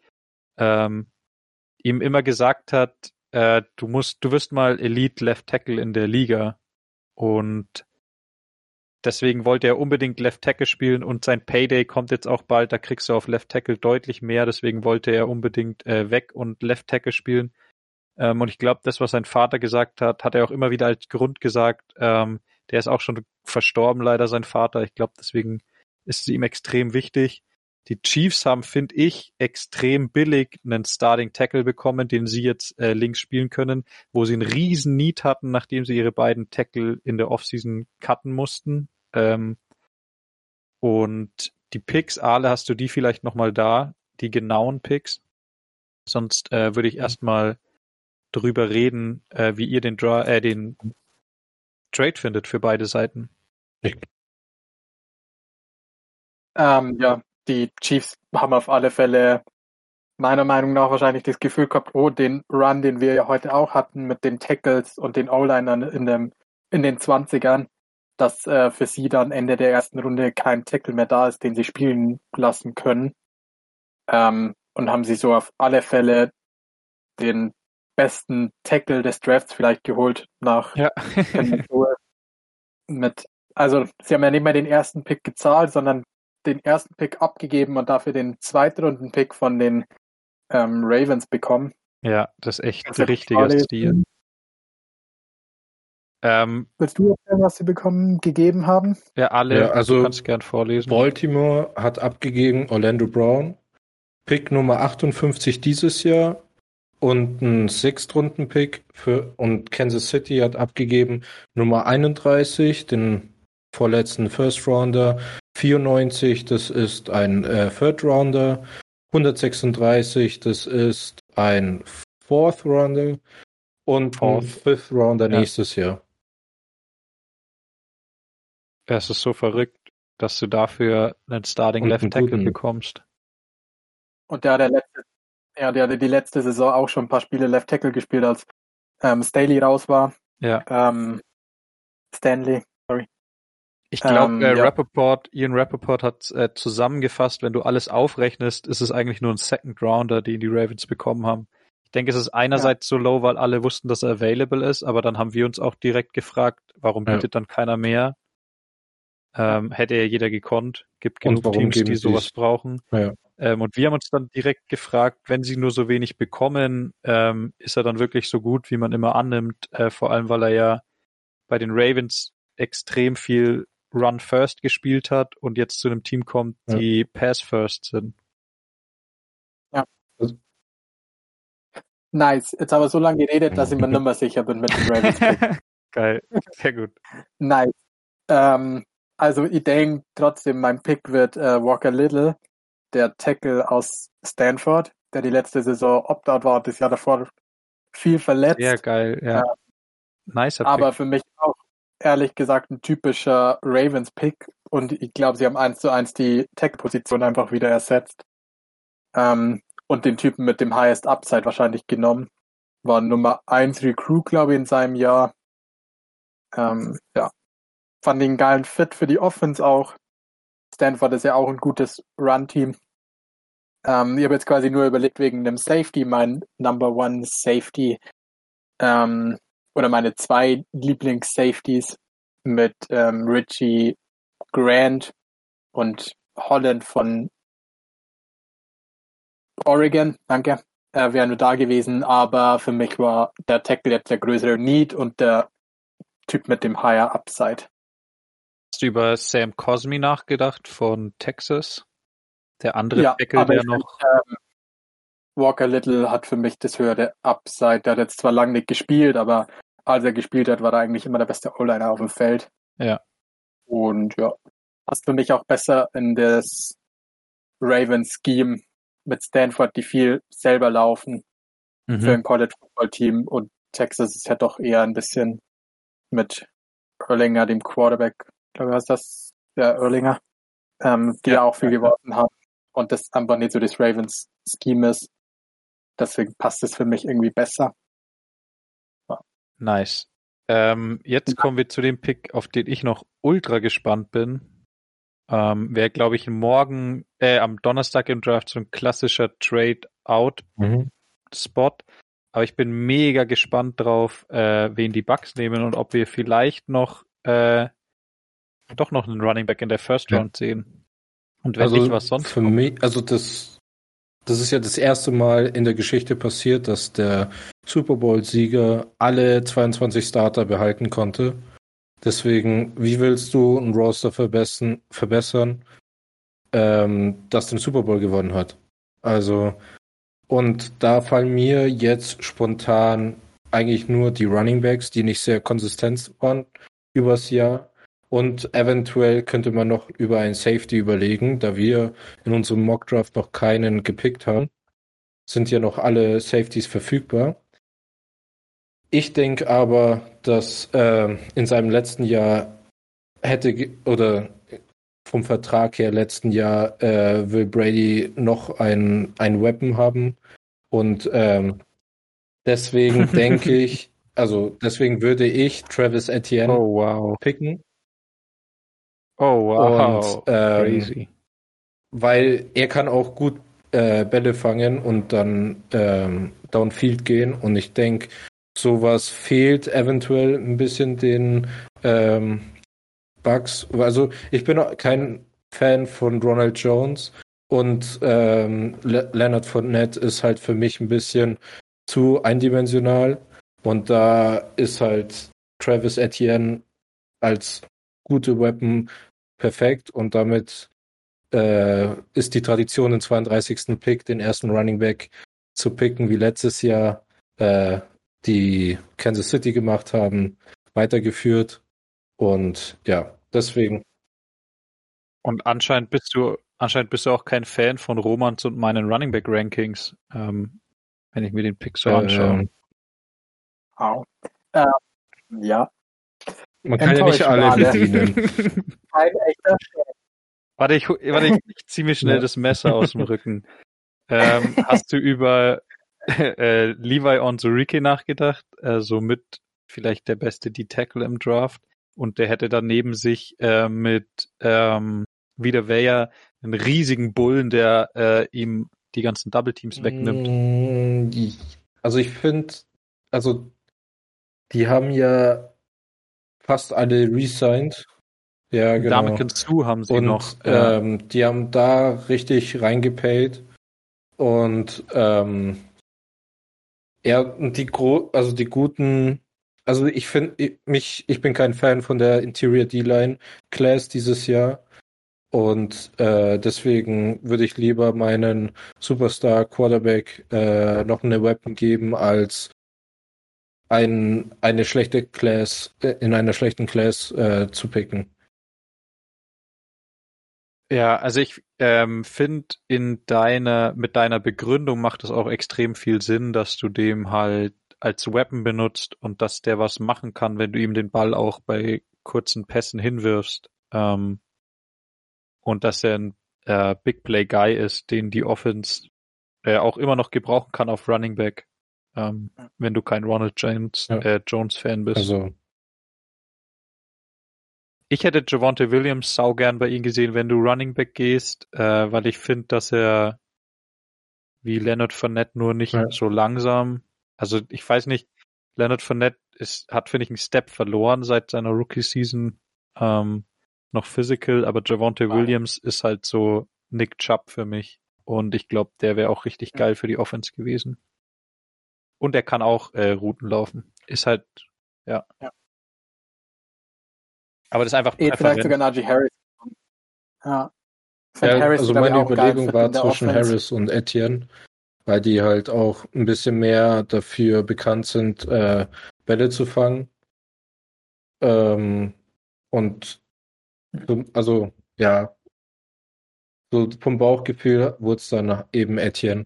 ihm immer gesagt hat, du wirst mal Elite Left Tackle in der Liga, und deswegen wollte er unbedingt Left Tackle spielen, und sein Payday kommt jetzt auch bald, da kriegst du auf Left Tackle deutlich mehr, deswegen wollte er unbedingt weg und Left Tackle spielen. Und ich glaube, das, was sein Vater gesagt hat, hat er auch immer wieder als Grund gesagt. Der ist auch schon verstorben, leider, sein Vater. Ich glaube, deswegen ist es ihm extrem wichtig. Die Chiefs haben, finde ich, extrem billig einen Starting Tackle bekommen, den sie jetzt links spielen können, wo sie einen riesen Need hatten, nachdem sie ihre beiden Tackle in der Offseason cutten mussten. Und die Picks, Ale, hast du die vielleicht nochmal da, die genauen Picks? Sonst würde ich erstmal drüber reden, wie ihr den Trade findet für beide Seiten. Ja, die Chiefs haben auf alle Fälle meiner Meinung nach wahrscheinlich das Gefühl gehabt, den Run, den wir ja heute auch hatten mit den Tackles und den O-Linern in den 20ern, dass für sie dann Ende der ersten Runde kein Tackle mehr da ist, den sie spielen lassen können. Und haben sie so auf alle Fälle den besten Tackle des Drafts vielleicht geholt nach also sie haben ja nicht mehr den ersten Pick gezahlt, sondern den ersten Pick abgegeben und dafür den Zweitrunden-Pick von den Ravens bekommen. Ja, das ist echt ein richtiger Stil. Willst du erzählen, was sie gegeben haben? Ja, alle. Ja, also du kannst gern vorlesen. Baltimore hat abgegeben Orlando Brown, Pick Nummer 58 dieses Jahr und einen Sechstrunden-Pick und Kansas City hat abgegeben Nummer 31, den vorletzten First-Rounder, 94, das ist ein Third-Rounder, 136, das ist ein Fourth-Rounder und ein Fifth-Rounder nächstes Jahr. Es ist so verrückt, dass du dafür einen Starting Left Tackle bekommst. Und der hatte die letzte Saison auch schon ein paar Spiele Left Tackle gespielt, als Staley raus war. Ja. Stanley, sorry. Ich glaube, Ian Rappaport hat zusammengefasst, wenn du alles aufrechnest, ist es eigentlich nur ein Second Rounder, den die Ravens bekommen haben. Ich denke, es ist einerseits so low, weil alle wussten, dass er available ist, aber dann haben wir uns auch direkt gefragt, warum bietet dann keiner mehr? Hätte ja jeder gekonnt. Gibt genug Teams, die sowas brauchen. Ja. Und wir haben uns dann direkt gefragt, wenn sie nur so wenig bekommen, ist er dann wirklich so gut, wie man immer annimmt? Vor allem, weil er ja bei den Ravens extrem viel Run First gespielt hat und jetzt zu einem Team kommt, die Pass First sind. Ja. Nice. Jetzt haben wir so lange geredet, dass ich mir nicht mehr sicher bin mit den Ravens. Geil. Sehr gut. Nice. Also ich denke trotzdem, mein Pick wird Walker Little, der Tackle aus Stanford, der die letzte Saison Opt-out war, das Jahr davor viel verletzt. Sehr geil, ja. Nicer Pick. Aber für mich auch, ehrlich gesagt, ein typischer Ravens-Pick. Und ich glaube, sie haben 1:1 die Tackle-Position einfach wieder ersetzt. Und den Typen mit dem Highest Upside wahrscheinlich genommen. War Nummer 1 Recruit, glaube ich, in seinem Jahr. Fand den geilen Fit für die Offense auch. Stanford ist ja auch ein gutes Run-Team. Ich habe jetzt quasi nur überlegt wegen dem Safety, mein Number One Safety oder meine 2 Lieblings-Safeties mit Richie Grant und Holland von Oregon, danke, wären nur da gewesen, aber für mich war der Tackle jetzt der größere Need und der Typ mit dem Higher Upside. Hast du über Sam Cosmi nachgedacht von Texas? Der andere Tackle, der noch... Walker Little hat für mich das höhere Upside. Der hat jetzt zwar lange nicht gespielt, aber als er gespielt hat, war er eigentlich immer der beste O-Liner auf dem Feld. Ja. Und passt für mich auch besser in das Ravens-Scheme mit Stanford, die viel selber laufen für ein College-Football-Team. Und Texas ist ja doch eher ein bisschen mit Erlinger, dem Quarterback, glaube ich, was das? Ja, Erlinger, die ja auch viel geworfen haben. Und das einfach nicht so das Ravens-Scheme ist. Deswegen passt es für mich irgendwie besser. Ja. Nice. Jetzt kommen wir zu dem Pick, auf den ich noch ultra gespannt bin. Wäre, glaube ich, am Donnerstag im Draft so ein klassischer Trade-Out-Spot. Aber ich bin mega gespannt drauf, wen die Bucks nehmen und ob wir vielleicht noch doch noch einen Running Back in der First Round sehen. Und wenn nicht, was sonst für mich, also das ist ja das erste Mal in der Geschichte passiert, dass der Super Bowl-Sieger alle 22 Starter behalten konnte. Deswegen, wie willst du ein Roster verbessern, das den Super Bowl gewonnen hat? Also, und da fallen mir jetzt spontan eigentlich nur die Running Backs, die nicht sehr konsistent waren übers Jahr. Und eventuell könnte man noch über einen Safety überlegen, da wir in unserem Mockdraft noch keinen gepickt haben. Sind ja noch alle Safeties verfügbar. Ich denke aber, dass in seinem letzten Jahr vom Vertrag her letzten Jahr will Brady noch ein Weapon haben. Und deswegen denke ich, deswegen würde ich Travis Etienne Oh, wow. picken. Oh, wow. Und Crazy. weil er kann auch gut Bälle fangen und dann downfield gehen. Und ich denke, sowas fehlt eventuell ein bisschen den Bucks. Also ich bin auch kein Fan von Ronald Jones und Leonard Fournette ist halt für mich ein bisschen zu eindimensional. Und da ist halt Travis Etienne als gute Weapon perfekt und damit ist die Tradition, den 32. Pick, den ersten Running Back zu picken, wie letztes Jahr die Kansas City gemacht haben, weitergeführt. Und ja, deswegen. Und anscheinend bist du auch kein Fan von Romans und meinen Running Back Rankings, wenn ich mir den Pick so anschaue. Ja. Man kann ja nicht alle bedienen. Ein echter Warte, ich ziehe mir schnell das Messer aus dem Rücken. Hast du über Levi Onwuzurike nachgedacht? Somit vielleicht der beste D-Tackle im Draft. Und der hätte dann neben sich mit Vita Vea einen riesigen Bullen, der ihm die ganzen Double Teams wegnimmt. Also ich finde, die haben ja fast alle resigned. Ja, genau. Ndamukong Suh haben sie und noch. Die haben da richtig reingepayt. Und die guten, also ich finde, ich bin kein Fan von der Interior D-Line Class dieses Jahr. Und deswegen würde ich lieber meinen Superstar Quarterback noch eine Weapon geben, als eine schlechte Class in einer schlechten Class zu picken. Ja, also ich finde mit deiner Begründung macht es auch extrem viel Sinn, dass du dem halt als Weapon benutzt und dass der was machen kann, wenn du ihm den Ball auch bei kurzen Pässen hinwirfst. Und dass er ein Big Play Guy ist, den die Offense auch immer noch gebrauchen kann auf Running Back, wenn du kein Ronald Jones Fan bist. Also ich hätte Javonte Williams saugern bei ihm gesehen, wenn du Running Back gehst, weil ich finde, dass er wie Leonard Fournette nur nicht so langsam, also ich weiß nicht, Leonard Fournette hat, finde ich, einen Step verloren seit seiner Rookie-Season, noch physical, aber Javonte Williams ist halt so Nick Chubb für mich und ich glaube, der wäre auch richtig geil für die Offense gewesen. Und er kann auch Routen laufen. Ist halt, ja. Aber das ist einfach Präferenz. Vielleicht sogar Najee Harris. Ja. Harris also meine Überlegung war zwischen Harris und Etienne, weil die halt auch ein bisschen mehr dafür bekannt sind, Bälle zu fangen. Und also, ja, so vom Bauchgefühl wurde es dann eben Etienne.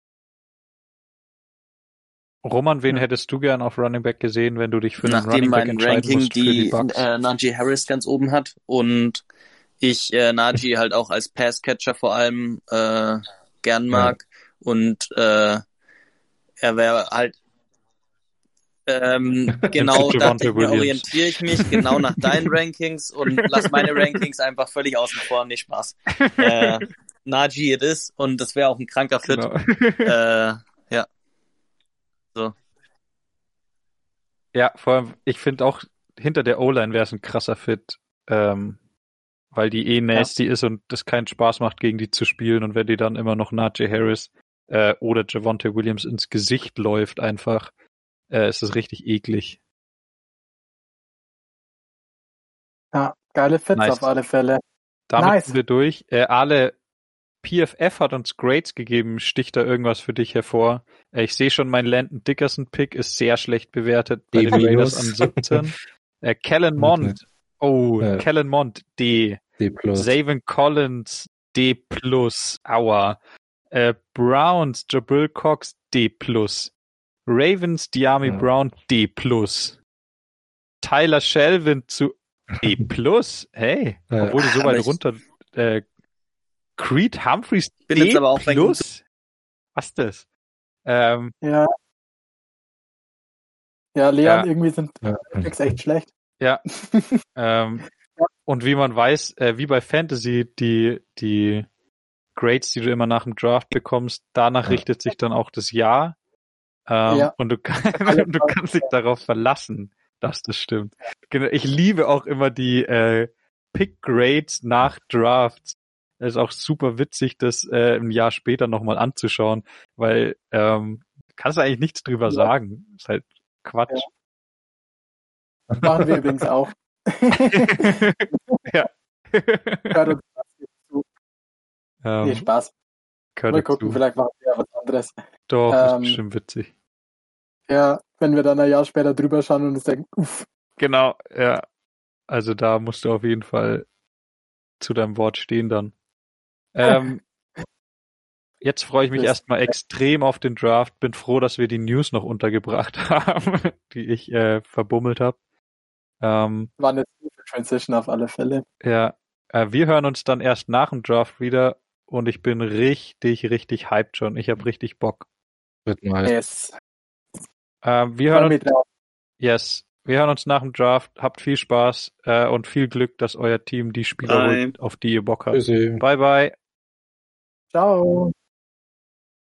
Roman, wen hättest du gern auf Running Back gesehen, wenn du dich für einen Running Back entscheiden musst für die Bucks? Najee Harris ganz oben hat und ich Najee halt auch als Passcatcher vor allem gern mag und er wäre halt genau, da orientiere ich mich genau nach deinen Rankings und lass meine Rankings einfach völlig außen vor, nicht Spaß. Najee it is und das wäre auch ein kranker Fit. Genau. Ja. So. Ja, vor allem, ich finde auch, hinter der O-Line wäre es ein krasser Fit, weil die nasty ist und das keinen Spaß macht, gegen die zu spielen und wenn die dann immer noch Najee Harris oder Javonte Williams ins Gesicht läuft einfach, ist es richtig eklig. Ja, geile Fits auf alle Fälle. Damit sind wir durch. Ale, PFF hat uns Grades gegeben. Sticht da irgendwas für dich hervor? Ich sehe schon, mein Landon Dickerson-Pick ist sehr schlecht bewertet bei den Raiders an 17. Kellen Mond. Kellen Mond, D. D+. Zaven Collins, D+. Aua. Browns, Jabril Cox, D+. Ravens, Diami Brown, D+. Tyler Shelvin zu D+. Hey, obwohl du so weit runter Creed Humphreys Bin jetzt aber auch plus? Was ist das? Ja. Ja, Leon, Ja. irgendwie sind Picks echt schlecht. Ja. Und wie man weiß, wie bei Fantasy, die Grades, die du immer nach dem Draft bekommst, danach richtet sich dann auch das Jahr. Und du kannst dich darauf verlassen, dass das stimmt. Genau, ich liebe auch immer die Pick-Grades nach Drafts. Es ist auch super witzig, das ein Jahr später nochmal anzuschauen, weil kannst du eigentlich nichts drüber sagen. Ist halt Quatsch. Ja. Machen wir übrigens auch. Ja. Hört uns das zu. Nee, Spaß. Mal gucken, zu. vielleicht machen wir ja was anderes. Doch, ist bestimmt witzig. Ja, wenn wir dann ein Jahr später drüber schauen und uns denken, uff. Genau, ja. Also da musst du auf jeden Fall zu deinem Wort stehen dann. Jetzt freue ich mich erstmal extrem auf den Draft. Bin froh, dass wir die News noch untergebracht haben, die ich verbummelt habe. War eine gute Transition auf alle Fälle. Ja, wir hören uns dann erst nach dem Draft wieder und ich bin richtig, richtig hyped schon. Ich habe richtig Bock. Wird nice. Yes. Wir hören uns nach dem Draft. Habt viel Spaß und viel Glück, dass euer Team die Spieler holt, auf die ihr Bock habt. Tschüssi. Bye, bye. Ciao.